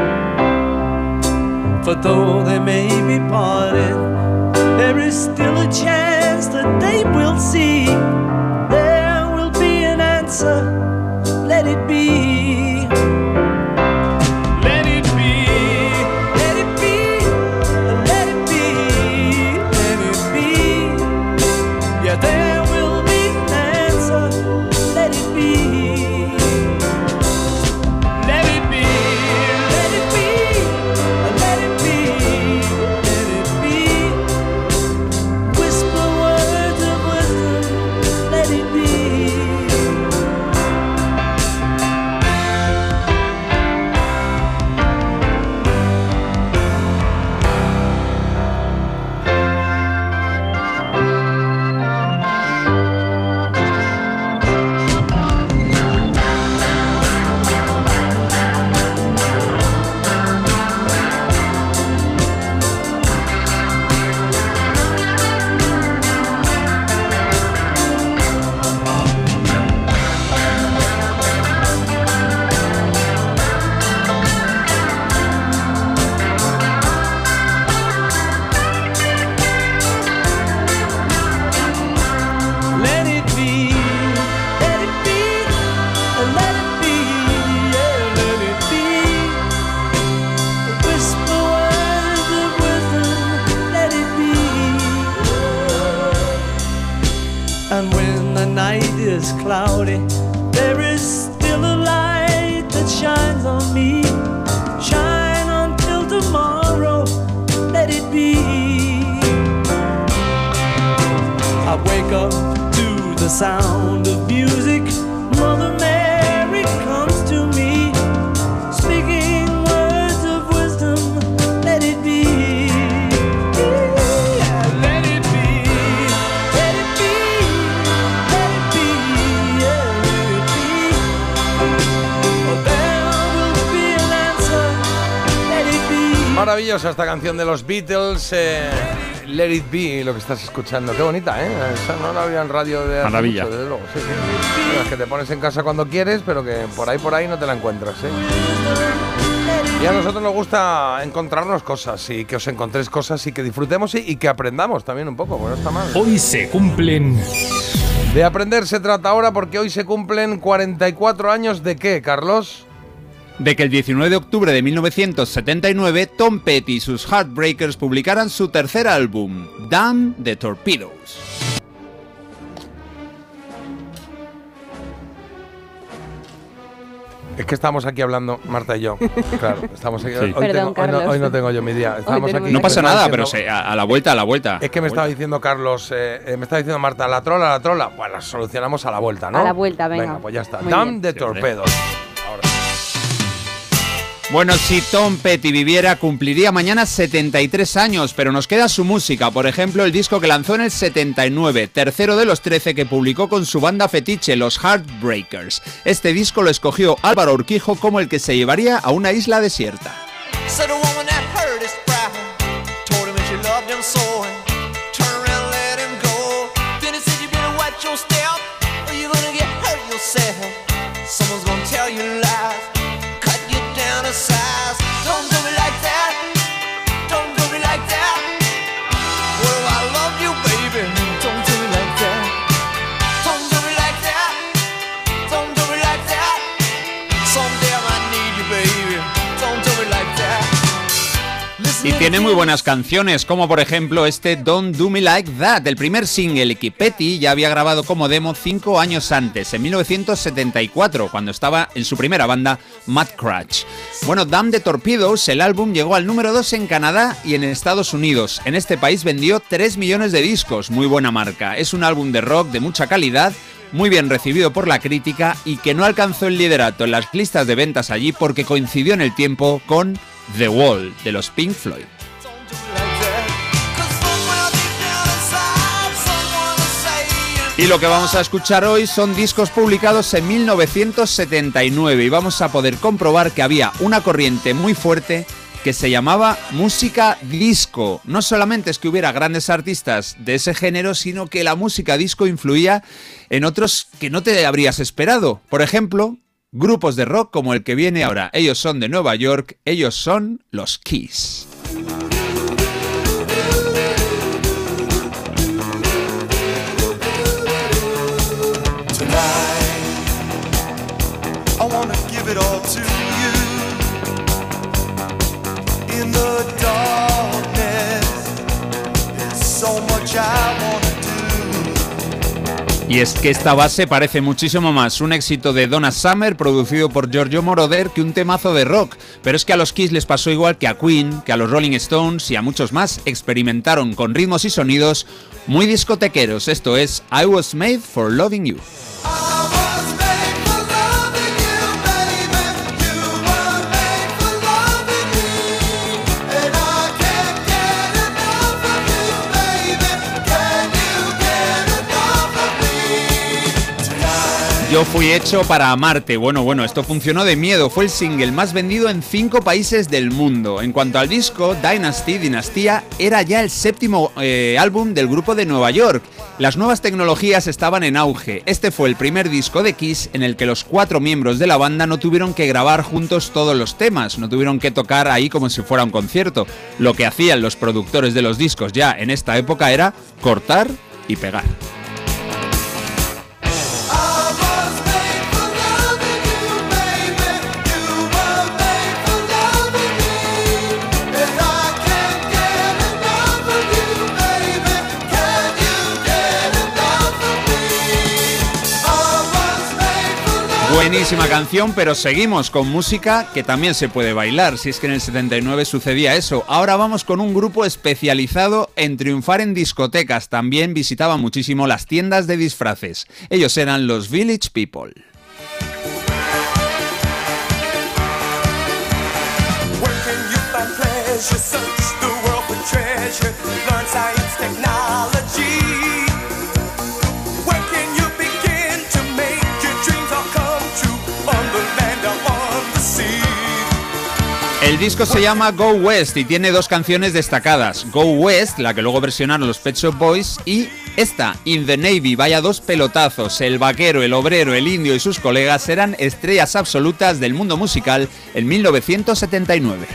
S9: For though they may be parted, there is still a chance that they will see. There will be an answer, let it be. Let it be, let it be, let it be, let it be. Yeah, there will be an answer, let it be. Let it be, let it be, let it be, let it be. Whisper words of wisdom, let it be. Let it be, let it be, let it be, yeah, let it be. Whisper words of wisdom, let it be. And when the night is cloudy, there is still a light that shines on me. Shine until tomorrow, let it be. I wake up to the sound of music. Mother Mary comes to me, speaking words of wisdom. Let it be. Yeah, let it be. Let it be. Let it be. Yeah, let it be. Oh, there will be an answer. Let it be.
S5: Maravillosa esta canción de los Beatles. Let It Be, lo que estás escuchando. Qué bonita, ¿eh? Esa no la había en radio de hace
S7: Maravilla.
S5: mucho, desde luego. Sí, sí. Bueno, es que te pones en casa cuando quieres, pero que por ahí no te la encuentras, ¿eh? Y a nosotros nos gusta encontrarnos cosas y que os encontréis cosas y que disfrutemos y que aprendamos también un poco, bueno, está mal.
S3: Hoy se cumplen...
S5: De aprender se trata ahora porque hoy se cumplen 44 años de ¿qué, Carlos?
S7: De que el 19 de octubre de 1979 Tom Petty y sus Heartbreakers publicaran su tercer álbum, Damn the Torpedoes.
S5: Es que estamos aquí hablando, Marta y yo. Claro, estamos aquí.
S7: Sí.
S6: Perdón, Carlos.
S5: Hoy no tengo yo mi día. Estamos aquí.
S7: No pasa nada,
S5: diciendo-
S7: pero a la vuelta, a la vuelta.
S5: Es que me estaba diciendo Carlos, me estaba diciendo Marta, la trola. Pues la solucionamos a la vuelta, ¿no?
S6: A la vuelta, venga.
S5: Venga, pues ya está.
S6: Muy
S5: Damn
S6: bien.
S5: the
S7: Sí, hombre.
S5: Torpedos.
S7: Bueno, si Tom Petty viviera, cumpliría mañana 73 años, pero nos queda su música. Por ejemplo, el disco que lanzó en el 79, tercero de los 13 que publicó con su banda fetiche, los Heartbreakers. Este disco lo escogió Álvaro Urquijo como el que se llevaría a una isla desierta.
S16: Said a woman that heard his cry, told him that she loved him so, and turned around and let him go. Then he said, you better watch your step, or you're gonna get hurt yourself. Someone's gonna tell you lies, cut you down to size. Don't do me like that, don't do me like that. Well, I love you, baby, don't do me like that. Don't do me like that, don't do me like that. Someday I might need you, baby, don't do me like that.
S7: Y tiene muy buenas canciones, como por ejemplo este Don't Do Me Like That, el primer single que Petty ya había grabado como demo 5 años antes, en 1974, cuando estaba en su primera banda, Mad Crutch. Bueno, Damn the Torpedoes, el álbum llegó al número 2 en Canadá y en Estados Unidos. En este país vendió 3 millones de discos, muy buena marca. Es un álbum de rock de mucha calidad, muy bien recibido por la crítica y que no alcanzó el liderato en las listas de ventas allí porque coincidió en el tiempo con The Wall, de los Pink Floyd. Y lo que vamos a escuchar hoy son discos publicados en 1979 y vamos a poder comprobar que había una corriente muy fuerte que se llamaba música disco. No solamente es que hubiera grandes artistas de ese género, sino que la música disco influía en otros que no te habrías esperado. Por ejemplo, grupos de rock como el que viene ahora. Ellos son de Nueva York, ellos son los Kiss.
S16: I wanna give it all to you. In the darkness, there's so much I wanna do.
S7: Y es que esta base parece muchísimo más un éxito de Donna Summer producido por Giorgio Moroder que un temazo de rock. Pero es que a los Kiss les pasó igual que a Queen, que a los Rolling Stones y a muchos más. Experimentaron con ritmos y sonidos muy discotequeros. Esto es I Was Made for Loving You. Yo fui hecho para amarte. Bueno, esto funcionó de miedo. Fue el single más vendido en 5 países del mundo. En cuanto al disco, Dinastía, era ya el 7º álbum del grupo de Nueva York. Las nuevas tecnologías estaban en auge. Este fue el primer disco de Kiss en el que los 4 miembros de la banda no tuvieron que grabar juntos todos los temas, no tuvieron que tocar ahí como si fuera un concierto. Lo que hacían los productores de los discos ya en esta época era cortar y pegar. Buenísima canción, pero seguimos con música que también se puede bailar, si es que en el 79 sucedía eso. Ahora vamos con un grupo especializado en triunfar en discotecas. También visitaban muchísimo las tiendas de disfraces. Ellos eran los Village People. El disco se llama Go West y tiene 2 canciones destacadas. Go West, la que luego versionaron los Pet Shop Boys, y esta, In the Navy. Vaya 2 pelotazos. El vaquero, el obrero, el indio y sus colegas eran estrellas absolutas del mundo musical en 1979.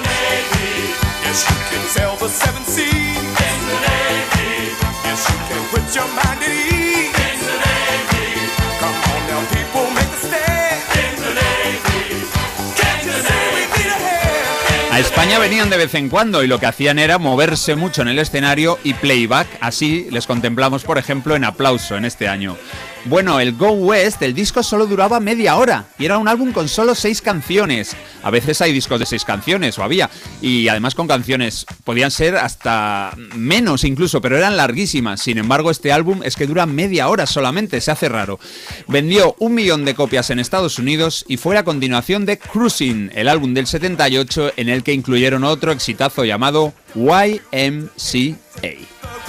S7: A España venían de vez en cuando y lo que hacían era moverse mucho en el escenario y playback. Así les contemplamos, por ejemplo, en Aplauso en este año. Bueno, el Go West, el disco solo duraba media hora y era un álbum con solo 6 canciones. A veces hay discos de 6 canciones, o había, y además con canciones, podían ser hasta menos incluso, pero eran larguísimas. Sin embargo, este álbum es que dura media hora solamente, se hace raro. Vendió 1 millón de copias en Estados Unidos y fue la continuación de Cruising, el álbum del 78, en el que incluyeron otro exitazo llamado YMCA.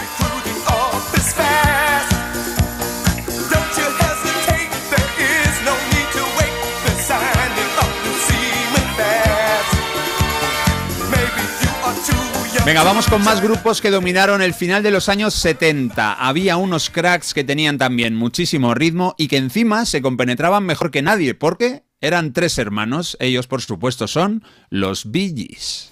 S7: Venga, vamos con más grupos que dominaron el final de los años 70. Había unos cracks que tenían también muchísimo ritmo y que encima se compenetraban mejor que nadie, porque eran 3 hermanos. Ellos, por supuesto, son los Bee Gees.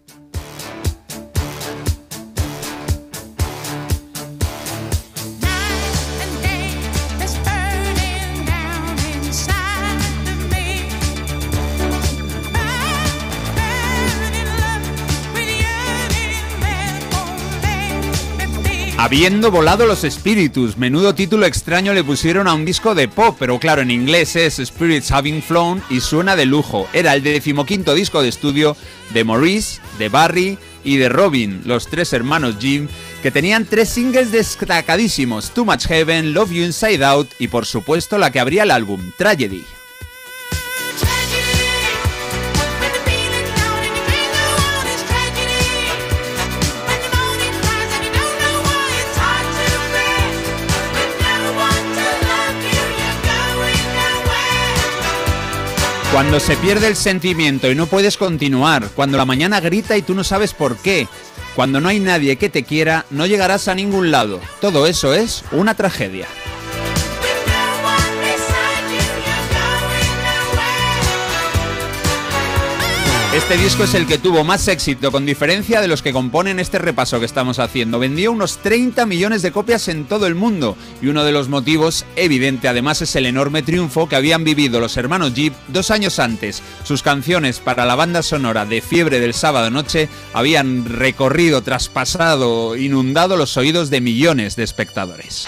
S7: Habiendo volado los espíritus, menudo título extraño le pusieron a un disco de pop, pero claro, en inglés es Spirits Having Flown y suena de lujo. Era el 15º disco de estudio de Maurice, de Barry y de Robin, los 3 hermanos Jim, que tenían 3 singles destacadísimos: Too Much Heaven, Love You Inside Out y por supuesto la que abría el álbum, Tragedy. Cuando se pierde el sentimiento y no puedes continuar, cuando la mañana grita y tú no sabes por qué, cuando no hay nadie que te quiera, no llegarás a ningún lado. Todo eso es una tragedia. Este disco es el que tuvo más éxito, con diferencia de los que componen este repaso que estamos haciendo. Vendió unos 30 millones de copias en todo el mundo, y uno de los motivos evidente además es el enorme triunfo que habían vivido los hermanos Gibb 2 años antes. Sus canciones para la banda sonora de Fiebre del sábado noche habían recorrido, traspasado, inundado los oídos de millones de espectadores.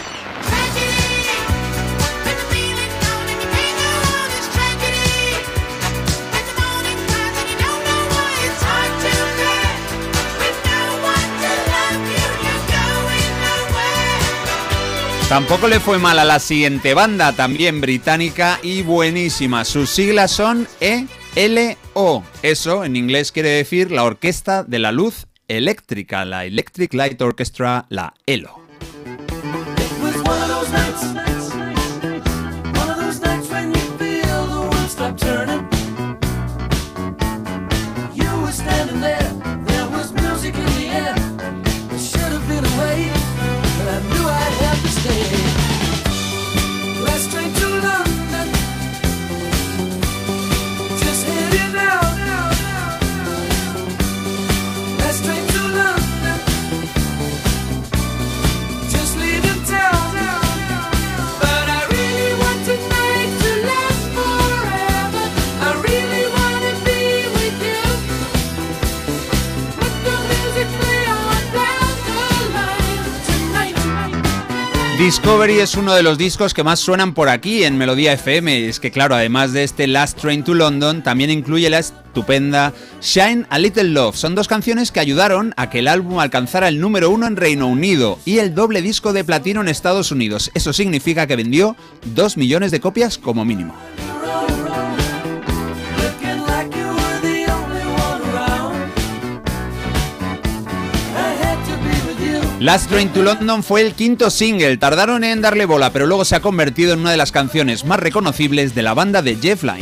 S7: Tampoco le fue mal a la siguiente banda, también británica y buenísima. Sus siglas son ELO. Eso en inglés quiere decir la Orquesta de la Luz Eléctrica, la Electric Light Orchestra, la ELO. Discovery es uno de los discos que más suenan por aquí en Melodía FM. Es que claro, además de este Last Train to London, también incluye la estupenda Shine a Little Love. Son 2 canciones que ayudaron a que el álbum alcanzara el número 1 en Reino Unido y el doble disco de platino en Estados Unidos. Eso significa que vendió 2 millones de copias como mínimo. Last Train to London fue el 5º single, tardaron en darle bola, pero luego se ha convertido en una de las canciones más reconocibles de la banda de Jeff Lynne.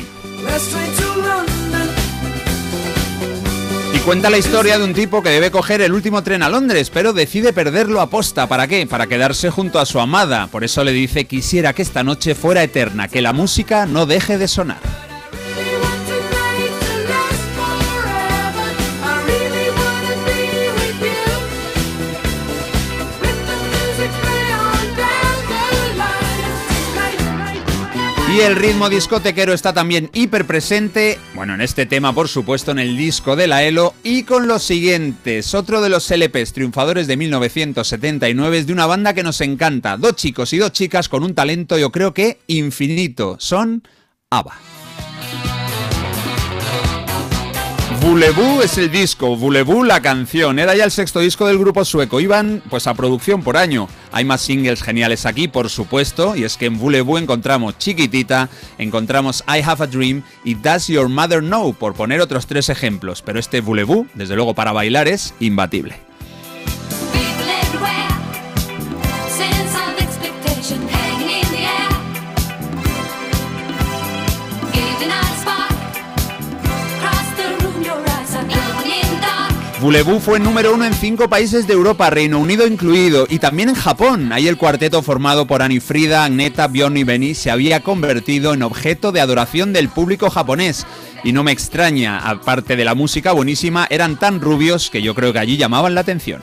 S7: Y cuenta la historia de un tipo que debe coger el último tren a Londres, pero decide perderlo a posta. ¿Para qué? Para quedarse junto a su amada. Por eso le dice: quisiera que esta noche fuera eterna, que la música no deje de sonar. Y el ritmo discotequero está también hiper presente, bueno, en este tema por supuesto, en el disco de la ELO, y con los siguientes. Otro de los LPs triunfadores de 1979 es de una banda que nos encanta. 2 chicos y 2 chicas con un talento yo creo que infinito. Son ABBA. Voulez-vous es el disco, Voulez-vous la canción. Era ya el 6º disco del grupo sueco. Iban pues a producción por año. Hay más singles geniales aquí, por supuesto, y es que en Voulez-vous encontramos Chiquitita, encontramos I Have a Dream y Does Your Mother Know, por poner otros 3 ejemplos. Pero este Voulez-vous, desde luego para bailar, es imbatible. Voulez-vous fue número 1 en 5 países de Europa, Reino Unido incluido, y también en Japón. Ahí el cuarteto formado por Annie Frida, Agneta, Björn y Benny se había convertido en objeto de adoración del público japonés. Y no me extraña, aparte de la música buenísima, eran tan rubios que yo creo que allí llamaban la atención.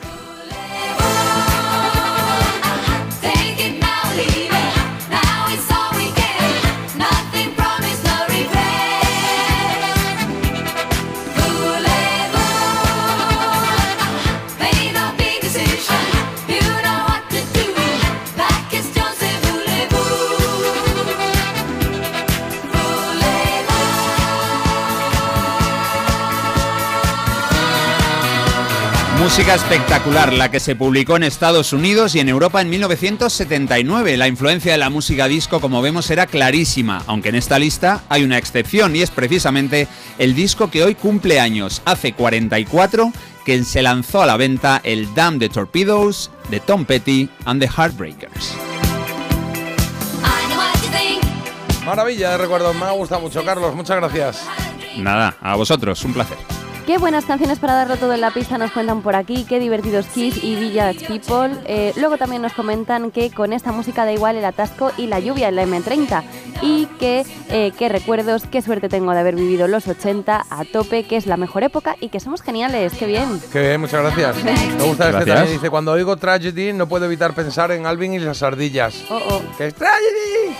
S7: Música espectacular, la que se publicó en Estados Unidos y en Europa en 1979. La influencia de la música disco, como vemos, era clarísima, aunque en esta lista hay una excepción, y es precisamente el disco que hoy cumple años. Hace 44 que se lanzó a la venta el Damn the Torpedoes de Tom Petty and the Heartbreakers.
S5: Maravilla de recuerdos, me ha gustado mucho, Carlos, muchas gracias.
S7: Nada, a vosotros, un placer.
S6: Qué buenas canciones para darlo todo en la pista nos cuentan por aquí, qué divertidos Kiss y Village People. Luego también nos comentan que con esta música da igual el atasco y la lluvia en la M30 y que qué recuerdos, qué suerte tengo de haber vivido los 80 a tope, que es la mejor época y que somos geniales, qué bien.
S5: Qué bien, muchas gracias. Me gusta este también, dice, cuando oigo Tragedy no puedo evitar pensar en Alvin y las ardillas. ¡Que es Tragedy!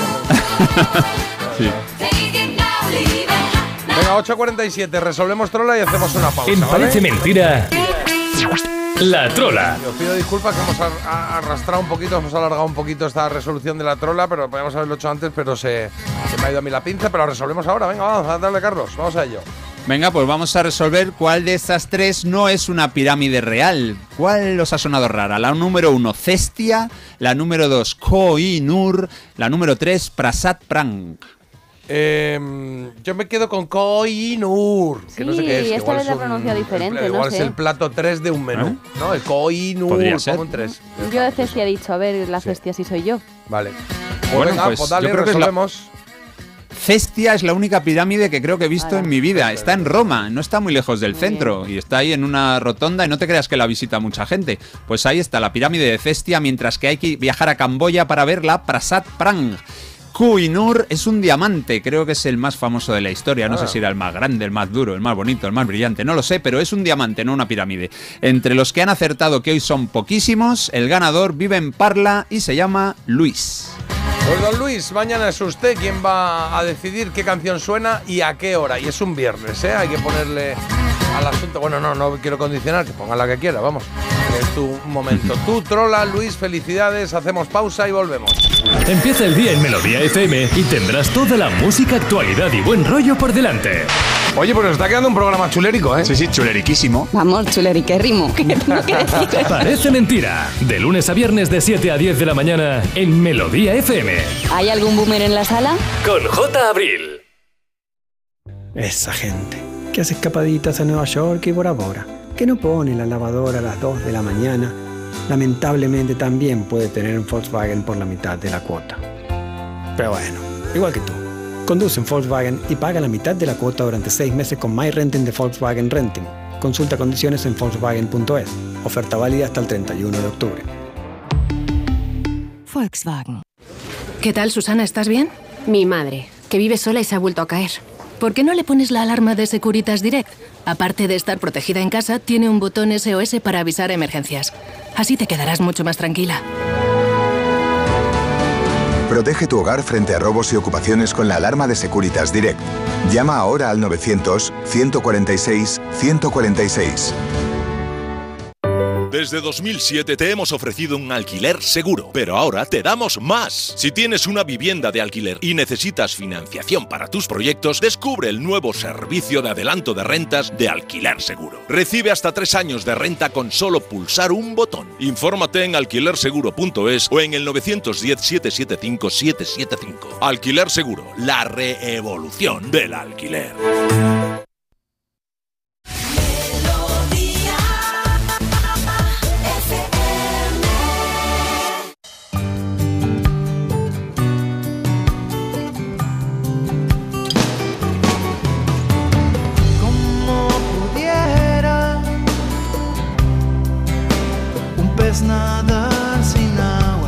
S7: Sí.
S5: Venga, 8:47, resolvemos trola y hacemos una pausa.
S3: En Parece
S5: ¿vale?
S3: Mentira, la trola.
S5: Os pido disculpas que hemos arrastrado un poquito, hemos alargado un poquito esta resolución de la trola, pero podíamos haberlo hecho antes, pero se me ha ido a mí la pinza, pero lo resolvemos ahora. Venga, vamos a darle, Carlos, vamos a ello.
S7: Venga, pues vamos a resolver cuál de estas tres no es una pirámide real. ¿Cuál os ha sonado rara? La número 1, Cestia. La número 2, Koh-i-Noor. La número 3, Prasat Prang.
S5: Yo me quedo con Koh-i-Noor, que no sé qué es.
S6: Sí, esta vez la pronuncia diferente,
S5: igual
S6: no sé.
S5: es el plato 3 de un menú, ¿no? El Koh-i-Noor,
S7: Podría ser.
S5: como un 3.
S6: Yo de Cestia he dicho, a ver, la Cestia sí soy yo.
S5: Vale.
S7: Bueno,
S5: Venga,
S7: pues
S5: dale,
S7: yo creo que es
S5: resolvemos.
S7: Cestia es la única pirámide que creo que he visto en mi vida. Está en Roma, no está muy lejos del centro y está ahí en una rotonda y no te creas que la visita mucha gente. Pues ahí está la pirámide de Cestia, mientras que hay que viajar a Camboya para ver la Prasat Prang. Koh-i-Noor es un diamante, creo que es el más famoso de la historia. No sé si era el más grande, el más duro, el más bonito, el más brillante, no lo sé, pero es un diamante, no una pirámide. Entre los que han acertado, que hoy son poquísimos, el ganador vive en Parla y se llama Luis.
S5: Pues don Luis, mañana es usted quien va a decidir qué canción suena y a qué hora. Y es un viernes, ¿eh? Hay que ponerle al asunto. Bueno, no quiero condicionar, que ponga la que quiera, vamos. Es tu momento. Tú, trola, Luis, felicidades. Hacemos pausa y volvemos.
S3: Empieza el día en Melodía FM y tendrás toda la música, actualidad y buen rollo por delante.
S5: Oye, pues nos está quedando un programa chulérico, ¿eh?
S7: Sí, chuleriquísimo.
S17: Vamos, chuleriquérrimo. ¿Qué tengo que decir?
S3: Parece Mentira. De lunes a viernes de 7 a 10 de la mañana en Melodía FM.
S17: ¿Hay algún boomer en la sala?
S3: Con J. Abril.
S15: Esa gente que hace escapaditas a Nueva York y Bora Bora, que no pone la lavadora a las 2 de la mañana, lamentablemente también puede tener un Volkswagen por la mitad de la cuota. Pero bueno, igual que tú, conduce un Volkswagen y paga la mitad de la cuota durante 6 meses con MyRenting de Volkswagen Renting. Consulta condiciones en Volkswagen.es. Oferta válida hasta el 31 de octubre.
S12: Volkswagen. ¿Qué tal, Susana? ¿Estás bien?
S13: Mi madre, que vive sola y se ha vuelto a caer.
S12: ¿Por qué no le pones la alarma de Securitas Direct? Aparte de estar protegida en casa, tiene un botón SOS para avisar emergencias. Así te quedarás mucho más tranquila.
S14: Protege tu hogar frente a robos y ocupaciones con la alarma de Securitas Direct. Llama ahora al 900-146-146.
S18: Desde 2007 te hemos ofrecido un alquiler seguro, pero ahora te damos más. Si tienes una vivienda de alquiler y necesitas financiación para tus proyectos, descubre el nuevo servicio de adelanto de rentas de Alquiler Seguro. Recibe hasta 3 años de renta con solo pulsar un botón. Infórmate en alquilerseguro.es o en el 910-775-775. Alquiler Seguro, la reevolución del alquiler.
S9: Nadar sin agua.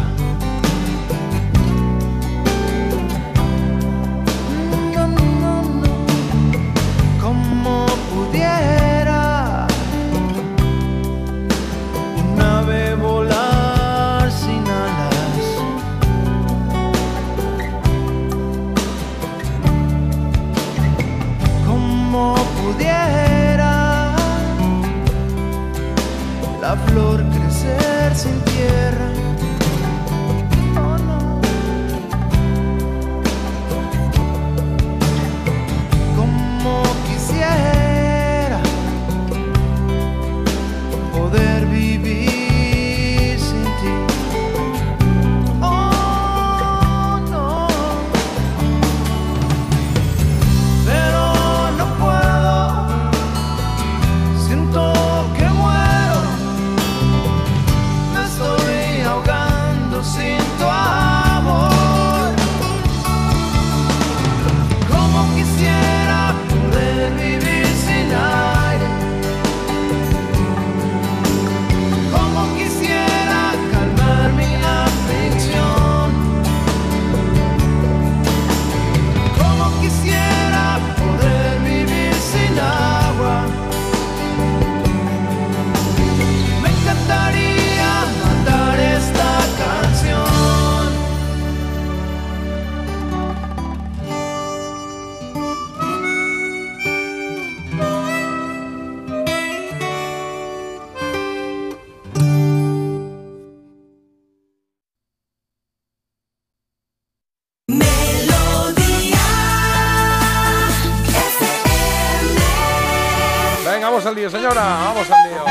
S5: al lío, señora. Vamos al lío.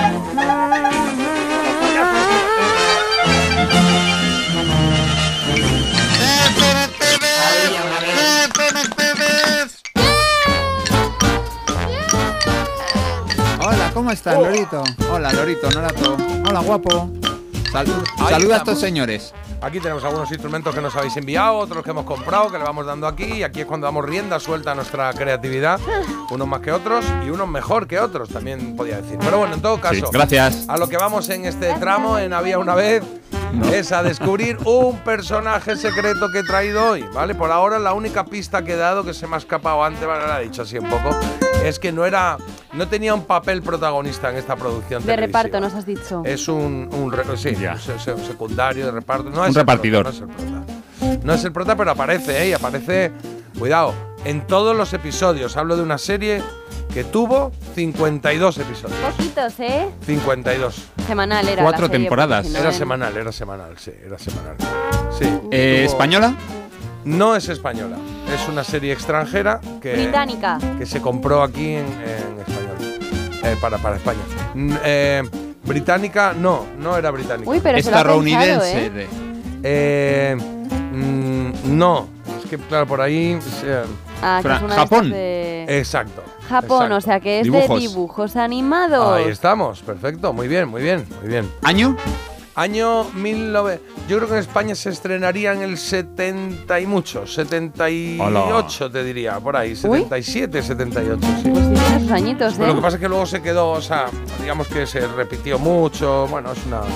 S7: Hola, ¿cómo estás, Lorito? Hola, Lorito, Norato. Hola, guapo. Saluda a estos señores.
S5: Aquí tenemos algunos instrumentos que nos habéis enviado, otros que hemos comprado, que le vamos dando aquí. Y aquí es cuando damos rienda suelta a nuestra creatividad. Unos más que otros y unos mejor que otros, también podía decir. Pero bueno, en todo caso,
S7: Sí, gracias.
S5: A lo que vamos en este tramo, en Había una vez, es a descubrir un personaje secreto que he traído hoy, ¿vale? Por ahora la única pista que he dado, que se me ha escapado antes, ¿vale? La he dicho así un poco, es que no tenía un papel protagonista en esta producción
S6: De
S5: televisiva.
S6: reparto, nos has dicho.
S5: Es un secundario de reparto. No es
S7: Un repartidor.
S5: El prota, no es el prota, pero aparece, ¿eh? Y aparece, cuidado, en todos los episodios. Hablo de una serie que tuvo 52 episodios.
S6: Poquitos, ¿eh?
S5: 52.
S6: Semanal era.
S7: 4
S6: la serie,
S7: temporadas.
S6: porque si no
S5: Era
S6: en-
S5: semanal, sí, era semanal. Sí.
S7: ¿Española?
S5: No es española. Es una serie extranjera que,
S6: Británica.
S5: que se compró aquí en español. Para España. Británica, no era británica.
S6: Uy, pero se lo ha pensado,
S7: Estadounidense.
S6: ¿eh?
S5: No, es que claro, por ahí.
S6: Ah, que es una de
S7: Japón.
S6: estas de-
S5: Exacto.
S6: Japón,
S5: exacto.
S6: o sea que es
S7: Dibujos.
S6: de dibujos animados.
S5: Ahí estamos, perfecto, muy bien.
S7: ¿Año?
S5: Año 1900. Yo creo que en España se estrenaría en el 70 y mucho, 78 te diría, por ahí, 77, 78, sí.
S6: Pues sí, tiene sus añitos, ¿eh?
S5: Pero lo que pasa es que luego se quedó, o sea, digamos que se repitió mucho. Bueno, es una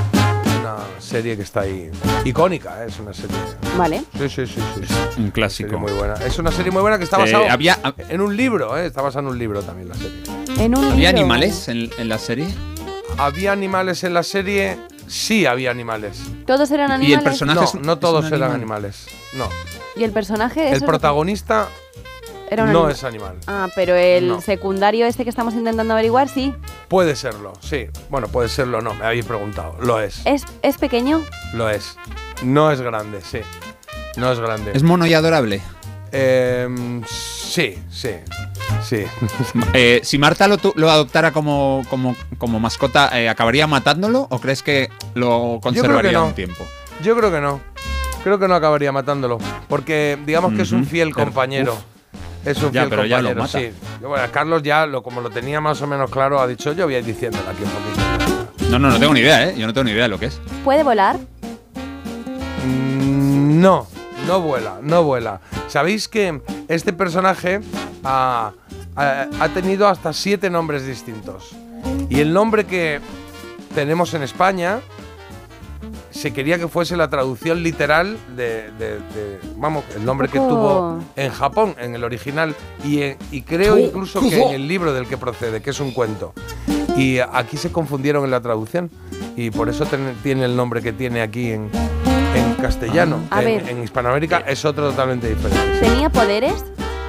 S5: serie que está ahí. Icónica, es una serie.
S6: Vale.
S5: Sí.
S7: Un clásico.
S5: Serie muy buena. Es una serie muy buena que está basada
S7: había-
S5: en un libro, está basada en un libro también la serie.
S6: En un
S7: ¿Había
S6: libro.
S7: animales en la serie?
S5: ¿Había animales en la serie? Sí, había animales.
S6: ¿Todos eran
S7: ¿Y
S6: animales?
S7: el personaje es
S5: No
S7: un
S5: todos eran
S7: animal?
S5: animales. No.
S6: ¿Y el personaje?
S5: El
S6: eso
S5: protagonista
S6: era un
S5: no
S6: animal.
S5: es animal.
S6: Ah, pero el
S5: No.
S6: secundario este que estamos intentando averiguar, sí.
S5: Puede serlo, sí. Bueno, puede serlo, no. Me habéis preguntado. Lo es.
S6: ¿Es pequeño?
S5: Lo es. No es grande, sí. No es grande.
S7: ¿Es mono y adorable?
S5: Sí.
S7: Si Marta lo adoptara como mascota, ¿acabaría matándolo o crees que lo conservaría
S5: no.
S7: un tiempo?
S5: Yo creo que no. Creo que no acabaría matándolo. Porque digamos que es un
S7: Ujú.
S5: fiel
S7: Pero,
S5: compañero. Es un
S7: Ya,
S5: fiel
S7: pero ya lo
S5: compañero,
S7: mata.
S5: sí. Bueno, Carlos ya, como lo tenía más o menos claro, ha dicho, yo voy a ir diciéndolo aquí un poquito.
S7: No tengo ni idea, ¿eh? Yo no tengo ni idea de lo que es.
S6: ¿Puede volar?
S5: No vuela. ¿Sabéis que este personaje ha tenido hasta 7 nombres distintos? Y el nombre que tenemos en España se quería que fuese la traducción literal vamos, el nombre que tuvo en Japón, en el original, y creo incluso que en el libro del que procede, que es un cuento. Y aquí se confundieron en la traducción y por eso tiene el nombre que tiene aquí en castellano.
S6: A ver.
S5: En Hispanoamérica es otro totalmente diferente.
S6: ¿Tenía poderes?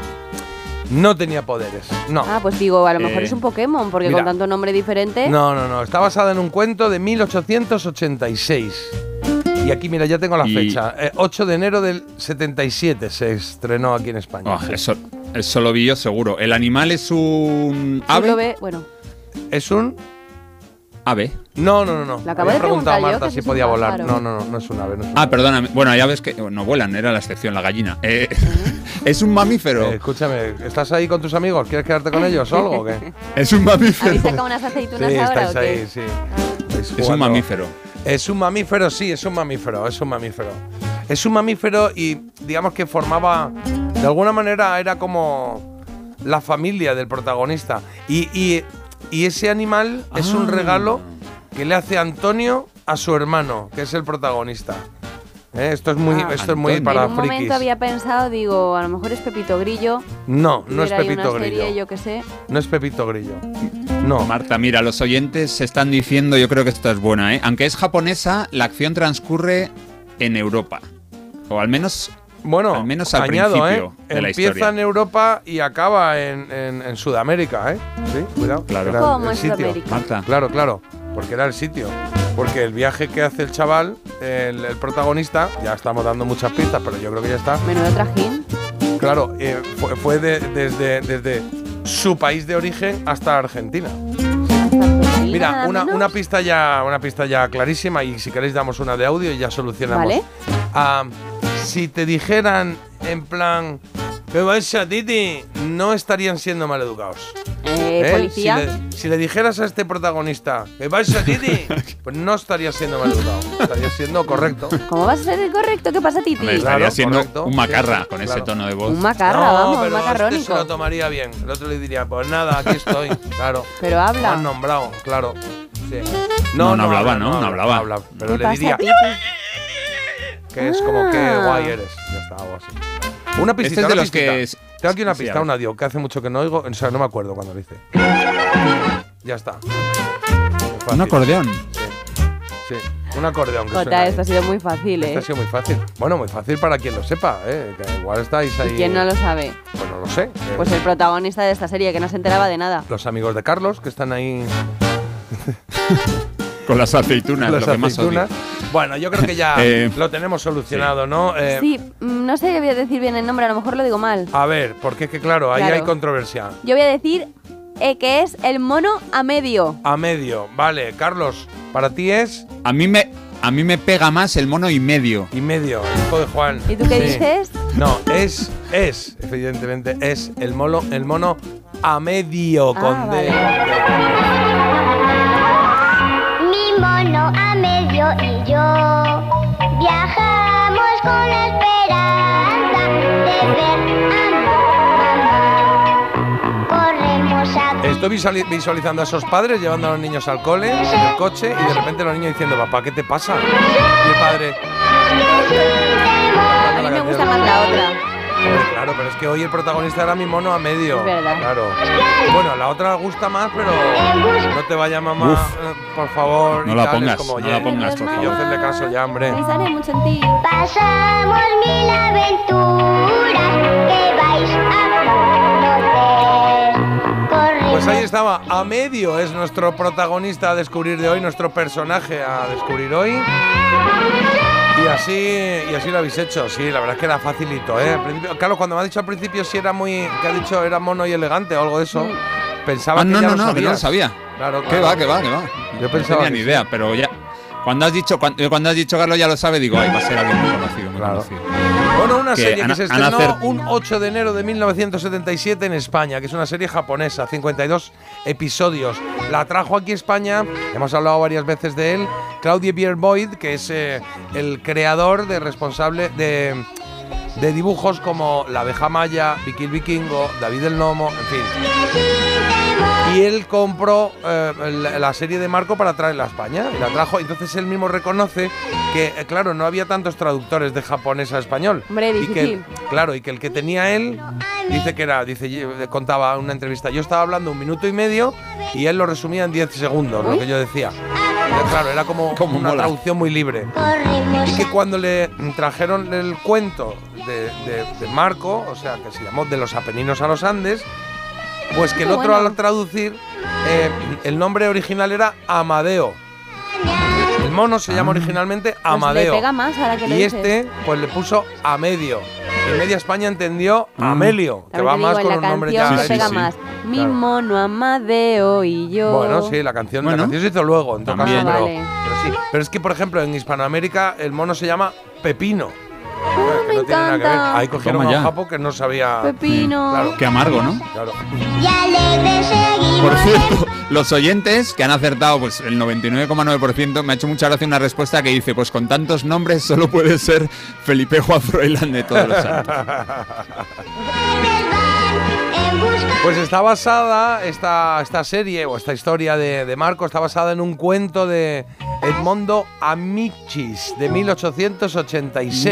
S5: No tenía poderes, no.
S6: Ah, pues digo, a lo mejor es un Pokémon, porque
S5: mira.
S6: con tanto nombre diferente.
S5: No. Está basada en un cuento de 1886. Y aquí, mira, ya tengo la fecha. 8 de enero del 77 se estrenó aquí en España.
S7: Oh, eso lo vi yo seguro. ¿El animal es un
S6: Tú
S7: ave?
S6: lo ves, bueno.
S5: ¿Es un
S7: ave?
S5: No.
S6: Le acabo
S5: Había
S6: de preguntar
S5: preguntado a
S6: yo
S5: Marta
S6: que
S5: si
S6: si es
S5: podía
S6: un
S5: volar.
S6: pájaro.
S5: No es un ave. No es un
S7: Ah, perdóname. Bueno, ya ves que no vuelan, era la excepción, la gallina. ¿Es un mamífero?
S5: Escúchame, ¿estás ahí con tus amigos? ¿Quieres quedarte con ellos o algo o qué?
S7: ¿Es un mamífero?
S6: ¿Habéis sacado unas aceitunas
S5: Sí,
S6: ahora
S5: estáis
S6: o qué?
S5: ahí, sí. Estáis
S7: Es un
S5: jugando.
S7: mamífero.
S5: Es un mamífero, sí, es un mamífero. Es un mamífero y digamos que formaba, de alguna manera era como la familia del protagonista. Y ese animal es un regalo que le hace Antonio a su hermano, que es el protagonista. Esto es muy para
S6: En un
S5: frikis.
S6: momento había pensado, digo, a lo mejor es Pepito Grillo.
S5: No es
S6: Hubiera ahí
S5: Pepito
S6: una serie,
S5: Grillo.
S6: yo qué sé.
S5: No es Pepito Grillo. No.
S7: Marta, mira, los oyentes se están diciendo, yo creo que esta es buena, ¿eh? Aunque es japonesa, la acción transcurre en Europa. O al menos al
S5: añado,
S7: principio de la
S5: Empieza
S7: historia.
S5: en Europa y acaba en Sudamérica, ¿eh? Sí, cuidado.
S7: Claro.
S5: Era
S6: ¿Cómo
S5: el
S6: en
S5: sitio.
S6: Sudamérica?
S7: Marta.
S5: Claro, porque era el sitio. Porque el viaje que hace el chaval, el protagonista, ya estamos dando muchas pistas, pero yo creo que ya está.
S6: Menudo trajín.
S5: Claro, fue desde su país de origen hasta Argentina. Mira, una pista ya clarísima, y si queréis damos una de audio y ya solucionamos.
S6: Vale.
S5: Si te dijeran en plan, ¿qué pasa, Titi? No estarían siendo maleducados.
S6: Policía.
S5: Si le dijeras a este protagonista, ¿qué pasa, Titi? Pues no estaría siendo maleducado, estaría siendo correcto.
S6: ¿Cómo vas a ser el correcto? ¿Qué pasa, Titi?
S7: Me estaría siendo
S5: correcto.
S7: un macarra con
S5: Claro.
S7: ese tono de voz.
S6: Un macarra,
S5: No,
S6: vamos, un
S5: pero
S6: macarrónico.
S5: este se lo tomaría bien. El otro le diría, pues nada, aquí estoy, claro.
S6: Pero habla.
S5: Me han nombrado, claro. Sí.
S7: No hablaba, ¿no? No hablaba.
S5: Pero
S6: ¿Qué
S5: le
S6: pasa,
S5: diría
S6: Titi?
S5: que es como que guay eres. Ya está, algo así. Una pistita,
S7: Este es de
S5: una
S7: los
S5: pistita.
S7: que es-
S5: Tengo aquí una
S7: Sí,
S5: pista,
S7: a ver.
S5: un audio que hace mucho que no oigo, o sea, no me acuerdo cuando lo hice. Ya está. Muy fácil.
S7: Un acordeón.
S5: Sí, un acordeón que
S6: Jota,
S5: suena ahí.
S6: esto ha sido muy fácil,
S5: Este ha sido muy fácil. Bueno, muy fácil para quien lo sepa, que igual estáis ahí.
S6: ¿Y quién no lo sabe?
S5: Pues no lo sé.
S6: Pues el protagonista de esta serie, que no se enteraba de nada.
S5: Los amigos de Carlos, que están ahí.
S7: Con las aceitunas,
S5: Las
S7: lo que más odio.
S5: aceitunas. Bueno, yo creo que ya lo tenemos solucionado, ¿no?
S6: Sí, no sé qué voy a decir bien el nombre, a lo mejor lo digo mal.
S5: A ver, porque es que claro, ahí
S6: Claro.
S5: hay controversia.
S6: Yo voy a decir que es el mono a medio.
S5: A medio, vale. Carlos, para ti es
S7: A mí me pega más el mono y medio.
S5: y medio, hijo de Juan.
S6: ¿Y tú qué
S5: Sí.
S6: dices?
S5: No, evidentemente, es el mono a medio con D.
S19: Mi mono a medio y yo viajamos con la esperanza de ver a mamá. Corremos a
S5: Estoy visualizando a esos padres llevando a los niños al cole, en el coche, y de repente los niños diciendo, papá, ¿qué te pasa? Y el padre,
S6: A mí me gusta más la otra.
S5: "Hombre, claro, pero es que hoy el protagonista era mi mono a medio.
S6: Es verdad.
S5: Claro. Bueno, la otra gusta más, pero no te vaya mamá,
S7: Uf.
S5: por favor.
S7: No
S5: y
S7: la
S5: tal, es
S7: pongas,
S5: como,
S7: no la
S5: "Oye,
S7: pongas, por
S5: y yo
S7: favor".
S5: hacerle caso ya, hombre.
S6: Pensaré mucho en ti.
S19: pasamos mil aventuras que vais a conocer. Corremos
S5: Pues ahí estaba, a medio es nuestro protagonista a descubrir de hoy, nuestro personaje a descubrir hoy. Y así lo habéis hecho, sí, la verdad es que era facilito, ¿eh? Al principio, claro, cuando me ha dicho al principio si era que ha dicho era mono y elegante o algo de eso, pensaba que
S7: no,
S5: ya
S7: no,
S5: lo
S7: no, que no lo
S5: sabías.
S7: sabía.
S5: Claro,
S7: ¿Qué va?
S5: Yo pensaba
S7: no tenía
S5: que
S7: ni
S5: sí.
S7: idea, pero ya. Cuando has dicho Carlos ya lo sabe, digo, ay, va a ser alguien muy conocido, muy conocido.
S5: Bueno, una
S7: Que
S5: serie que se
S7: han
S5: estrenó un 8 de enero de 1977 en España, que es una serie japonesa, 52 episodios. La trajo aquí a España, hemos hablado varias veces de él, Claudia Bierboyd, que es el creador responsable de dibujos como La abeja maya, Vicky el vikingo, David el gnomo, en fin. Y él compró la serie de Marco para traerla a España y la trajo. Entonces él mismo reconoce que, claro, no había tantos traductores de japonés a español.
S6: Hombre,
S5: y
S6: difícil.
S5: que el que tenía él contaba en una entrevista, yo estaba hablando 1 minuto y medio y él lo resumía en 10 segundos, lo que yo decía. Claro, era como una
S7: mola.
S5: traducción muy libre. Y que cuando le trajeron el cuento de Marco, o sea, que se llamó De los Apeninos a los Andes, pues que el
S6: Qué
S5: otro
S6: bueno.
S5: al traducir, el nombre original era Amadeo. El mono se llama originalmente
S6: Pues
S5: Amadeo.
S6: le pega más ahora que lo
S5: Y
S6: dices.
S5: este, pues le puso Amedio. Y media España entendió Amelio, que
S6: También
S5: va
S6: te digo,
S5: más
S6: en
S5: con
S6: la
S5: un nombre
S6: canción
S5: ya.
S6: le pega más. Mi mono Amadeo y yo.
S5: Bueno, sí, la canción se hizo luego, en todo
S7: También.
S5: caso,
S6: Vale.
S5: pero sí. Pero es que, por ejemplo, en Hispanoamérica el mono se llama Pepino. Que
S6: me
S5: no tiene nada que ver.
S6: encanta.
S5: Ahí cogieron
S7: Toma
S5: a
S7: ya.
S5: un japo que no sabía.
S6: Pepino.
S5: Claro.
S7: Qué amargo, ¿no?
S5: Claro.
S19: y alegres seguimos.
S7: Por cierto, los oyentes que han acertado pues el 99,9%, me ha hecho mucha gracia una respuesta que dice, pues con tantos nombres solo puede ser Felipe Juan Froilán de Todos los Santos.
S5: Pues está basada esta serie o esta historia de Marco, está basada en un cuento de Edmondo Amichis de 1886.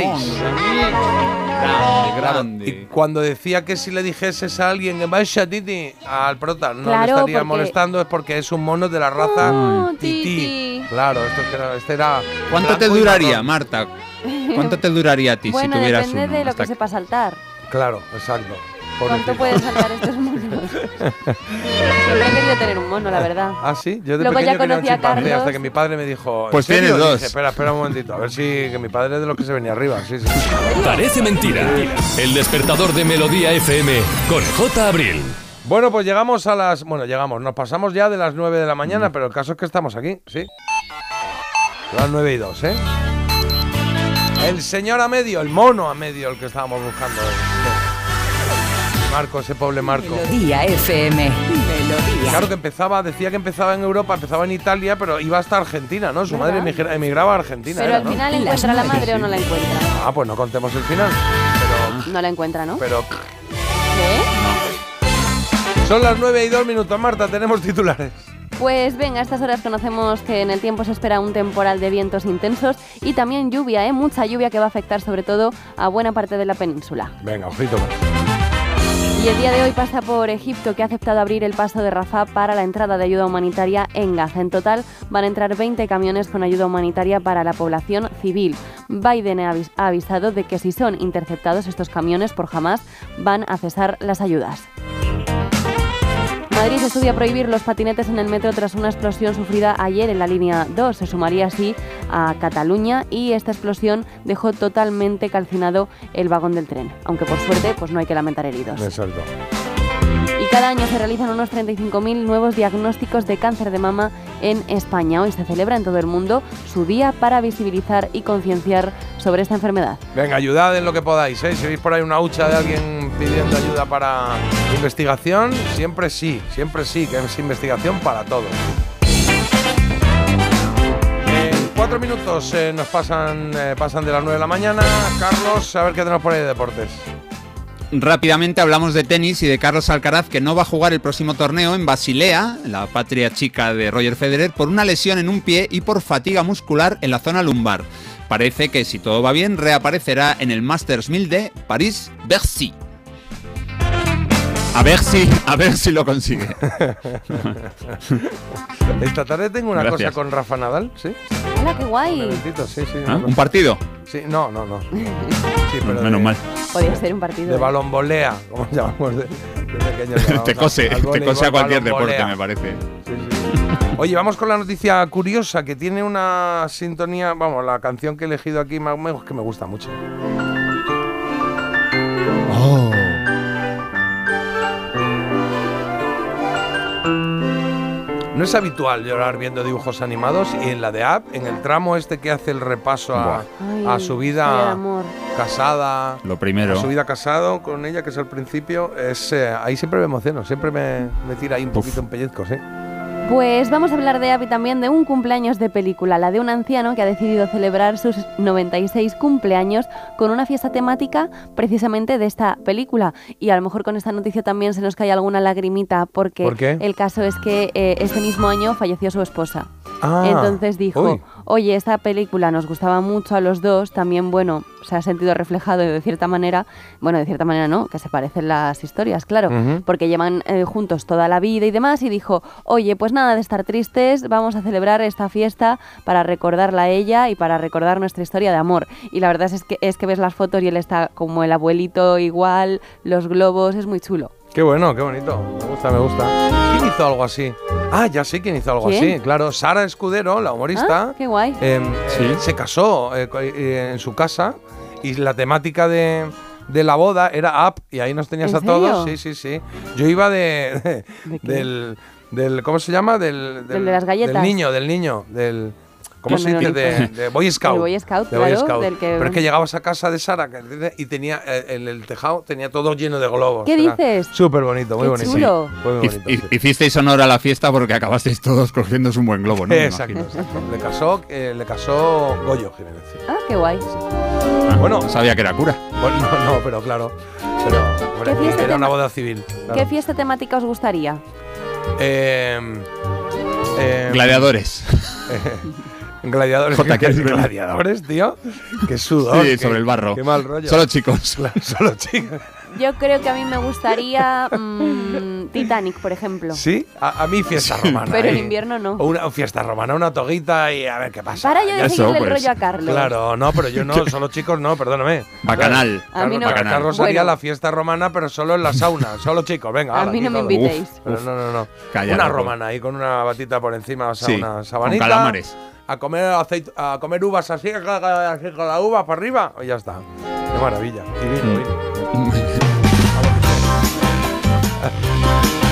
S7: Grande.
S5: Y cuando decía que si le dijeses a alguien que vaya Titi al prota no
S6: Claro,
S5: le estaría
S6: porque-
S5: molestando, es porque es un mono de la raza
S6: Oh,
S5: Titi.
S6: Titi.
S5: Claro, este era
S7: ¿Cuánto te
S5: blanco y
S7: duraría,
S5: marrón.
S7: Marta? ¿Cuánto te duraría a ti
S6: Bueno,
S7: si tuvieras
S6: depende
S7: uno?
S6: de lo
S7: Hasta
S6: que sepa saltar.
S5: Claro, exacto.
S6: ¿Cuánto pueden saltar estos monos? Siempre he querido tener un mono, la verdad.
S5: Ah, sí, yo de
S6: Luego ya
S5: pequeño quería un
S6: conocí a
S5: chimpancé
S6: Carlos.
S5: hasta que mi padre me dijo. ¿en
S7: Pues
S5: serio?
S7: tienes
S5: Y
S7: dos.
S5: dije, espera un momentito, a ver si que mi padre es de lo que se venía arriba. Sí, sí.
S3: Parece mentira. El despertador de Melodía FM con J. Abril.
S5: Bueno, pues llegamos a las... Bueno, nos pasamos ya de las 9 de la mañana, pero el caso es que estamos aquí, ¿sí? Las 9:02, ¿eh? El señor a medio, el mono a medio, el que estábamos buscando. Marco, ese pobre Marco.
S1: Melodía FM. Melodía.
S5: Claro que decía que empezaba en Europa, empezaba en Italia, pero iba hasta Argentina, ¿no? Su madre emigraba a Argentina.
S6: Pero al final encuentra a la madre o no la encuentra.
S5: Ah, pues no contemos el final. Pero,
S6: no la encuentra, ¿no?
S5: Pero...
S6: ¿Qué?
S5: Son las 9:02, Marta, tenemos titulares.
S6: Pues venga, a estas horas conocemos que en el tiempo se espera un temporal de vientos intensos y también lluvia, mucha lluvia que va a afectar sobre todo a buena parte de la península.
S5: Venga, ojito.
S6: Y el día de hoy pasa por Egipto, que ha aceptado abrir el paso de Rafah para la entrada de ayuda humanitaria en Gaza. En total van a entrar 20 camiones con ayuda humanitaria para la población civil. Biden ha avisado de que si son interceptados estos camiones por Hamás, van a cesar las ayudas. Madrid estudia prohibir los patinetes en el metro tras una explosión sufrida ayer en la línea 2. Se sumaría así a Cataluña y esta explosión dejó totalmente calcinado el vagón del tren. Aunque por suerte pues no hay que lamentar heridos.
S5: Exacto.
S6: Y cada año se realizan unos 35.000 nuevos diagnósticos de cáncer de mama en España. Hoy se celebra en todo el mundo su día para visibilizar y concienciar sobre esta enfermedad.
S5: Venga, ayudad en lo que podáis, ¿eh? Si veis por ahí una hucha de alguien pidiendo ayuda para investigación, siempre sí, que es investigación para todos. 4 minutos nos pasan de las 9 de la mañana. Carlos, a ver qué tenemos por ahí de deportes.
S7: Rápidamente hablamos de tenis y de Carlos Alcaraz, que no va a jugar el próximo torneo en Basilea, la patria chica de Roger Federer, por una lesión en un pie y por fatiga muscular en la zona lumbar. Parece que si todo va bien reaparecerá en el Masters 1000 de París-Bercy. A ver si lo consigue.
S5: Esta tarde tengo una cosa con Rafa Nadal, ¿sí?
S6: Hola, qué guay.
S5: Un momentito, sí.
S7: ¿Ah? ¿Un partido?
S5: Sí, no. Sí, pero
S7: menos mal.
S6: Podría ser un partido.
S5: De balonvolea, como llamamos de pequeños.
S7: Te cose a cualquier deporte, me parece.
S5: Sí. Oye, vamos con la noticia curiosa, que tiene una sintonía, la canción que he elegido aquí que me gusta mucho.
S7: Oh.
S5: No es habitual llorar viendo dibujos animados y en la de App, en el tramo este que hace el repaso a su vida casada,
S7: lo primero.
S5: A su vida casado con ella, que es el principio, ahí siempre me emociono, siempre me tira ahí un poquito un pellizco, ¿sí?
S6: Pues vamos a hablar de App y también de un cumpleaños de película, la de un anciano que ha decidido celebrar sus 96 cumpleaños con una fiesta temática precisamente de esta película. Y a lo mejor con esta noticia también se nos cae alguna lagrimita porque
S5: ¿Por qué?
S6: El caso es que este mismo año falleció su esposa.
S5: Ah,
S6: entonces dijo, oye, esta película nos gustaba mucho a los dos, también, se ha sentido reflejado de cierta manera no, que se parecen las historias, claro, porque llevan juntos toda la vida y demás, y dijo, oye, pues nada de estar tristes, vamos a celebrar esta fiesta para recordarla a ella y para recordar nuestra historia de amor. Y la verdad es que ves las fotos y él está como el abuelito igual, los globos, es muy chulo.
S5: Qué bueno, qué bonito. Me gusta. ¿Quién hizo algo así? Ah, ya sé quién hizo algo así, claro. Sara Escudero, la humorista,
S6: qué guay.
S5: Se casó en su casa y la temática de la boda era Up y ahí nos tenías a todos. Sí. Yo iba del ¿cómo se llama? Del
S6: de las galletas.
S5: Del niño. ¿Cómo se dice? De Boy Scout.
S6: De Boy Scout,
S5: de Boy Scout. Pero es que llegabas a casa de Sara y tenía en el tejado tenía todo lleno de globos.
S6: ¿Qué dices?
S5: Súper bonito, muy bonito.
S6: Chulo.
S5: Sí, muy bonito.
S7: Hicisteis honor a la fiesta porque acabasteis todos cogiéndose un buen globo, ¿no?
S5: Exacto. Le casó Goyo Jiménez. Sí.
S6: Ah, qué guay.
S5: Bueno,
S7: no sabía que era cura.
S5: Bueno, no, pero claro. Pero era una boda civil. Claro.
S6: ¿Qué fiesta temática os gustaría?
S7: Gladiadores.
S5: Gladiadores. Gladiadores, tío. Qué sudor.
S7: Sí, sobre el barro.
S5: Qué mal rollo.
S7: Solo chicos.
S5: Solo chicos.
S6: Yo creo que a mí me gustaría Titanic, por ejemplo.
S5: Sí, a mí fiesta romana.
S6: Pero en invierno no.
S5: Una fiesta romana, una toguita y a ver qué pasa.
S6: Para yo de seguirle el rollo a Carlos.
S5: Claro, no, pero yo no, solo chicos no, perdóname.
S7: Bacanal.
S6: A mí no.
S5: Carlos haría la fiesta romana, pero solo en la sauna, solo chicos, venga.
S6: A mí no me invitéis.
S5: No.
S7: Calla,
S5: una romana ahí con una batita por encima, o sea, una sabanita.
S7: Con calamares.
S5: A comer uvas así con la uva para arriba y ya está. Qué maravilla. Y vino.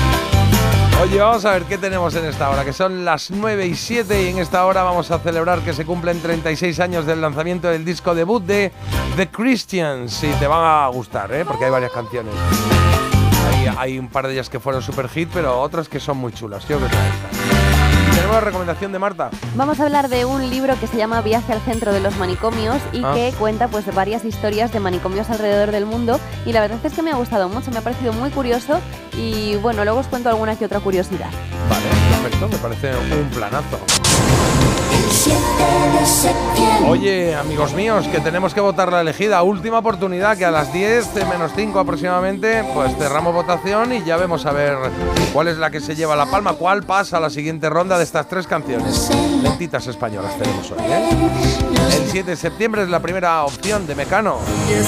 S5: Oye, vamos a ver qué tenemos en esta hora, que son las 9:07 y en esta hora vamos a celebrar que se cumplen 36 años del lanzamiento del disco debut de The Christians. Y te van a gustar, porque hay varias canciones. Hay un par de ellas que fueron super hit, pero otras que son muy chulas. Yo creo que esta. ¿Tenemos la recomendación de Marta?
S6: Vamos a hablar de un libro que se llama Viaje al centro de los manicomios y que cuenta pues varias historias de manicomios alrededor del mundo, y la verdad es que me ha gustado mucho, me ha parecido muy curioso y bueno, luego os cuento alguna que otra curiosidad.
S5: Vale, perfecto, me parece un planazo. Oye, amigos míos, que tenemos que votar la elegida. Última oportunidad, que a las 10 menos 5 aproximadamente, pues cerramos votación y ya vemos a ver cuál es la que se lleva la palma, cuál pasa a la siguiente ronda de estas 3 canciones. Lentitas españolas tenemos hoy, El 7 de septiembre es la primera opción de Mecano.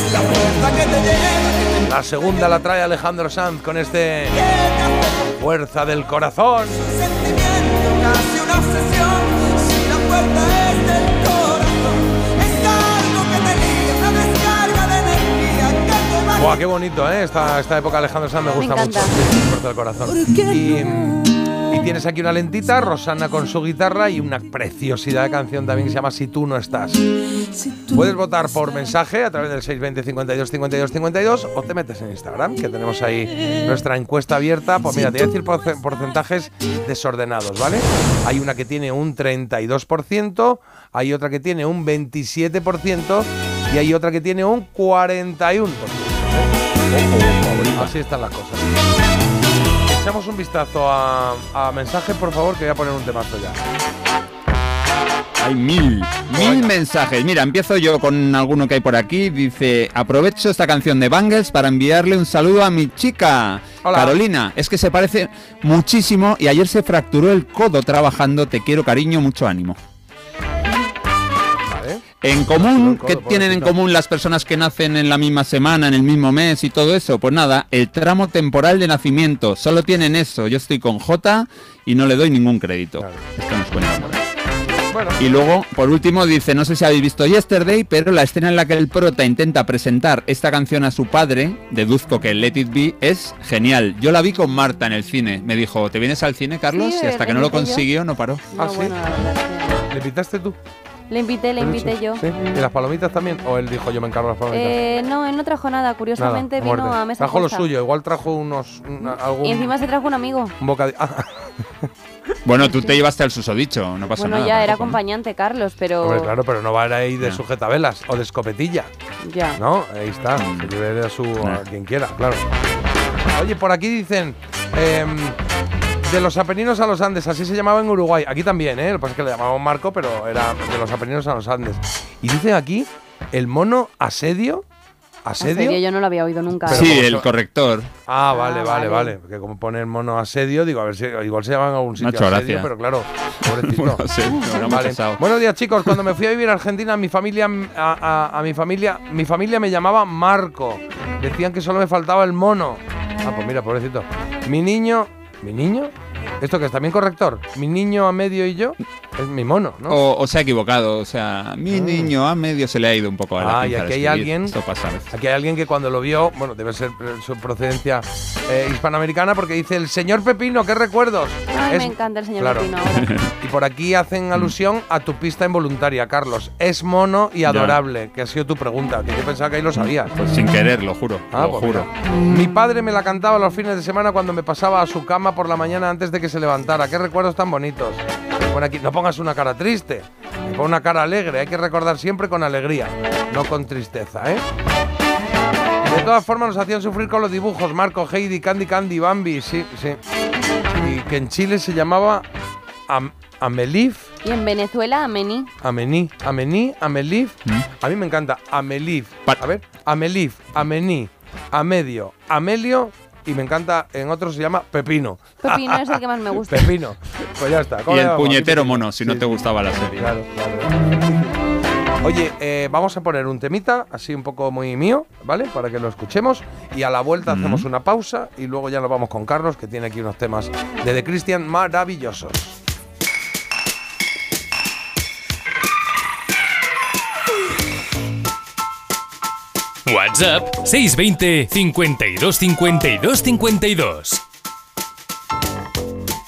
S5: La segunda la trae Alejandro Sanz con este Fuerza del Corazón.
S16: Casi una obsesión, si la puerta es del corazón, es algo que te liga, una descarga de energía que te va.
S5: Buah, qué bonito, esta época Alejandro Sanz me gusta mucho. Fuerza del Corazón. Y tienes aquí una lentita, Rosana con su guitarra y una preciosidad de canción también que se llama Si tú no estás. Puedes votar por mensaje a través del 620 52 52 52 o te metes en Instagram, que tenemos ahí nuestra encuesta abierta. Pues mira, te voy a decir porcentajes desordenados, ¿vale? Hay una que tiene un 32%, hay otra que tiene un 27% y hay otra que tiene un 41%. Así están las cosas. Echamos un vistazo a mensajes, por favor, que voy a poner un temazo ya.
S7: Hay mil mensajes. Mira, empiezo yo con alguno que hay por aquí. Dice, aprovecho esta canción de Bangles para enviarle un saludo a mi chica. Hola. Carolina, es que se parece muchísimo y ayer se fracturó el codo trabajando. Te quiero, cariño, mucho ánimo. En común, ¿qué tienen en común las personas que nacen en la misma semana, en el mismo mes y todo eso? Pues nada, el tramo temporal de nacimiento. Solo tienen eso. Yo estoy con J y no le doy ningún crédito. Claro. Esto nos cuenta por ahí. Bueno. Y luego, por último, dice, no sé si habéis visto Yesterday, pero la escena en la que el prota intenta presentar esta canción a su padre, deduzco que Let It Be, es genial. Yo la vi con Marta en el cine. Me dijo, ¿te vienes al cine, Carlos? Sí, y hasta que no lo consiguió, no paró.
S5: No, ¿sí? Bueno, ¿le invitaste tú?
S6: Le invité yo.
S5: ¿Sí? ¿Y las palomitas también? ¿O él dijo yo me encargo de las palomitas?
S6: No, él no trajo nada. Curiosamente nada, vino a mesa
S5: trajo
S6: justa.
S5: Lo suyo, igual trajo algún...
S6: Y encima se trajo un amigo.
S5: Un bocadillo.
S7: Bueno, tú te llevaste al susodicho, no pasa nada.
S6: Bueno, ya era acompañante, Carlos, pero...
S5: Hombre, claro, pero no va a ir ahí de sujetavelas o de escopetilla.
S6: Ya.
S5: ¿No? Ahí está, que lleve a quien quiera, claro. Oye, por aquí dicen... de los Apeninos a los Andes, así se llamaba en Uruguay. Aquí también, Lo que pasa es que le llamaban Marco, pero era de los Apeninos a los Andes. Y dicen aquí, el mono Asedio. ¿Asedio?
S6: Yo no lo había oído nunca.
S7: Sí, el corrector.
S5: Ah, vale. Porque como pone el mono Asedio, digo, a ver si igual se llaman a algún sitio Asedio, pero claro, pobrecito. Vale. Buenos días, chicos. Cuando me fui a vivir a Argentina, mi familia me llamaba Marco. Decían que solo me faltaba el mono. Ah, pues mira, pobrecito. ¿Mi niño? ¿Esto que es también corrector? ¿Mi niño a medio y yo? Es mi mono, ¿no?
S7: O se ha equivocado, o sea, mi niño a medio se le ha ido un poco a la pinza.
S5: Y aquí hay alguien. Esto pasa a veces. Aquí hay alguien que cuando lo vio, bueno, debe ser su procedencia hispanoamericana, porque dice el señor Pepino, ¿qué recuerdos?
S6: Ay, me encanta el señor Pepino ahora.
S5: Y por aquí hacen alusión a tu pista involuntaria, Carlos. Es mono y adorable, que ha sido tu pregunta, que yo pensaba que ahí lo sabías.
S7: Pues sin querer, lo juro. Lo juro.
S5: Mi padre me la cantaba los fines de semana cuando me pasaba a su cama por la mañana antes de que se levantara. Qué recuerdos tan bonitos. Bueno, aquí no pongas una cara triste, pon una cara alegre. Hay que recordar siempre con alegría, no con tristeza, De todas formas nos hacían sufrir con los dibujos. Marco, Heidi, Candy, Bambi, sí. Y que en Chile se llamaba Amelif.
S6: Y en Venezuela, Amení.
S5: Amelif. A mí me encanta Amelif. A ver, Amelif, Amení, Amedio, Amelio. Y me encanta, en otros se llama Pepino.
S6: Pepino es el que más me gusta.
S5: Pepino. Pues ya está.
S7: Y el puñetero mono, si no te gustaba la serie.
S5: Claro. Oye, vamos a poner un temita, así un poco muy mío, ¿vale? Para que lo escuchemos. Y a la vuelta hacemos una pausa y luego ya nos vamos con Carlos, que tiene aquí unos temas de The Christian maravillosos.
S3: WhatsApp 620 52 52 52.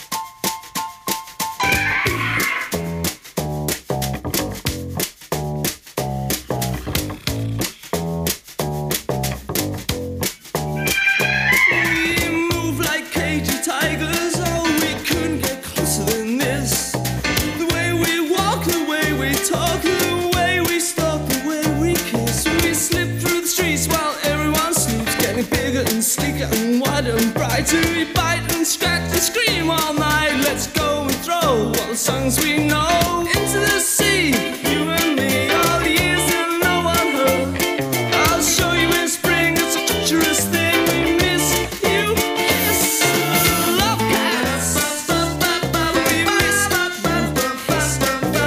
S9: and sleek and wide and bright. We bite and scratch and scream all night. Let's go and throw all the songs we know into the sea. You and me, all the years and no one heard. I'll show you in spring, it's a treacherous thing. We miss you, yes. Love cats. We miss love cats.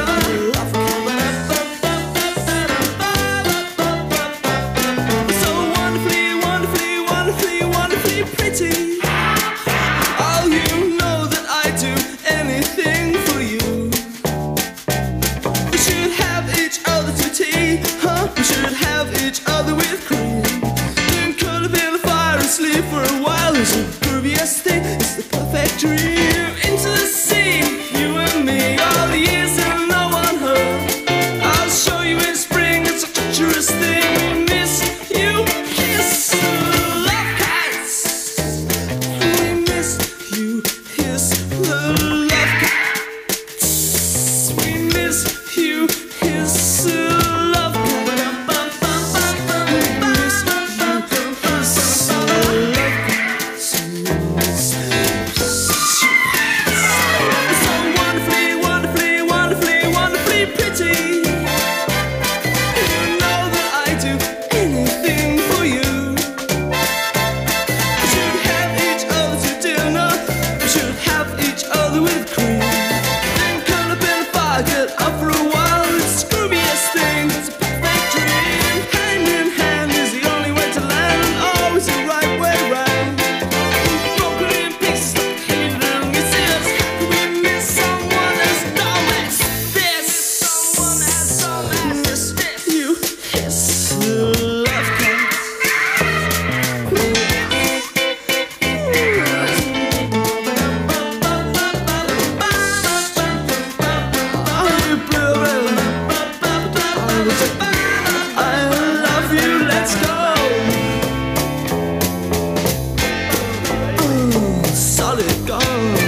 S9: So wonderfully, wonderfully, wonderfully, wonderfully pretty. Oh, you know that I do anything for you. We should have each other to tea, huh? We should have each other with cream. Then curl up in the fire and sleep for a while. It's the grooviest thing, it's the perfect dream. Into the sea, you and me, all the years and no one heard. I'll show you in spring, it's a treacherous thing. We miss you, kiss, love cats. We miss you, kiss, the love cats. We miss you, kiss, love cats. We miss you, kiss, love cats. So wonderfully, wonderfully, wonderfully, wonderfully pretty. You know that I do anything for you. We should have each other to dinner. We should have each other with cream. Then curl up in the fire, get up for a while. It's the grooviest thing, it's a perfect dream. Hand in hand is the only way to land, and always the right way round. Broken in pieces like hated and it's this. We miss someone as dumb as this. Someone as dumb as this. You kiss the love cats. I love you, let's go. Oh, solid gold.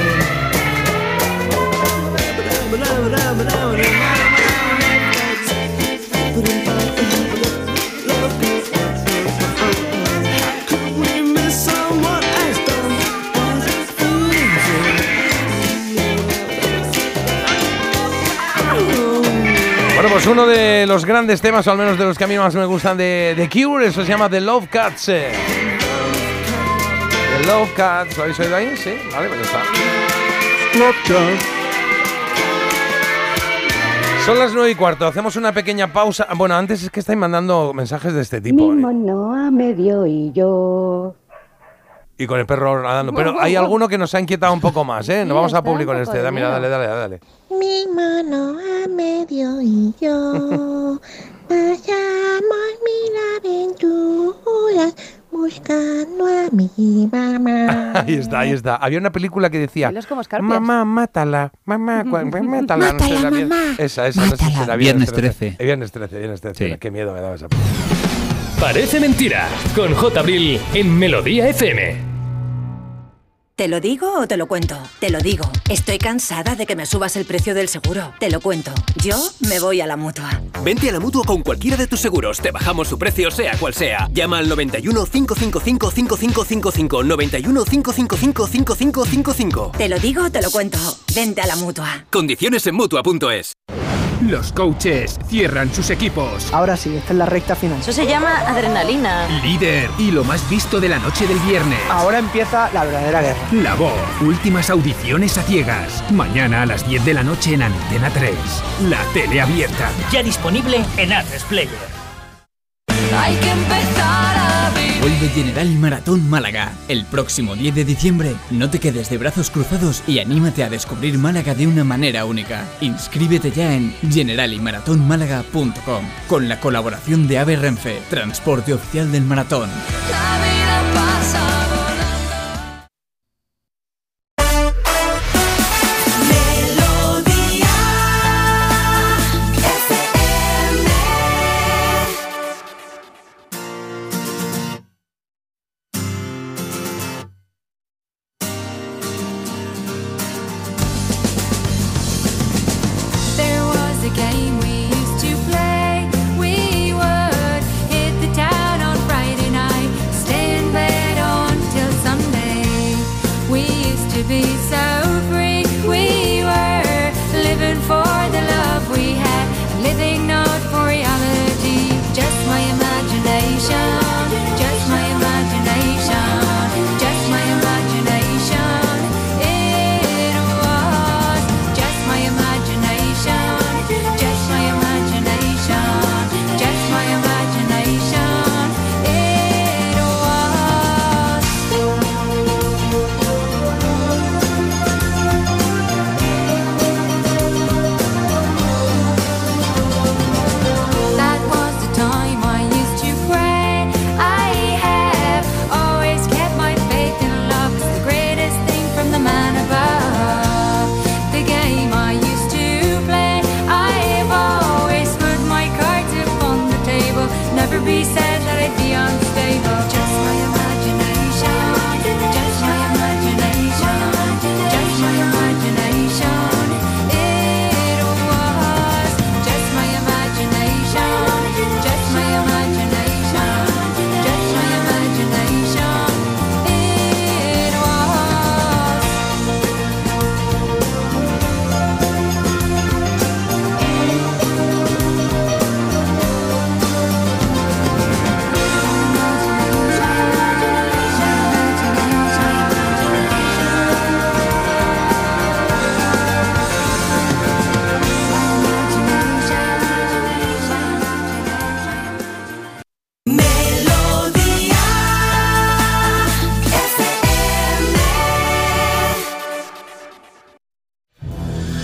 S9: Could we miss someone as dumb
S5: Bueno, pues uno de los grandes temas, o al menos de los que a mí más me gustan de The Cure, eso se llama The Love Cats. The Love Cats, ¿lo habéis oído ahí? Sí, vale, pues ya está. Love Cats. Son las 9:15, hacemos una pequeña pausa. Bueno, antes es que estáis mandando mensajes de este tipo.
S4: Mi mono a medio y yo.
S5: Y con el perro nadando. Pero hay alguno que nos ha inquietado un poco más, ¿eh? Nos vamos a público en este. Mira, dale.
S19: Mi mono a medio y yo pasamos mil aventuras buscando a mi mamá.
S5: Ahí está. Había una película que decía:
S6: Pelos como escarpias.
S5: mamá, mátala. Mamá, mátala. No sé,
S7: Mátala, mamá.
S5: Esa, no sé si era
S7: Viernes 13.
S5: Viernes 13.
S7: Sí.
S5: Qué miedo me daba esa película.
S3: Parece mentira, con J. Abril en Melodía FM.
S20: ¿Te lo digo o te lo cuento? Te lo digo. Estoy cansada de que me subas el precio del seguro. Te lo cuento. Yo me voy a la Mutua.
S11: Vente a la Mutua con cualquiera de tus seguros. Te bajamos su precio, sea cual sea. Llama al 91 555 5555. 91 555 5555.
S20: Te lo digo o te lo cuento. Vente a la Mutua.
S11: Condiciones en Mutua.es.
S21: Los coaches cierran sus equipos.
S22: Ahora sí, esta es la recta final.
S20: Eso se llama adrenalina.
S21: Líder y lo más visto de la noche del viernes.
S22: Ahora empieza la verdadera guerra.
S21: La Voz, últimas audiciones a ciegas. Mañana a las 10 de la noche en Antena 3. La tele abierta.
S23: Ya disponible en A3 Player.
S2: Hay que empezar a vivir.
S26: Vuelve Generali Maratón Málaga. El próximo 10 de diciembre, no te quedes de brazos cruzados y anímate a descubrir Málaga de una manera única. Inscríbete ya en generaliMaratónmálaga.com con la colaboración de AVE Renfe, transporte oficial del maratón.
S2: La vida pasa volando. Game we used to play. We would hit the town on Friday night, stay in bed.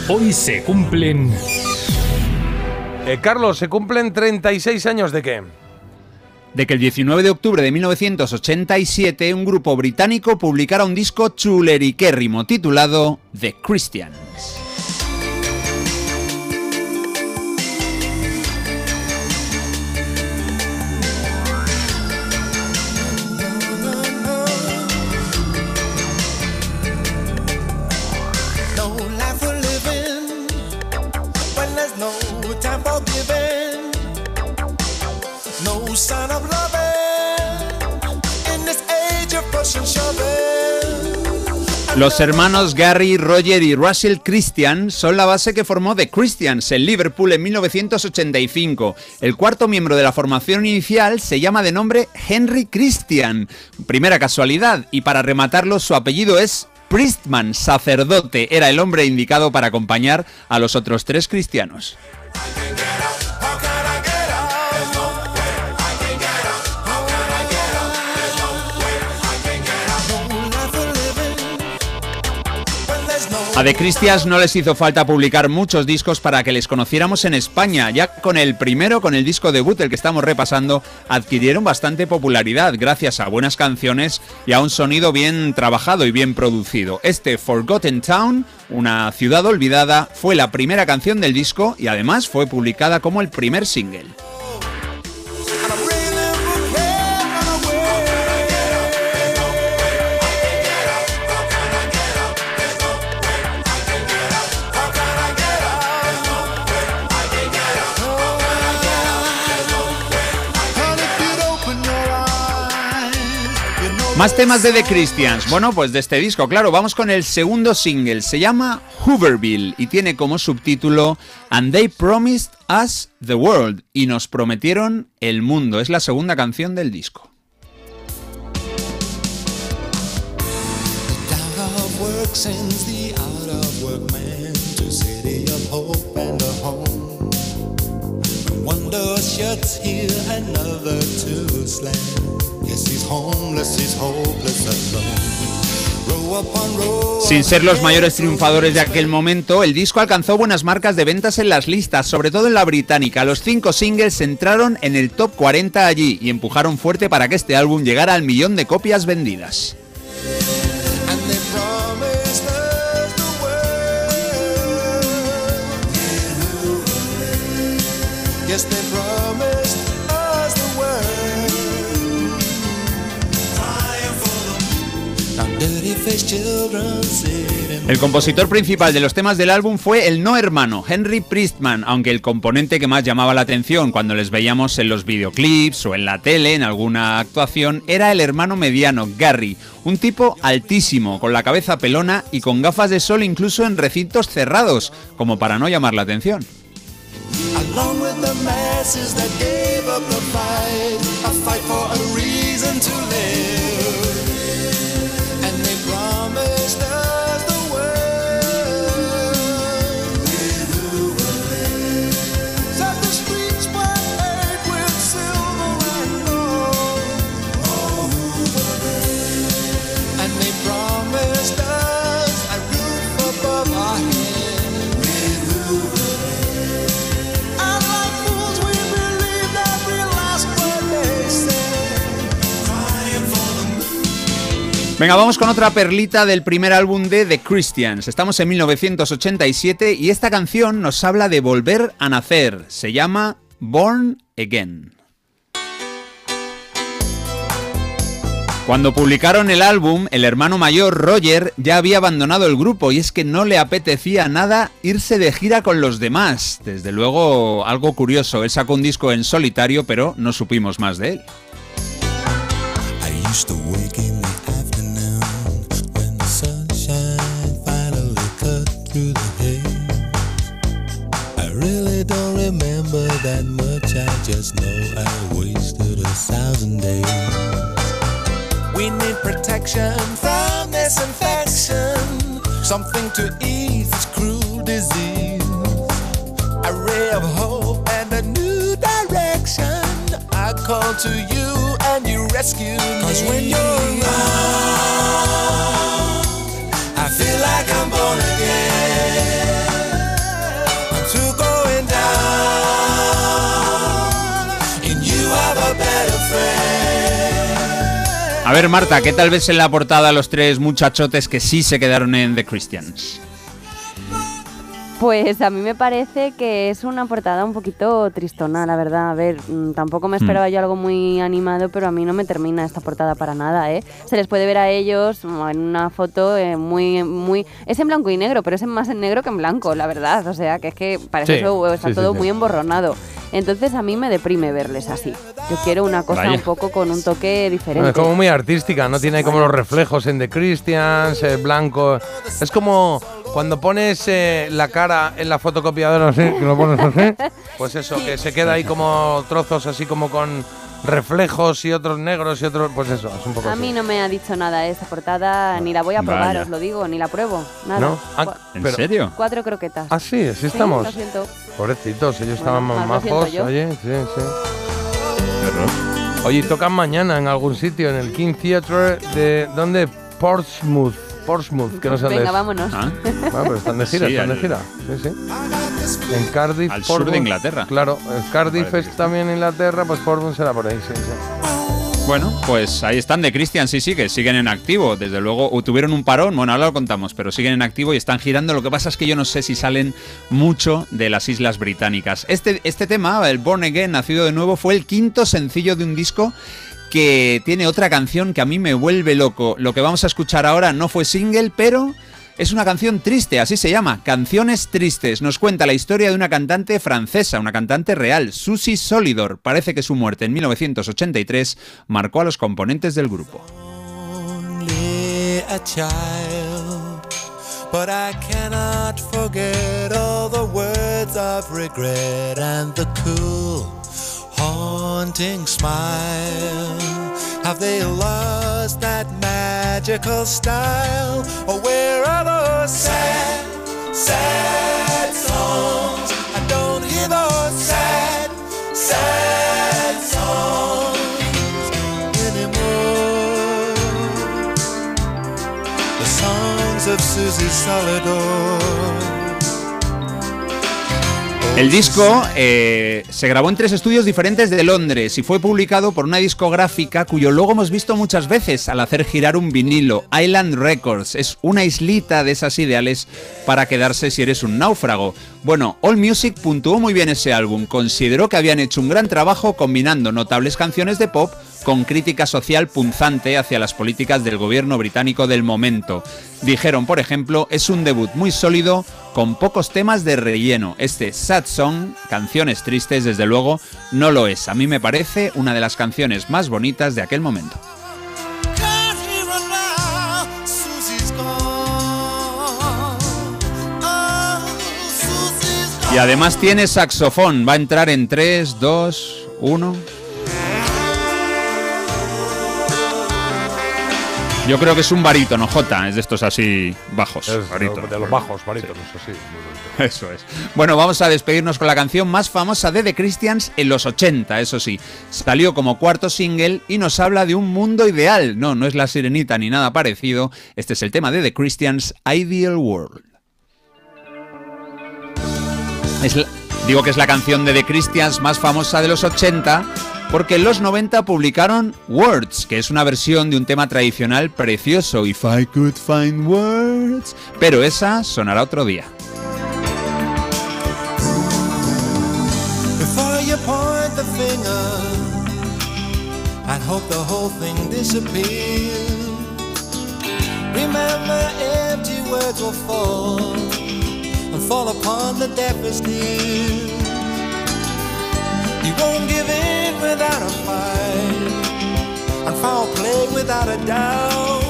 S3: Hoy se cumplen...
S5: Carlos, ¿se cumplen 36 años de qué?
S7: De que el 19 de octubre de 1987 un grupo británico publicara un disco chuleriquérrimo titulado The Christians. Los hermanos Gary, Roger y Russell Christian son la base que formó The Christians en Liverpool en 1985. El cuarto miembro de la formación inicial se llama de nombre Henry Christian. Primera casualidad, y para rematarlo su apellido es Priestman, sacerdote. Era el hombre indicado para acompañar a los otros tres cristianos. A The Christians no les hizo falta publicar muchos discos para que les conociéramos en España. Ya con el primero, con el disco debut, el que estamos repasando, adquirieron bastante popularidad gracias a buenas canciones y a un sonido bien trabajado y bien producido. Este Forgotten Town, una ciudad olvidada, fue la primera canción del disco y además fue publicada como el primer single. Más temas de The Christians. Bueno, pues de este disco, claro, vamos con el segundo single. Se llama Hooverville y tiene como subtítulo And They Promised Us the World. Y nos prometieron el mundo. Es la segunda canción del disco. Sin ser los mayores triunfadores de aquel momento, el disco alcanzó buenas marcas de ventas en las listas, sobre todo en la británica. Los 5 singles entraron en el top 40 allí y empujaron fuerte para que este álbum llegara al 1.000.000 de copias vendidas. El compositor principal de los temas del álbum fue el no hermano, Henry Priestman, aunque el componente que más llamaba la atención cuando les veíamos en los videoclips o en la tele, en alguna actuación, era el hermano mediano, Gary, un tipo altísimo, con la cabeza pelona y con gafas de sol incluso en recintos cerrados, como para no llamar la atención. Venga, vamos con otra perlita del primer álbum de The Christians. Estamos en 1987 y esta canción nos habla de volver a nacer. Se llama Born Again. Cuando publicaron el álbum, el hermano mayor, Roger, ya había abandonado el grupo y es que no le apetecía nada irse de gira con los demás. Desde luego, algo curioso. Él sacó un disco en solitario, pero no supimos más de él.
S8: Don't remember that much, I just know I wasted 1,000 days. We need protection from this infection, something to ease this cruel disease, a ray of hope and a new direction. I call to you and you rescue me. 'Cause when you're around, I feel like I'm born again.
S7: A ver, Marta, ¿qué tal ves en la portada los tres muchachotes que sí se quedaron en The Christians?
S6: Pues a mí me parece que es una portada un poquito tristona, la verdad. A ver, tampoco me esperaba yo algo muy animado, pero a mí no me termina esta portada para nada, ¿eh? Se les puede ver a ellos en una foto muy... Es en blanco y negro, pero es más en negro que en blanco, la verdad. O sea, que es que parece eso está todo muy emborronado. Entonces a mí me deprime verles así. Yo quiero una cosa un poco con un toque diferente.
S5: Es como muy artística, no tiene como los reflejos en The Christians, blanco. Es como cuando pones la cara en la fotocopiadora, así, que lo pones así, pues eso, que se queda ahí como trozos así como con reflejos y otros negros y otros, pues eso, es un poco
S6: A
S5: así.
S6: mí no me ha dicho nada esa portada, ni la voy a probar,
S7: Vaya.
S6: os lo digo, ni la pruebo, nada.
S5: ¿No?
S7: ¿En serio?
S6: 4 croquetas.
S5: Ah, sí, así estamos.
S6: Sí, lo siento.
S5: Pobrecitos, ellos estaban más
S6: lo siento
S5: majos,
S6: yo.
S5: oye, sí. Oye, tocan mañana en algún sitio, en el King Theatre de, ¿dónde? Portsmouth, que no sé dónde
S6: Venga,
S5: es.
S6: vámonos.
S5: Ah, pero están de gira,
S7: Sí,
S5: Sí. En Cardiff,
S7: al sur de Inglaterra.
S5: Claro, Cardiff es también Inglaterra, pues Portsmouth será por ahí, sí.
S7: Bueno, pues ahí están The Christians, sí, que siguen en activo. Desde luego, tuvieron un parón, bueno, ahora lo contamos, pero siguen en activo y están girando. Lo que pasa es que yo no sé si salen mucho de las Islas Británicas. Este tema, el Born Again, Nacido de Nuevo, fue el quinto sencillo de un disco que tiene otra canción que a mí me vuelve loco. Lo que vamos a escuchar ahora no fue single, pero es una canción triste, así se llama, Canciones Tristes. Nos cuenta la historia de una cantante francesa, una cantante real, Suzy Solidor. Parece que su muerte en 1983 marcó a los componentes del grupo.
S8: Only a child, but I cannot forget all the words of regret and the cool haunting smile. Have they lost that magical style? Or where are those sad, sad songs? I don't hear those sad, sad songs anymore. The songs of Suzy Solidor.
S7: El disco se grabó en 3 estudios diferentes de Londres y fue publicado por una discográfica cuyo logo hemos visto muchas veces al hacer girar un vinilo, Island Records. Es una islita de esas ideales para quedarse si eres un náufrago. Bueno, AllMusic puntuó muy bien ese álbum, consideró que habían hecho un gran trabajo combinando notables canciones de pop con crítica social punzante hacia las políticas del gobierno británico del momento. Dijeron, por ejemplo, es un debut muy sólido con pocos temas de relleno. Este Sad Song, Canciones Tristes, desde luego, no lo es. A mí me parece una de las canciones más bonitas de aquel momento. Y además tiene saxofón. Va a entrar en 3, 2, 1... Yo creo que es un barítono, Jota, es de estos así bajos.
S5: De los bajos barítonos, así.
S7: Eso es. Bueno, vamos a despedirnos con la canción más famosa de The Christians en los 80, eso sí. Salió como cuarto single y nos habla de un mundo ideal. No es La Sirenita ni nada parecido. Este es el tema de The Christians, Ideal World. Digo que es la canción de The Christians más famosa de los 80... porque en los 90 publicaron Words, que es una versión de un tema tradicional precioso, If I Could Find Words, pero esa sonará otro día.
S8: Before you point the finger and hope the whole thing disappears, remember empty words will fall and fall upon the deafest ear. You won't give in without a fight, and foul play without a doubt.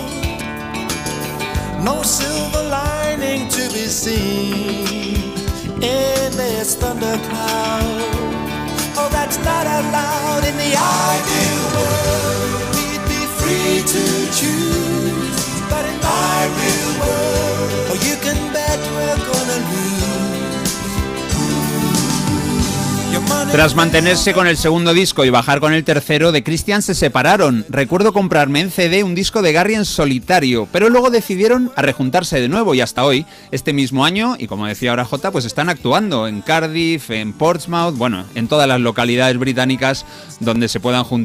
S8: No silver lining to be seen in this thundercloud. Oh, that's not allowed in the ideal world. We'd be free to choose, but in my real world, oh, you can bet we're gonna lose.
S7: Tras mantenerse con el segundo disco y bajar con el tercero, The Christians se separaron. Recuerdo comprarme en CD un disco de Garry en solitario, pero luego decidieron a rejuntarse de nuevo y hasta hoy, este mismo año, y como decía ahora Jota, pues están actuando en Cardiff, en Portsmouth, bueno, en todas las localidades británicas donde se puedan juntar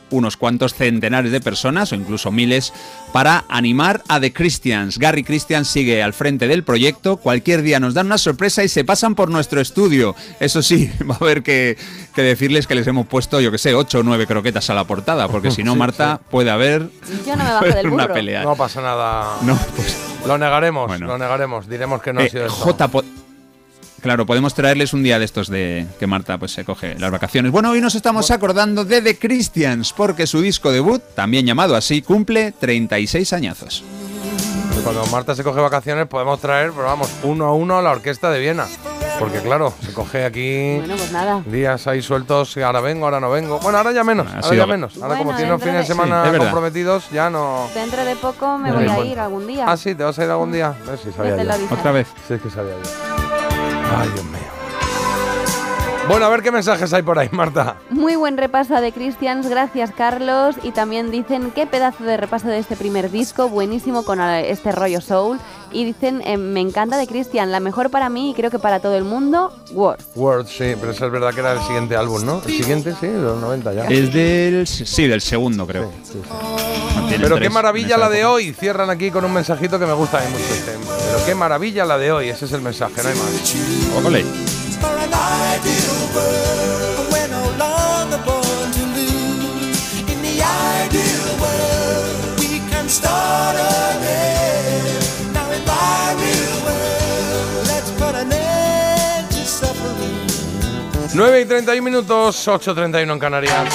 S7: unos cuantos centenares de personas o incluso miles para animar a The Christians. Gary Christian sigue al frente del proyecto. Cualquier día nos dan una sorpresa y se pasan por nuestro estudio. Eso sí, va a haber que decirles que les hemos puesto, yo que sé, 8 o 9 croquetas a la portada, porque si no,
S5: Sí,
S7: Marta, puede haber
S6: Yo no me bajo del
S7: una
S6: burro.
S7: pelea.
S5: No pasa nada.
S7: No, pues
S5: Lo negaremos,
S7: Bueno.
S5: lo negaremos. Diremos que no ha sido esto.
S7: Jota, claro, podemos traerles un día de estos de que Marta pues se coge las vacaciones. Bueno, hoy nos estamos acordando de The Christians, porque su disco debut, también llamado así, cumple 36 añazos.
S5: Y cuando Marta se coge vacaciones podemos traer, pero vamos, 1 a 1 a la orquesta de Viena. Porque claro, se coge aquí
S6: Bueno, pues nada.
S5: días ahí sueltos, y ahora vengo, ahora no vengo. Bueno, ahora ya menos,
S7: Ha
S5: ahora
S7: sido-
S5: ya menos. Ahora
S6: Bueno,
S5: como tiene los
S6: dentro
S5: fines de
S6: de-
S5: semana
S7: Sí, es verdad.
S5: comprometidos, ya no...
S6: Dentro de poco me
S5: Muy
S6: voy a
S5: bueno.
S6: ir algún día.
S5: Ah, sí, ¿te vas a ir algún día? Sí, sabía
S6: Ya te
S5: yo.
S6: lo avisaré.
S7: ¿Otra vez?
S5: Sí, es que sabía yo. Ay, Dios mío. Bueno, a ver qué mensajes hay por ahí, Marta.
S6: Muy buen repaso de Christians, gracias Carlos. Y también dicen qué pedazo de repaso de este primer disco, buenísimo con este rollo soul. Y dicen, me encanta de Christian, la mejor para mí y creo que para todo el mundo, Words.
S5: Words, sí, pero eso es verdad que era el siguiente álbum, ¿no? El siguiente, sí, de los 90 ya.
S7: Es del segundo, creo. Mantienen
S5: Pero qué
S7: tres
S5: maravilla
S7: en
S5: la
S7: esa
S5: de
S7: época.
S5: hoy. Cierran aquí con un mensajito que me gusta a mí mucho. Pero qué maravilla la de hoy. Ese es el mensaje, no hay más.
S7: Ole.
S8: For an ideal world, we're no longer born to lose. In the ideal world, we can start again. Now in my real world, let's put an end to suffering.
S5: 9 y 31 minutos, 8:31 en Canarias.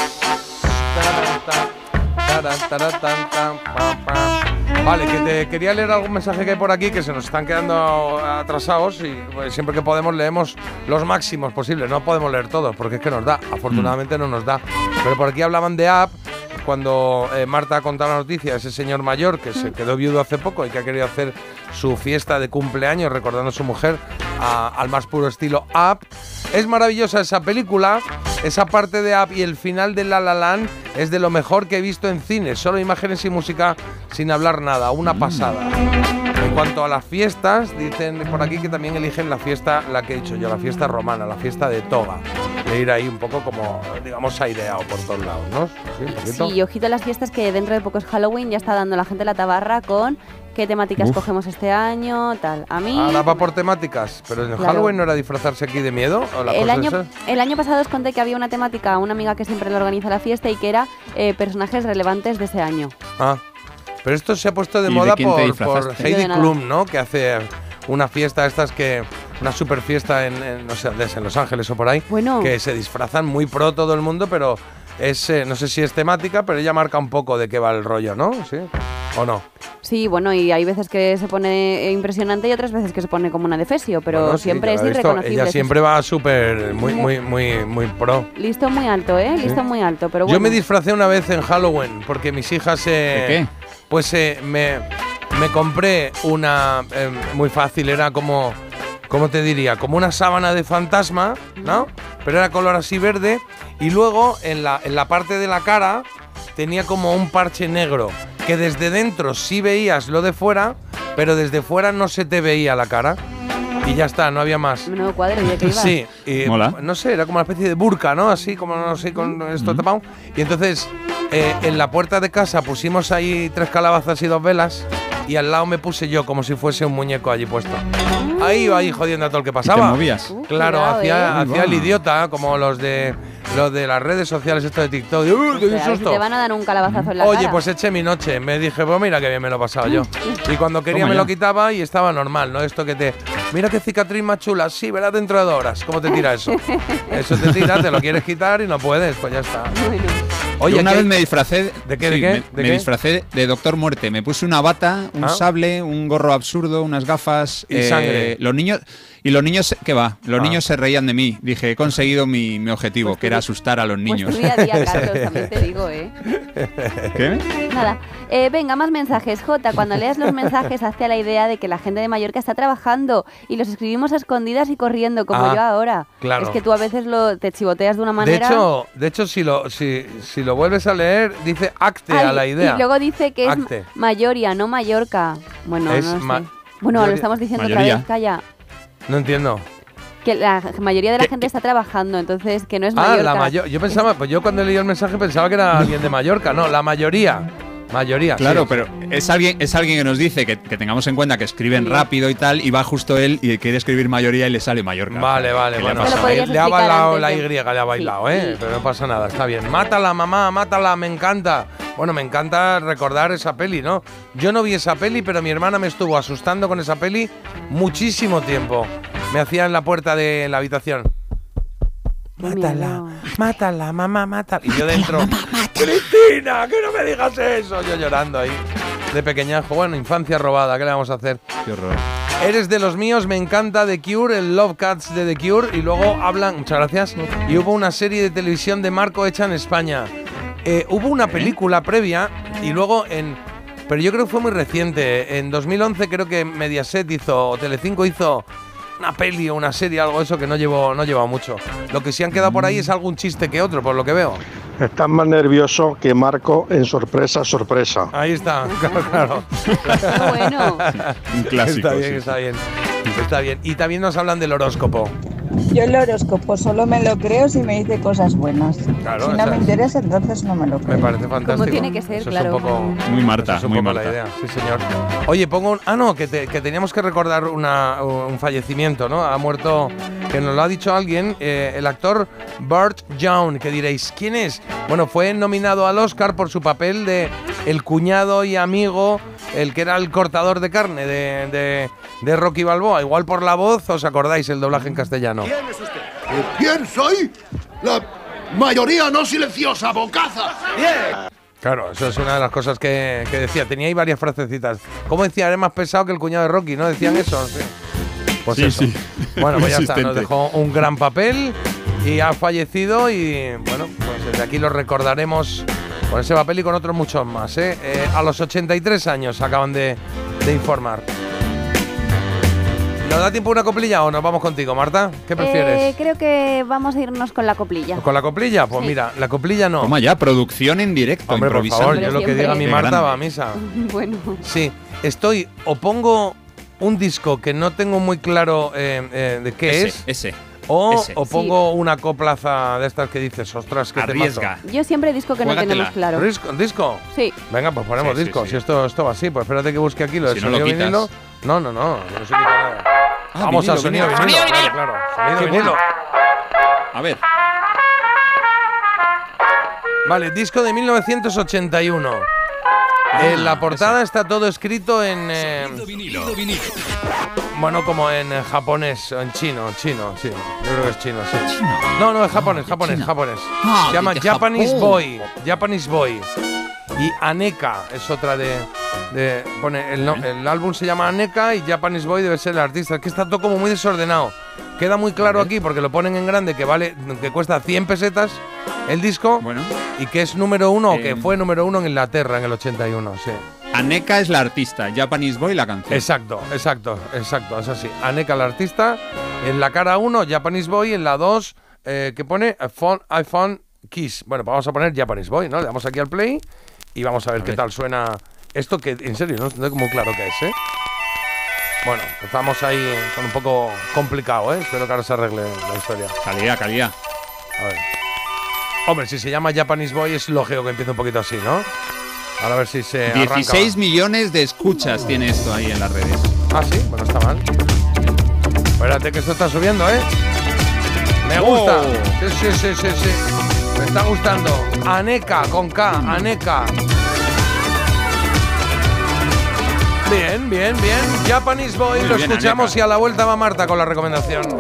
S5: Vale, que te quería leer algún mensaje que hay por aquí que se nos están quedando atrasados y pues, siempre que podemos leemos los máximos posibles. No podemos leer todos porque es que nos da, afortunadamente no nos da. Pero por aquí hablaban de App. Cuando Marta ha contado la noticia, ese señor mayor que se quedó viudo hace poco y que ha querido hacer su fiesta de cumpleaños recordando a su mujer al más puro estilo Up. Es maravillosa esa película, esa parte de Up y el final de La La Land es de lo mejor que he visto en cine. Solo imágenes y música sin hablar nada, una pasada. En cuanto a las fiestas, dicen por aquí que también eligen la fiesta, la que he dicho yo, la fiesta romana, la fiesta de toga. De ir ahí un poco como, digamos, aireado por todos lados, ¿no? Sí, un poquito.
S6: Sí, y ojito a las fiestas que dentro de poco es Halloween, ya está dando la gente la tabarra con qué temáticas
S5: Uf.
S6: cogemos este año, tal. A mí...
S5: Ahora va por temáticas, pero en
S6: Claro.
S5: Halloween no era disfrazarse aquí de miedo. ¿O la
S6: El
S5: cosa
S6: año,
S5: esa?
S6: el año pasado os conté que había una temática, una amiga que siempre le organiza la fiesta y que era personajes relevantes de ese año.
S5: Ah, pero esto se ha puesto de
S7: ¿Y de
S5: moda
S7: quién te
S5: por
S7: disfrazaste?
S6: Yo
S5: Heidi
S6: de nada.
S5: Klum, ¿no? Que hace una fiesta estas que... Una super fiesta en no sé dónde es, en Los Ángeles o por ahí.
S6: Bueno.
S5: Que se disfrazan muy pro todo el mundo, pero es no sé si es temática, pero ella marca un poco de qué va el rollo, ¿no? ¿Sí? ¿O no?
S6: Sí, bueno, y hay veces que se pone impresionante y otras veces que se pone como una defesio, pero
S5: Bueno, sí,
S6: siempre
S5: yo
S6: es
S5: la he visto.
S6: irreconocible.
S5: Ella siempre va súper, muy pro.
S6: Listo muy alto, ¿eh? Listo muy alto, pero bueno.
S5: Yo me disfracé una vez en Halloween porque mis hijas
S7: ¿De qué?
S5: pues me compré una muy fácil, era como ¿cómo te diría? Como una sábana de fantasma, ¿no? Pero era color así verde y luego en la parte de la cara tenía como un parche negro que desde dentro sí veías lo de fuera, pero desde fuera no se te veía la cara. Y ya está, no había más.
S6: Menudo cuadro, ¿y de qué ibas?
S5: Sí, y,
S7: Mola.
S5: no sé, era como una especie de burka, ¿no? Así como, no sé, con esto tapado. Y entonces, en la puerta de casa pusimos ahí 3 calabazas y 2 velas. Y al lado me puse yo como si fuese un muñeco allí puesto. Ahí iba ahí jodiendo a todo el que pasaba.
S7: ¿Y te movías?
S5: Claro,
S6: cuidado,
S5: hacía el idiota, como los de las redes sociales, esto de TikTok. ¡Qué
S6: O sea,
S5: susto!
S6: te van a dar un calabazazo en la
S5: Oye,
S6: cara.
S5: pues eché mi noche. Me dije, pues mira qué bien me lo he pasado yo. Y cuando quería
S7: Toma
S5: me
S7: ya.
S5: lo quitaba y estaba normal, ¿no? Esto que te... Mira qué cicatriz más chula. Sí, verás dentro de 2 horas. ¿Cómo te tira eso? Eso te tira, te lo quieres quitar y no puedes. Pues ya está.
S6: Bueno.
S5: Oye,
S7: Yo una
S5: ¿qué-
S7: vez me disfracé
S5: ¿De qué,
S7: sí,
S5: de qué?
S7: Me,
S5: ¿De
S7: me
S5: qué?
S7: disfracé de Doctor Muerte. Me puse una bata, un
S5: Ah.
S7: sable, un gorro absurdo, unas gafas.
S5: Y sangre.
S7: Los niños, ¿qué va? Los niños se reían de mí. Dije, he conseguido mi objetivo, que era asustar a los niños.
S6: Pues tu día a día, Carlos, también te digo, ¿eh?
S7: ¿Qué?
S6: Nada. Venga, más mensajes. Jota, cuando leas los mensajes, hazte a la idea de que la gente de Mallorca está trabajando y los escribimos a escondidas y corriendo, como
S5: Ah,
S6: yo ahora.
S5: claro.
S6: Es que tú a veces te chivoteas de una manera...
S5: De hecho si lo vuelves a leer, dice acte
S6: Ay,
S5: a la idea.
S6: Y luego dice que
S5: Acte.
S6: es Mayoria, no Mallorca. Bueno,
S5: Es
S6: no sé.
S5: ma-
S6: Bueno, lo
S5: Mayoría-
S6: estamos diciendo
S7: Mayoría.
S6: otra vez, calla.
S5: No entiendo.
S6: Que la mayoría de la gente está trabajando, entonces que no es Mallorca.
S5: Yo pensaba, pues yo cuando leí el mensaje pensaba que era alguien de Mallorca. No, la mayoría.
S7: Claro,
S5: sí.
S7: pero es alguien que nos dice que tengamos en cuenta que escriben rápido y tal, y va justo él y quiere escribir mayoría y le sale Mallorca.
S5: Vale, bueno. Le ha bailado la Y, le ha bailado, ¿eh? Pero no pasa nada, está bien. Mátala, mamá, mátala, me encanta. Bueno, me encanta recordar esa peli, ¿no? Yo no vi esa peli, pero mi hermana me estuvo asustando con esa peli muchísimo tiempo. Me hacía en la puerta de la habitación. Mátala, mamá, mátala. Y yo dentro, Cristina, que no me digas eso. Yo llorando ahí, de pequeñajo. Bueno, infancia robada, ¿qué le vamos a hacer?
S7: Qué horror.
S5: Eres de los míos, me encanta The Cure, el Love Cats de The Cure. Y luego hablan, muchas gracias, y hubo una serie de televisión de Marco hecha en España. Hubo una película previa y luego pero yo creo que fue muy reciente. En 2011 creo que Mediaset o Telecinco hizo una peli o una serie, algo de eso que no lleva mucho. Lo que sí han quedado por ahí es algún chiste que otro, por lo que veo.
S10: Estás más nervioso que Marco en Sorpresa.
S5: Ahí está, claro.
S6: Qué bueno.
S7: Un clásico.
S5: Está bien. Y también nos hablan del horóscopo.
S13: Yo el horóscopo solo me lo creo si me dice cosas buenas.
S5: Claro,
S13: si no me interesa, entonces no me lo creo.
S5: Me parece fantástico.
S6: Como tiene que ser,
S5: eso
S6: claro.
S5: Es un poco,
S7: muy Marta,
S5: eso es un
S7: muy
S5: poco
S7: Marta.
S5: la idea, sí señor. Oye, pongo que teníamos que recordar un fallecimiento, ¿no? Ha muerto, que nos lo ha dicho alguien, el actor Burt Young, que diréis, ¿quién es? Bueno, fue nominado al Oscar por su papel de el cuñado y amigo, el que era el cortador de carne de Rocky Balboa. Igual por la voz, ¿os acordáis el doblaje en castellano?
S15: ¿Quién es usted? ¿Quién soy? La mayoría no silenciosa, bocaza. ¡Bien!
S5: Claro, eso es una de las cosas que decía. Tenía ahí varias frasecitas. ¿Cómo decía? Eres más pesado que el cuñado de Rocky, ¿no? ¿Decían eso? Sí. Pues
S7: sí,
S5: eso.
S7: sí.
S5: Bueno, pues ya está. Nos dejó un gran papel y ha fallecido y, bueno, pues desde aquí lo recordaremos con ese papel y con otros muchos más, ¿eh? A los 83 años acaban de informar. ¿Nos da tiempo una coplilla o nos vamos contigo, Marta? ¿Qué prefieres?
S6: Creo que vamos a irnos con la coplilla.
S5: ¿Con la coplilla? Pues sí. Mira, la coplilla no.
S7: Toma ya, producción en directo,
S5: hombre, por favor, yo lo que diga mi Marta va a misa.
S6: Bueno.
S5: Sí, o pongo un disco que no tengo muy claro de qué
S7: es.
S5: O pongo una coplaza de estas que dices, ostras, que
S7: arriesga.
S6: Yo siempre disco que
S7: Juégatela.
S6: no tenemos claro.
S5: ¿Disco?
S6: Sí.
S5: Venga, pues ponemos disco.
S7: Sí.
S5: Si esto va así, pues espérate que busque aquí lo de
S7: si no
S5: sonido
S7: lo
S5: vinilo. No se quita nada. Vamos
S7: vinilo,
S5: al sonido vinilo. Claro. Sonido vinilo.
S7: A ver.
S5: Vale, disco de 1981. En la portada está todo escrito en…
S3: vinilo.
S5: Bueno, como en japonés, en chino, sí. Yo creo que es chino, sí. No, es japonés. Se llama Japanese Boy. Y Aneka es otra pone el álbum se llama Aneka y Japanese Boy debe ser el artista. Es que está todo como muy desordenado. Queda muy claro aquí porque lo ponen en grande que cuesta 100 pesetas el disco.
S7: Bueno.
S5: Y que es número uno, o que fue número uno en Inglaterra en el 81, sí.
S7: Aneka es la artista, Japanese Boy la canción.
S5: Exacto, es así. Aneka la artista, en la cara 1 Japanese Boy, en la 2 que pone iPhone Kiss. Bueno, pues vamos a poner Japanese Boy, ¿no? Le damos aquí al play y vamos a ver qué tal suena esto, que en serio no tengo muy claro qué es, ¿eh? Bueno, estamos ahí con un poco complicado, ¿eh? Espero que ahora se arregle la historia.
S7: Calidad.
S5: A ver. Hombre, si se llama Japanese Boy es lógico que empiece un poquito así, ¿no? Ahora a ver si se
S7: 16
S5: arranca.
S7: millones de escuchas tiene esto ahí en las redes.
S5: Ah, sí, bueno, está mal. Espérate que esto está subiendo, ¿eh? Me gusta. Sí. Me está gustando. Aneka, con K, Aneka. Bien. Japanese Boy, lo escuchamos Aneka. Y a la vuelta va Marta con la recomendación.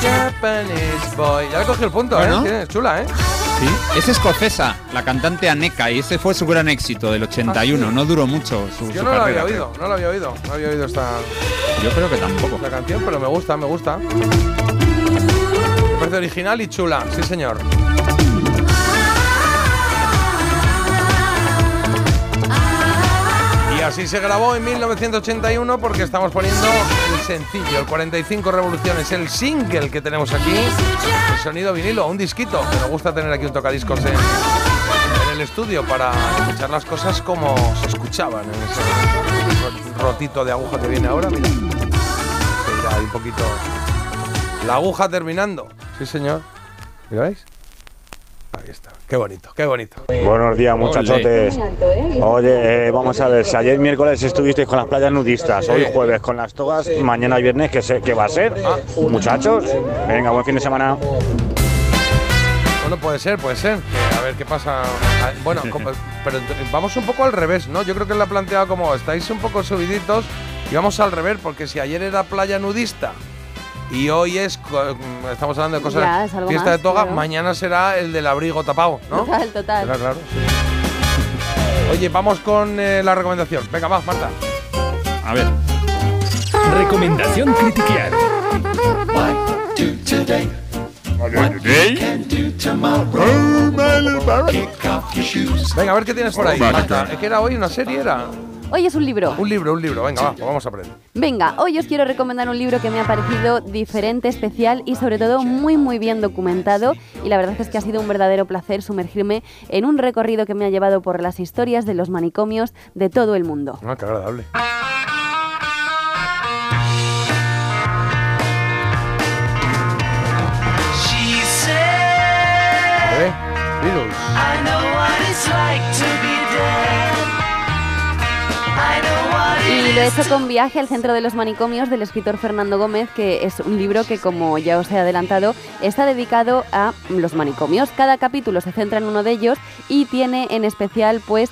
S5: Japanese boy. Ya le cogí el punto,
S7: Bueno.
S5: Es chula, ¿eh?
S7: Sí, es escocesa, la cantante Aneka, y ese fue su gran éxito del 81.
S5: ¿Ah, sí?
S7: No duró mucho su
S5: Yo
S7: su
S5: no la había
S7: carrera,
S5: oído, no la había oído. No había oído esta
S7: Yo creo que tampoco.
S5: la canción, pero me gusta. Me parece original y chula, sí señor. Y así se grabó en 1981 porque estamos poniendo el sencillo, el 45 revoluciones, el single que tenemos aquí, el sonido vinilo, un disquito, que me gusta tener aquí un tocadiscos en el estudio para escuchar las cosas como se escuchaban en ese rotito de aguja que viene ahora, mira. Se irá ahí un poquito la aguja terminando, sí señor, ¿miráis? Ahí está, qué bonito, qué bonito.
S12: Buenos días, muchachotes. Oye, vamos a ver, si ayer miércoles estuvisteis con las playas nudistas, hoy jueves con las togas, mañana viernes, ¿qué va a ser? Muchachos, venga, buen fin de semana.
S5: Bueno, puede ser, que a ver qué pasa. Bueno, pero vamos un poco al revés, ¿no? Yo creo que la ha planteado como estáis un poco subiditos y vamos al revés, porque si ayer era playa nudista y hoy estamos hablando de cosas,
S6: Ya, es algo
S5: fiesta
S6: más,
S5: de toga,
S6: claro.
S5: mañana será el del abrigo tapado, ¿no?
S6: Total.
S5: Claro. Oye, vamos con la recomendación. Venga, va, Marta.
S7: A ver.
S3: Recomendación critiquear.
S5: Venga, a ver qué tienes por ahí, Marta. Es que era hoy una serie, era.
S6: Hoy es un libro.
S5: Un libro. Venga, va, pues vamos a aprender.
S6: Venga, hoy os quiero recomendar un libro que me ha parecido diferente, especial y sobre todo muy muy bien documentado, y la verdad es que ha sido un verdadero placer sumergirme en un recorrido que me ha llevado por las historias de los manicomios de todo el mundo.
S5: Ah, qué agradable. Virus.
S6: Y lo he hecho con Viaje al centro de los manicomios del escritor Fernando Gómez, que es un libro que, como ya os he adelantado, está dedicado a los manicomios. Cada capítulo se centra en uno de ellos y tiene en especial, pues,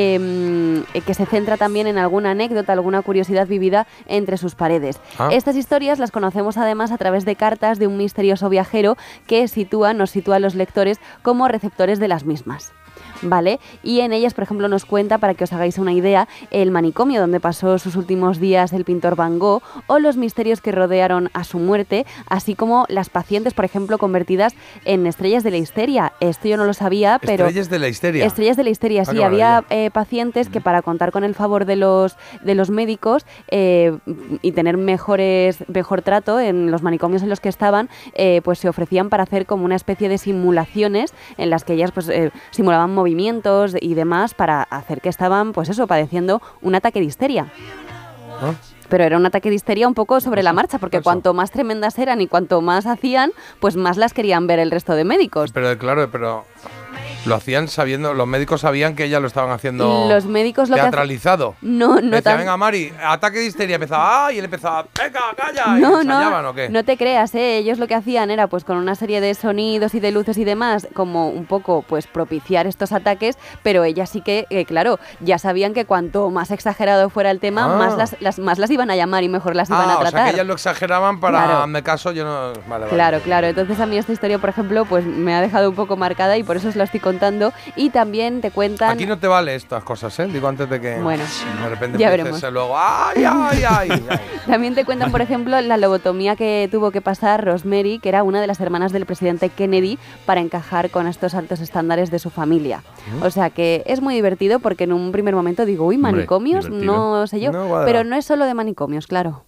S6: que se centra también en alguna anécdota, alguna curiosidad vivida entre sus paredes. Estas historias las conocemos además a través de cartas de un misterioso viajero que nos sitúa a los lectores como receptores de las mismas. ¿Vale? Y en ellas, por ejemplo, nos cuenta, para que os hagáis una idea, el manicomio donde pasó sus últimos días el pintor Van Gogh, o los misterios que rodearon a su muerte, así como las pacientes, por ejemplo, convertidas en estrellas de la histeria. Esto yo no lo sabía, pero...
S5: Estrellas de la histeria.
S6: Estrellas de la histeria, sí. Había pacientes que, para contar con el favor de los médicos y tener mejor trato en los manicomios en los que estaban, pues se ofrecían para hacer como una especie de simulaciones en las que ellas pues simulaban movimientos y demás para hacer que estaban, pues eso, padeciendo un ataque de histeria. Pero era un ataque de histeria un poco sobre la marcha, porque cuanto más tremendas eran y cuanto más hacían, pues más las querían ver el resto de médicos.
S5: Pero claro, lo hacían sabiendo, los médicos sabían que ellas lo estaban haciendo
S6: los médicos
S5: teatralizado.
S6: No
S5: decía, venga, Mari, ataque de histeria, empezaba, y él empezaba, venga, calla, y ensayaban, ¿o qué?
S6: No te creas, ellos lo que hacían era, pues con una serie de sonidos y de luces y demás, como un poco, pues propiciar estos ataques, pero ellas sí que, claro, ya sabían que cuanto más exagerado fuera el tema, más las iban a llamar y mejor las iban a tratar.
S5: O sea, que ellas lo exageraban para, hazme caso, yo no... Vale.
S6: Claro, entonces a mí esta historia, por ejemplo, pues me ha dejado un poco marcada y por eso os la estoy contando. Y también te cuentan...
S5: Aquí no te vale estas cosas, ¿eh? Digo, antes de que
S6: bueno,
S5: de repente
S6: ya
S5: empieces
S6: veremos.
S5: Luego, ¡ay!
S6: También te cuentan, por ejemplo, la lobotomía que tuvo que pasar Rosemary, que era una de las hermanas del presidente Kennedy, para encajar con estos altos estándares de su familia. O sea que es muy divertido porque en un primer momento digo, uy, manicomios, no sé yo. Pero no es solo de manicomios, claro.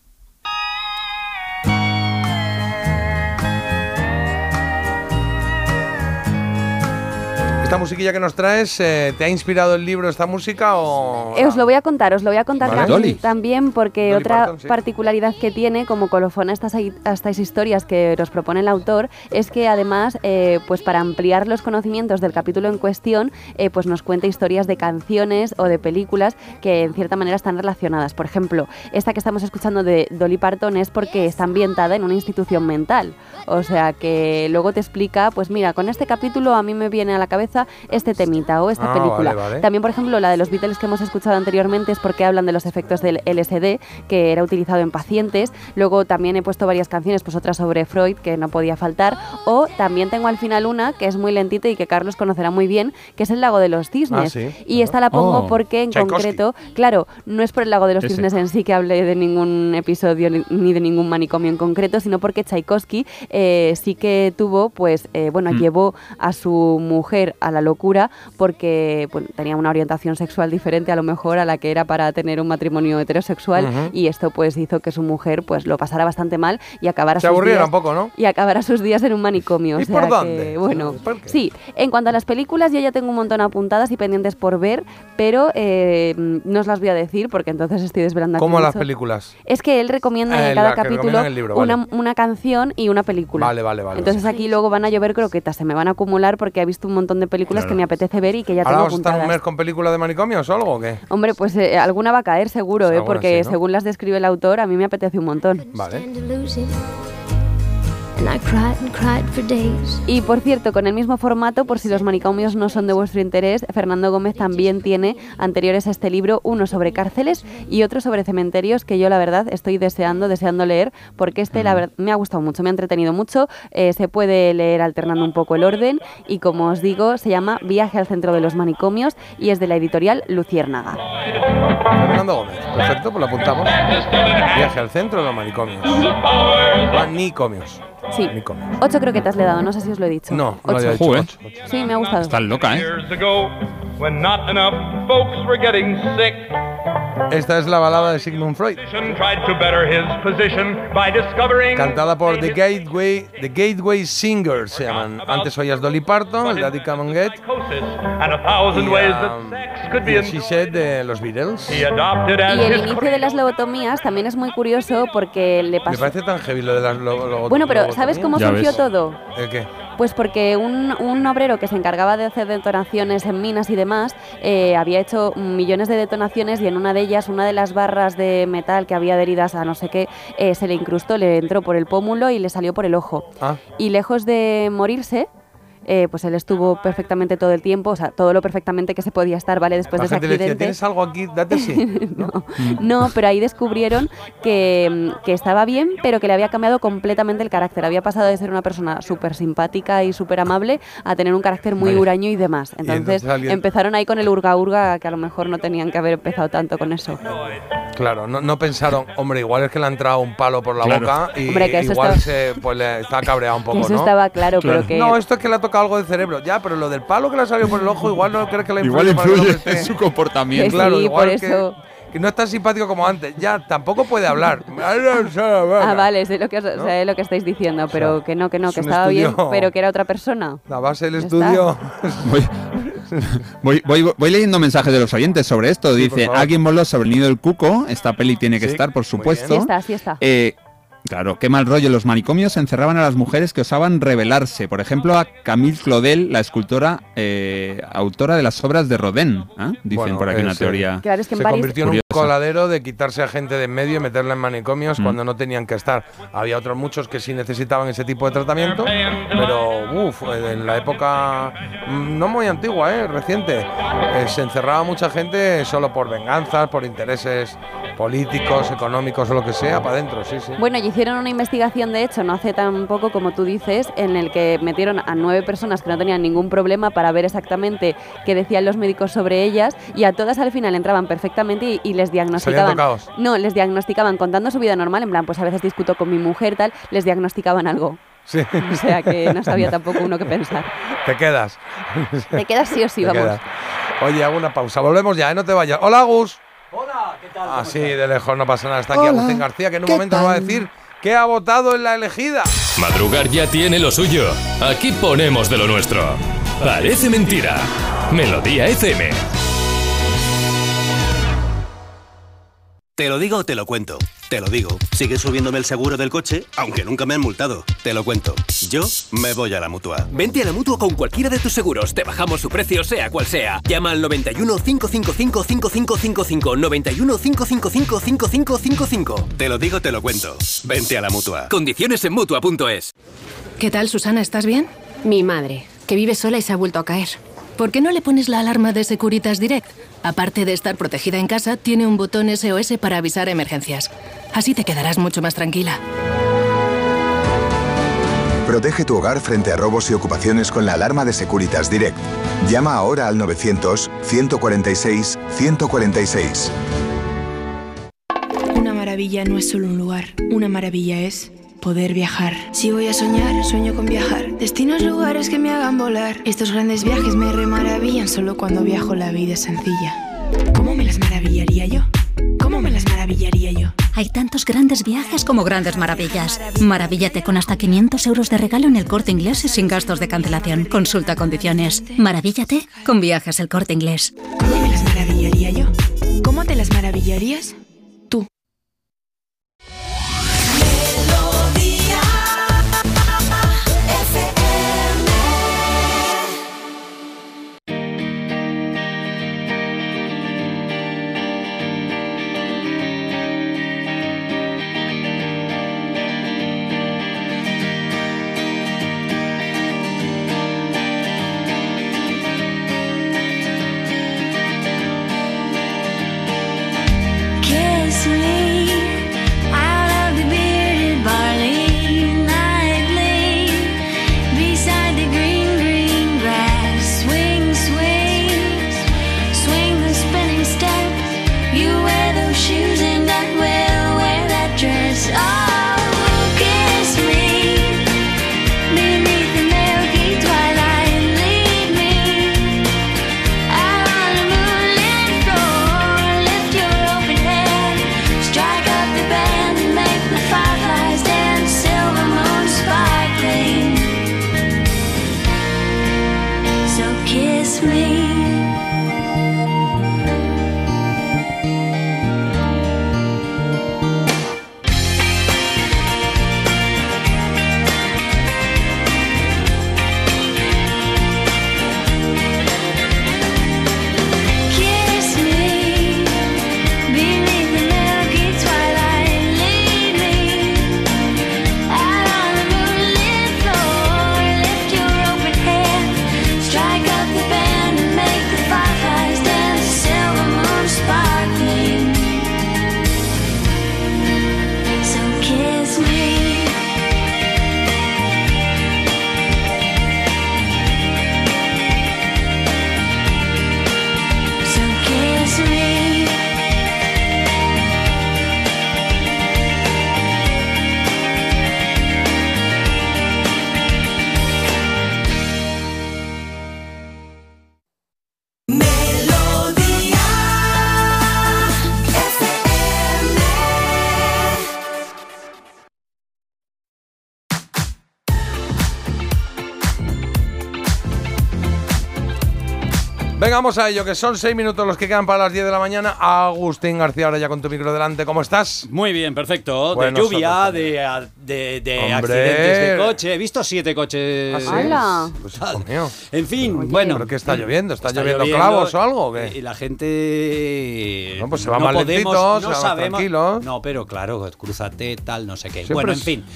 S5: ¿Esta musiquilla que nos traes, te ha inspirado el libro esta música o...?
S6: Os lo voy a contar
S5: Vale.
S6: también porque
S5: Dolly
S6: otra
S5: Parton, sí.
S6: particularidad que tiene como colofón a estas historias que nos propone el autor es que además, pues para ampliar los conocimientos del capítulo en cuestión, pues nos cuenta historias de canciones o de películas que en cierta manera están relacionadas. Por ejemplo, esta que estamos escuchando de Dolly Parton es porque está ambientada en una institución mental. O sea que luego te explica, pues mira, con este capítulo a mí me viene a la cabeza cabeza este temita o esta película.
S5: Vale.
S6: También, por ejemplo, la de los Beatles que hemos escuchado anteriormente es porque hablan de los efectos del LSD, que era utilizado en pacientes. Luego también he puesto varias canciones, pues otra sobre Freud, que no podía faltar. O también tengo al final una que es muy lentita y que Carlos conocerá muy bien, que es El lago de los cisnes. Y esta la pongo porque en concreto, claro, no es por el lago de los cisnes en sí que hable de ningún episodio ni de ningún manicomio en concreto, sino porque Tchaikovsky sí que tuvo, pues, llevó a su mujer a la locura porque tenía una orientación sexual diferente a lo mejor a la que era para tener un matrimonio heterosexual, y esto pues hizo que su mujer pues lo pasara bastante mal y acabara
S5: se aburriera un poco, ¿no?
S6: Y acabara sus días en un manicomio.
S5: ¿Y
S6: o sea
S5: por dónde?
S6: Que, bueno, sí, en cuanto a las películas yo ya tengo un montón apuntadas y pendientes por ver, pero no os las voy a decir porque entonces estoy desvelando aquí
S5: ¿Cómo las
S6: mucho.
S5: películas?
S6: Es que él recomienda en cada capítulo
S5: libro,
S6: una canción y una película.
S5: Vale.
S6: Entonces aquí luego van a llover croquetas, se me van a acumular porque he visto un montón de películas que me apetece ver y que ya
S5: ¿Ahora
S6: tengo
S5: vamos a estar
S6: apuntadas.
S5: un mes con películas de manicomios o algo o qué?
S6: Hombre, pues alguna va a caer seguro,
S5: Pues
S6: porque
S5: sí, ¿no?
S6: según las describe el autor, a mí me apetece un montón.
S5: Vale.
S6: Y por cierto, con el mismo formato, por si los manicomios no son de vuestro interés, Fernando Gómez también tiene anteriores a este libro, uno sobre cárceles y otro sobre cementerios, que yo la verdad estoy deseando leer, porque la verdad me ha gustado mucho, me ha entretenido mucho, se puede leer alternando un poco el orden y como os digo, se llama Viaje al centro de los manicomios y es de la editorial Luciérnaga.
S5: Fernando Gómez, perfecto, pues lo apuntamos. Viaje al centro de los manicomios. Manicomios.
S6: Sí, 8 croquetas le he dado, no sé si os lo he dicho.
S5: No, no
S6: 8.
S5: había dicho 8.
S6: Sí, me ha gustado.
S7: Estás loca, ¿eh?
S16: When not enough folks were getting sick,
S5: Esta es la balada de Sigmund Freud,
S16: tried to better his position by discovering
S5: cantada por The Gateway Singers, se llaman. Antes oías Dolly Parton, el Daddy Come and Get,
S16: and a thousand ways that sex could be
S5: She Said de los Beatles.
S16: he adopted as
S6: Y el
S16: his
S6: inicio de las lobotomías también es muy curioso porque le
S5: Me
S6: pasó...
S5: parece tan heavy lo de las lobotomías.
S6: Bueno, pero ¿sabes cómo surgió todo?
S5: ¿El qué?
S6: Pues porque un obrero que se encargaba de hacer detonaciones en minas y demás había hecho millones de detonaciones y en una de ellas, una de las barras de metal que había adheridas a no sé qué, se le incrustó, le entró por el pómulo y le salió por el ojo. Y lejos de morirse... pues él estuvo perfectamente todo el tiempo, o sea, todo lo perfectamente que se podía estar, ¿vale? Después de ese
S5: gente le
S6: accidente.
S5: decía, ¿tienes algo aquí? Date sí.
S6: No, pero ahí descubrieron que estaba bien, pero que le había cambiado completamente el carácter. Había pasado de ser una persona súper simpática y súper amable a tener un carácter muy huraño y demás. Entonces, empezaron ahí con el urga-urga, que a lo mejor no tenían que haber empezado tanto con eso.
S5: Claro, no pensaron, hombre, igual es que le ha entrado un palo por la boca y
S6: Hombre, que eso
S5: igual le está cabreado un poco,
S6: que eso
S5: ¿no?
S6: estaba claro, pero que...
S5: No, esto es que le ha tocado algo de cerebro. Ya, pero lo del palo que le ha salido por el ojo, igual no crees que le
S7: Igual
S5: para que
S7: influye
S5: no esté-
S7: en su comportamiento.
S5: Claro,
S6: sí,
S5: igual
S6: por eso...
S5: que no es tan simpático como antes. Ya, tampoco puede hablar.
S6: Ah, vale, sé lo que estáis diciendo, pero que no, que
S5: es un
S6: estaba bien,
S5: estudio-
S6: pero que era otra persona.
S5: La base del
S6: Ya
S5: estudio.
S7: Voy leyendo mensajes de los oyentes sobre esto.
S5: Sí, por
S7: Dice,
S5: favor.
S7: alguien voló sobre el nido del cuco. Esta peli tiene que
S5: Sí,
S7: estar, por supuesto.
S6: Sí está.
S7: Claro, qué mal rollo. Los manicomios encerraban a las mujeres que osaban rebelarse. Por ejemplo, a Camille Claudel, la escultora autora de las obras de Rodin. ¿Ah? Dicen
S5: Bueno,
S7: por aquí una
S5: se-
S7: teoría.
S6: Claro, es que en
S5: se
S6: París-
S5: convirtió en un
S7: Curiosa.
S5: coladero de quitarse a gente de en medio y meterla en manicomios cuando no tenían que estar. Había otros muchos que sí necesitaban ese tipo de tratamiento, pero en la época no muy antigua, reciente, se encerraba mucha gente solo por venganzas, por intereses políticos, económicos o lo que sea, para adentro, sí.
S6: Bueno, y hicieron una investigación, de hecho, no hace tan poco como tú dices, en el que metieron a 9 personas que no tenían ningún problema para ver exactamente qué decían los médicos sobre ellas, y a todas al final entraban perfectamente y les diagnosticaban.
S5: Salían tocados.
S6: No, les diagnosticaban contando su vida normal, en plan, pues a veces discuto con mi mujer, tal, les diagnosticaban algo.
S5: Sí.
S6: O sea que no sabía tampoco uno qué pensar.
S5: Te quedas.
S6: Te quedas sí o sí,
S5: Te
S6: vamos.
S5: quedas. Oye, hago una pausa. Volvemos ya, no te vayas. Hola, Agus.
S1: Hola, ¿qué tal?
S5: Así de lejos no pasa nada. Está aquí
S1: Hola,
S5: Agustín García, que en un
S1: ¿qué
S5: momento nos va a
S1: tal?
S5: decir que ha votado en la elegida.
S3: Madrugar ya tiene lo suyo. Aquí ponemos de lo nuestro. Parece mentira. Melodía FM.
S14: Te lo digo o te lo cuento. Te lo digo. Sigue subiéndome el seguro del coche, aunque nunca me han multado. Te lo cuento. Yo me voy a la Mutua.
S11: Vente a la Mutua con cualquiera de tus seguros. Te bajamos su precio, sea cual sea. Llama al 91 555 5555. 91 555 5555.
S14: Te lo digo, te lo cuento. Vente a la Mutua.
S11: Condiciones en Mutua.es.
S17: ¿Qué tal, Susana? ¿Estás bien? Mi madre, que vive sola y se ha vuelto a caer.
S1: ¿Por qué no le pones la alarma de Securitas Direct? Aparte de estar protegida en casa, tiene un botón SOS para avisar emergencias. Así te quedarás mucho más tranquila.
S9: Protege tu hogar frente a robos y ocupaciones con la alarma de Securitas Direct. Llama ahora al 900-146-146.
S17: Una maravilla no es solo un lugar. Una maravilla es poder viajar. Si voy a soñar, sueño con viajar. Destinos, lugares que me hagan volar. Estos grandes viajes me remaravillan. Solo cuando viajo la vida es sencilla. ¿Cómo me las maravillaría yo? ¿Cómo me las maravillaría yo?
S18: Hay tantos grandes viajes como grandes maravillas. Maravíllate con hasta 500 euros de regalo en El Corte Inglés y sin gastos de cancelación. Consulta condiciones. Maravíllate con Viajes El Corte Inglés.
S17: ¿Cómo me las maravillaría yo? ¿Cómo te las maravillarías? Tú.
S5: Venga, vamos a ello, que son 6 minutos los que quedan para las 10 de la mañana. Agustín García, ahora ya con tu micro delante, ¿cómo estás?
S24: Muy bien, perfecto.
S5: Bueno,
S24: de lluvia, de
S5: Hombre.
S24: accidentes de coche. He visto 7 coches.
S5: ¿Ah, sí?
S6: ¡Hala!
S5: Pues hijo mío.
S24: En fin, bueno.
S5: ¿Pero qué está lloviendo? ¿Está lloviendo clavos o algo? ¿O qué?
S24: Y la gente.
S5: No, pues se va más lentito, se va más tranquilo.
S24: No, pero claro, crúzate, tal, no sé qué.
S5: Siempre
S24: bueno, en
S5: es-
S24: fin,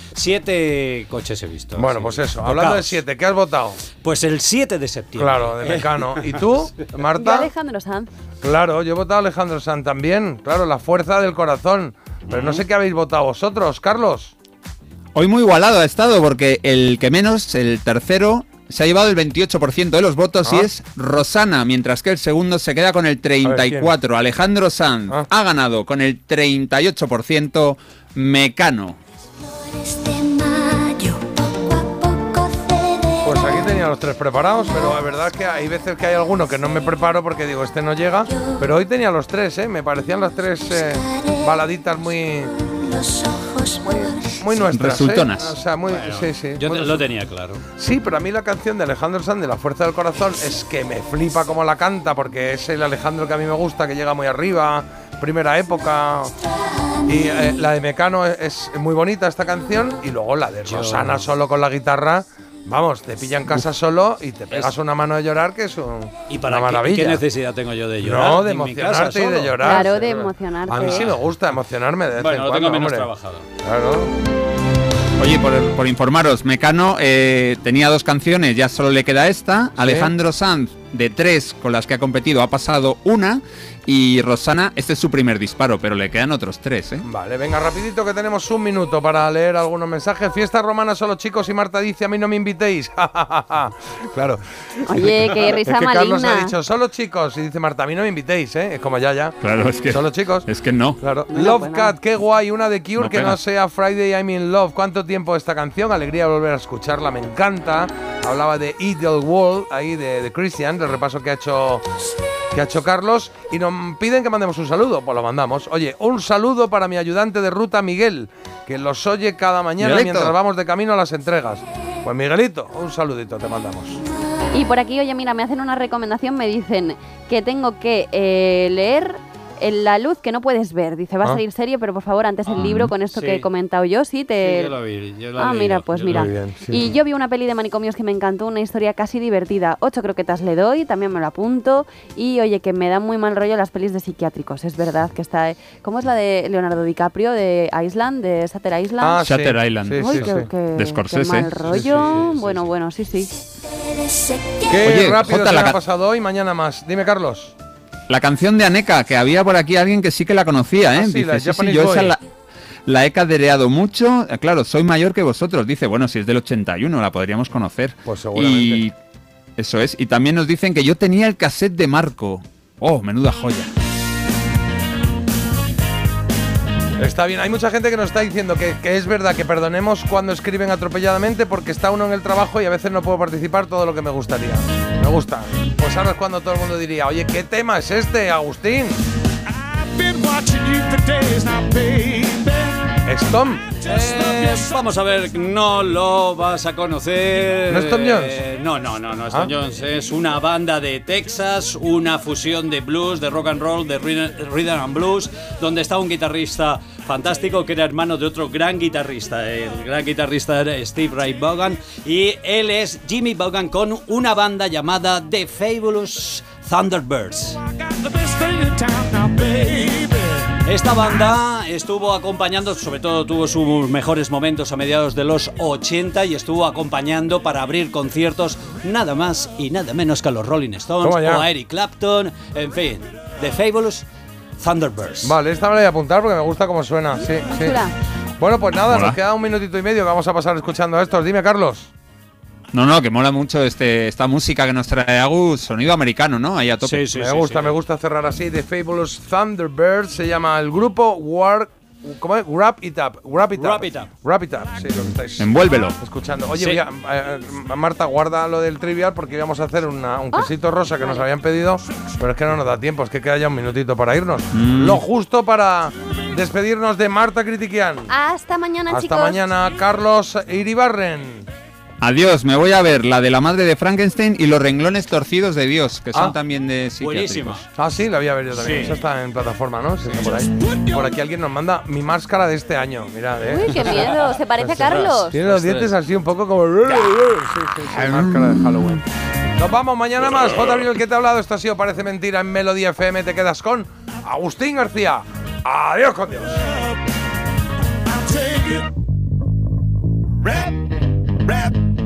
S24: 7 coches he visto.
S5: Bueno,
S24: sí.
S5: pues eso.
S24: Tocaos.
S5: Hablando de 7, ¿qué has votado?
S24: Pues el 7 de septiembre.
S5: Claro, de Mecano. ¿Y tú,
S6: Yo
S5: Marta?
S6: Alejandro Sanz.
S5: Claro, yo he votado a Alejandro Sanz también. Claro, la fuerza del corazón. Pero no sé qué habéis votado vosotros, Carlos.
S7: Hoy muy igualado ha estado porque el que menos, el tercero, se ha llevado el 28% de los votos y es Rosana, mientras que el segundo se queda con el 34%. Alejandro Sanz ha ganado con el 38%. Mecano.
S5: Pues aquí tenía los 3 preparados, pero la verdad es que hay veces que hay alguno que no me preparo porque digo, este no llega. Pero hoy tenía los 3, ¿eh? Me parecían las 3 baladitas muy nuestras.
S7: Resultonas.
S5: O sea, muy.
S24: Bueno,
S5: sí, sí.
S24: Yo
S5: muy
S24: lo tenía claro.
S5: Sí, pero a mí la canción de Alejandro Sanz de La Fuerza del Corazón es que me flipa como la canta, porque es el Alejandro que a mí me gusta, que llega muy arriba, primera época. Y la de Mecano es muy bonita esta canción, y luego la de Rosana solo con la guitarra. Vamos, te pilla en casa solo y te pegas una mano de llorar, que es
S24: ¿Y para
S5: una
S24: qué,
S5: maravilla.
S24: qué necesidad tengo yo de llorar?
S5: No, de
S24: En mi casa
S5: emocionarte y de
S24: solo.
S5: llorar.
S6: Claro, de emocionarte.
S5: A mí sí me gusta emocionarme de vez
S24: Bueno,
S5: en
S24: lo
S5: cuando,
S24: tengo menos
S5: hombre.
S24: trabajado.
S5: Claro.
S7: Oye, por informaros, Mecano tenía 2 canciones, ya solo le queda esta. ¿Sí? Alejandro Sanz, de 3 con las que ha competido, ha pasado 1. Y Rosana, este es su primer disparo, pero le quedan otros 3, ¿eh?
S5: Vale, venga, rapidito que tenemos 1 minuto para leer algunos mensajes. Fiesta romana solo chicos y Marta dice, a mí no me invitéis. Claro.
S6: Oye, qué risa
S5: es que
S6: maligna.
S5: Carlos ha dicho, solo chicos. Y dice Marta, a mí no me invitéis, ¿eh? Es como ya.
S7: Claro, es que...
S5: Solo chicos.
S7: Es que no.
S5: Claro. Love Cat, qué guay. Una de Cure que no sea Friday I'm in Love. ¿Cuánto tiempo esta canción? Alegría de volver a escucharla, me encanta. Hablaba de Idle Wall, ahí de Christian, del repaso que ha hecho Carlos, y nos piden que mandemos un saludo, pues lo mandamos. Oye, un saludo para mi ayudante de ruta Miguel, que los oye cada mañana Miguelito, mientras vamos de camino a las entregas. Pues Miguelito, un saludito te mandamos.
S6: Y por aquí, oye, mira, me hacen una recomendación, me dicen que tengo que leer La luz que no puedes ver. Dice, va a salir serie, pero por favor, antes el libro con esto que he comentado yo. Sí,
S24: yo lo vi, yo lo he
S6: mira,
S24: leído,
S6: pues mira.
S5: Bien, sí.
S6: Y yo vi una peli de manicomios que me encantó, una historia casi divertida. 8 croquetas le doy, también me lo apunto. Y oye, que me da muy mal rollo las pelis de psiquiátricos. Es verdad que está... ¿Cómo es la de Leonardo DiCaprio, de Island, de Shutter Island?
S7: Ah, Shutter Island.
S6: Uy, de
S7: Scorsese.
S6: Qué mal rollo. Bueno, sí.
S5: Qué
S7: Oye,
S5: rápido
S7: Jota,
S5: se me ha pasado hoy, mañana más. Dime, Carlos.
S7: La canción de Aneka, que había por aquí alguien que sí que la conocía, ¿eh?
S5: Sí,
S7: dice,
S5: la
S7: sí, yo esa la he cadereado mucho. Claro, soy mayor que vosotros. Dice, bueno, si es del 81, la podríamos conocer.
S5: Pues seguramente.
S7: Y eso es. Y también nos dicen que yo tenía el cassette de Marco. Oh, menuda joya.
S5: Está bien, hay mucha gente que nos está diciendo que es verdad que perdonemos cuando escriben atropelladamente porque está uno en el trabajo y a veces no puedo participar todo lo que me gustaría. Me gusta. Pues ahora es cuando todo el mundo diría, oye, ¿qué tema es este, Agustín? ¿Es Tom?
S24: Vamos a ver, no lo vas a conocer.
S5: ¿No es Tom Jones?
S24: No, es Tom Jones. Es una banda de Texas, una fusión de blues, de rock and roll, de rhythm and blues, donde está un guitarrista fantástico que era hermano de otro gran guitarrista. El gran guitarrista era Steve Ray Vaughan y él es Jimmy Vaughan con una banda llamada The Fabulous Thunderbirds. Esta banda estuvo acompañando, sobre todo tuvo sus mejores momentos a mediados de los 80 y estuvo acompañando para abrir conciertos nada más y nada menos que a los Rolling Stones o a Eric Clapton, en fin, The Fabulous Thunderbirds.
S5: Vale, esta me la voy a apuntar porque me gusta cómo suena, sí. Bueno, pues nada, nos queda un minutito y medio que vamos a pasar escuchando a estos. Dime, Carlos.
S7: No, que mola mucho esta música que nos trae Agus, sonido americano, ¿no? Ahí a tope.
S5: Sí, me gusta cerrar así. The Fabulous Thunderbirds se llama el grupo ¿cómo es? Wrap It Up, sí, lo que estáis
S7: Envuélvelo.
S5: escuchando. Oye, Marta, guarda lo del trivial porque íbamos a hacer un quesito rosa que nos habían pedido, pero es que no nos da tiempo, es que queda ya un minutito para irnos. Lo justo para despedirnos de Marta Critiquian.
S6: Hasta mañana, chicos.
S5: Hasta mañana, Carlos Iribarren.
S7: Adiós, me voy a ver la de la madre de Frankenstein y los renglones torcidos de Dios, que son también de psiquiátricos.
S5: Sí, la voy a ver yo también. Esa está en plataforma, ¿no? Sí, está por ahí. Por aquí alguien nos manda mi máscara de este año. Mirad,
S6: Uy, qué miedo, se parece a Carlos.
S5: Tiene los dientes así un poco como... Sí, máscara de Halloween. Nos vamos mañana más. J. Abril, ¿qué te ha hablado? Esto ha sido Parece Mentira en Melodía FM. Te quedas con Agustín García. Adiós con Dios.
S16: Rap.